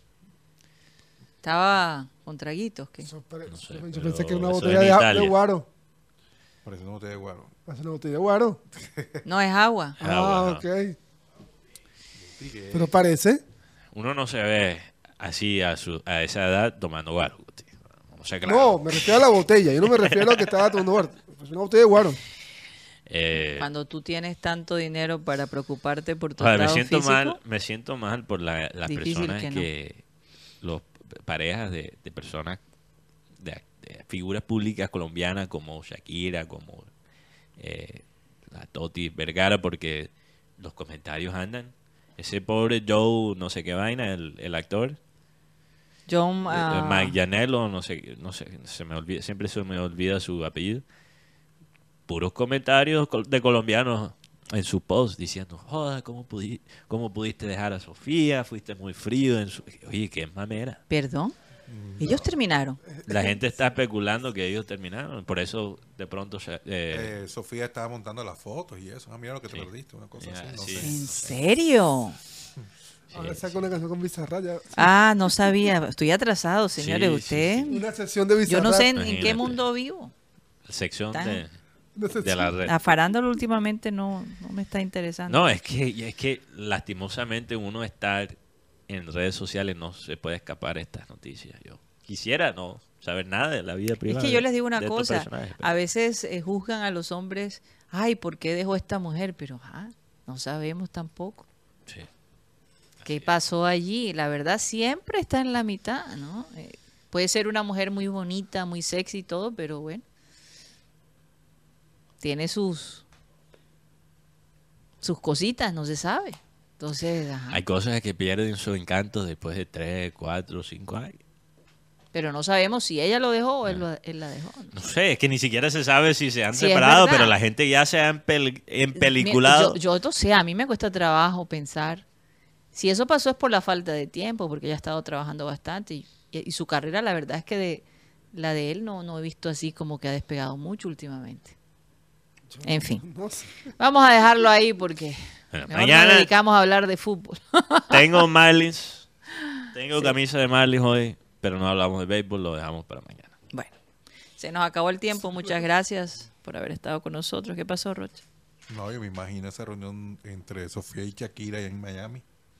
Estaba con traguitos. ¿qué? Eso pare- No sé, yo pero pensé que era una eso botella en de, a- Italia. de guaro. Parece no te de guaro. Hace una botella de guaro. No es agua. Ah, Ah, bueno. ok. Pero parece. Uno no se ve así a, su, a esa edad tomando guaro. Guti. Vamos a ser claros. No, me refiero a la botella. Yo no me refiero a lo que estaba tomando guaro. Es una botella de guaro. Eh, Cuando tú tienes tanto dinero para preocuparte por tu o sea, me estado siento físico, mal, me siento mal por la- las Difícil personas que que, no. los parejas de, de personas de, de figuras públicas colombianas como Shakira, como eh, la Toti Vergara, porque los comentarios andan. Ese pobre Joe, no sé qué vaina, el, el actor, John, eh, ah, Mike Janelo, no sé, no sé, se me olvida, siempre se me olvida su apellido. Puros comentarios col- de colombianos en su post diciendo, joder, ¿cómo, pudi- ¿cómo pudiste dejar a Sofía? Fuiste muy frío. En su... Oye, qué mamera. perdón, ellos terminaron. La gente está especulando que ellos terminaron. Por eso, de pronto, se- eh, Eh, Sofía estaba montando las fotos y eso. Ah, mira lo que te Sí. perdiste. Una cosa Ya, así. No sí. sé. ¿En serio? Ahora saca una canción con Bizarra. Ya. Ah, no sabía. Estoy atrasado, señores. Sí, Usted, Una sesión de Bizarra. yo no sé en, en Imagínate. qué mundo vivo. sección Tan- de, Una sesión. de la red. La farándula últimamente no, no me está interesando. No, es que, es que lastimosamente uno estar en redes sociales no se puede escapar de estas noticias. Yo quisiera no saber nada de la vida Es privada. que yo les digo de una estos cosa, personajes, pero- a veces eh, juzgan a los hombres, ay, ¿por qué dejó esta mujer? Pero ah, no sabemos tampoco Sí. qué pasó allí. La verdad siempre está en la mitad, ¿no? Eh, puede ser una mujer muy bonita, muy sexy y todo, pero bueno, tiene sus sus cositas, no se sabe. Entonces, ajá. Hay cosas que pierden su encanto después de tres, cuatro, cinco años. Pero no sabemos si ella lo dejó o él, lo- él la dejó. ¿no? No sé, es que ni siquiera se sabe si se han Sí, es separado, verdad. pero la gente ya se ha empel- empeliculado. Yo, yo no sé, a mí me cuesta trabajo pensar. Si eso pasó es por la falta de tiempo, porque ella ha estado trabajando bastante. Y, y su carrera, la verdad es que de la de él no, no he visto así como que ha despegado mucho últimamente. En fin, No sé. vamos a dejarlo ahí porque Bueno, mejor mañana- nos dedicamos a hablar de fútbol. Tengo Marlins, tengo camisa de Marlins hoy, pero no hablamos de béisbol, lo dejamos para mañana. Bueno, se nos acabó el tiempo. Muchas gracias por haber estado con nosotros. ¿Qué pasó, Rocha? No, yo me imagino esa reunión entre Sofía y Shakira allá en Miami.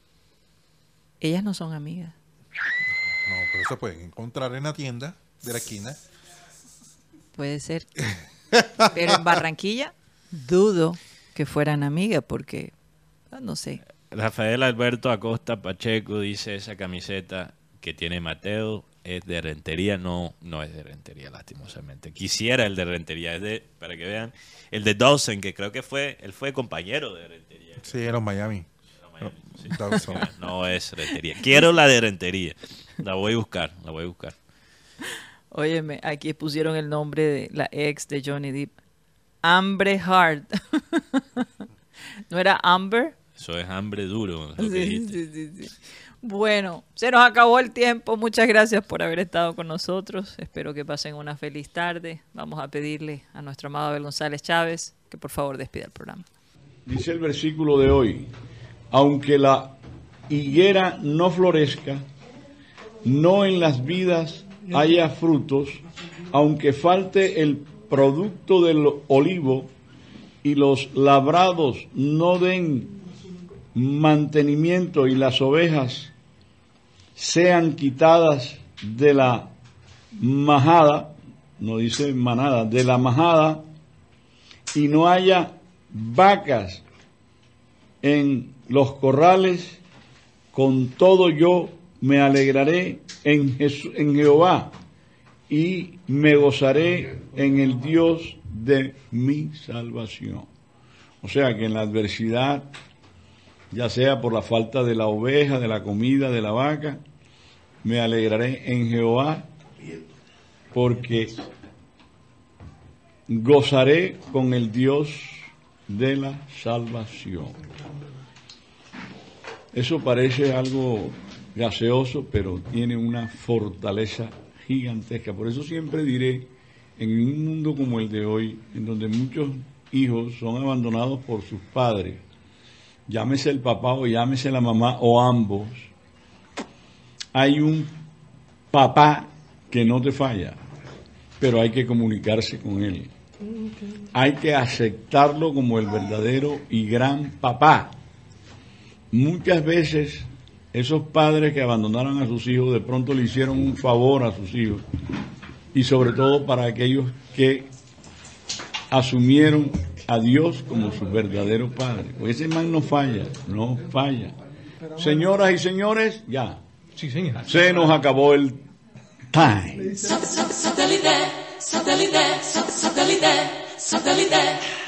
Ellas no son amigas. No, pero eso pueden encontrar en la tienda de la esquina. Puede ser. Pero en Barranquilla dudo que fueran amigas porque, ah, no sé. Rafael Alberto Acosta Pacheco dice esa camiseta que tiene Mateo es de Rentería. No, no es de Rentería, lastimosamente. Quisiera el de Rentería, es de, para que vean, el de Dawson, que creo que fue, él fue compañero de Rentería. Sí, en los Miami. Miami, sí. Dawson. No es Rentería. Quiero la de Rentería. La voy a buscar, la voy a buscar. Óyeme, aquí pusieron el nombre de la ex de Johnny Depp. Amber Hart. ¿No era Amber? Eso es hambre duro. Lo que Sí, dijiste. sí, sí, sí. Bueno, se nos acabó el tiempo. Muchas gracias por haber estado con nosotros. Espero que pasen una feliz tarde. Vamos a pedirle a nuestro amado Abel González Chávez que por favor despida el programa. Dice el versículo de hoy, aunque la higuera no florezca, no en las vidas haya frutos, aunque falte el producto del olivo y los labrados no den mantenimiento y las ovejas sean quitadas de la majada, no dice manada, de la majada, y no haya vacas en los corrales, con todo yo me alegraré en, Jesús, en Jehová, y me gozaré en el Dios de mi salvación. O sea que en la adversidad, ya sea por la falta de la oveja, de la comida, de la vaca, me alegraré en Jehová, porque gozaré con el Dios de la salvación. Eso parece algo gaseoso, pero tiene una fortaleza gigantesca. Por eso siempre diré, en un mundo como el de hoy, en donde muchos hijos son abandonados por sus padres, llámese el papá o llámese la mamá o ambos, hay un papá que no te falla, pero hay que comunicarse con él. Hay que aceptarlo como el verdadero y gran papá. Muchas veces esos padres que abandonaron a sus hijos de pronto le hicieron un favor a sus hijos, y sobre todo para aquellos que asumieron a Dios como su verdadero padre. Porque ese man no falla, no falla. Señoras y señores, ya. Sí, señora. Se nos acabó el time. Satellite, satellite, satellite, satellite.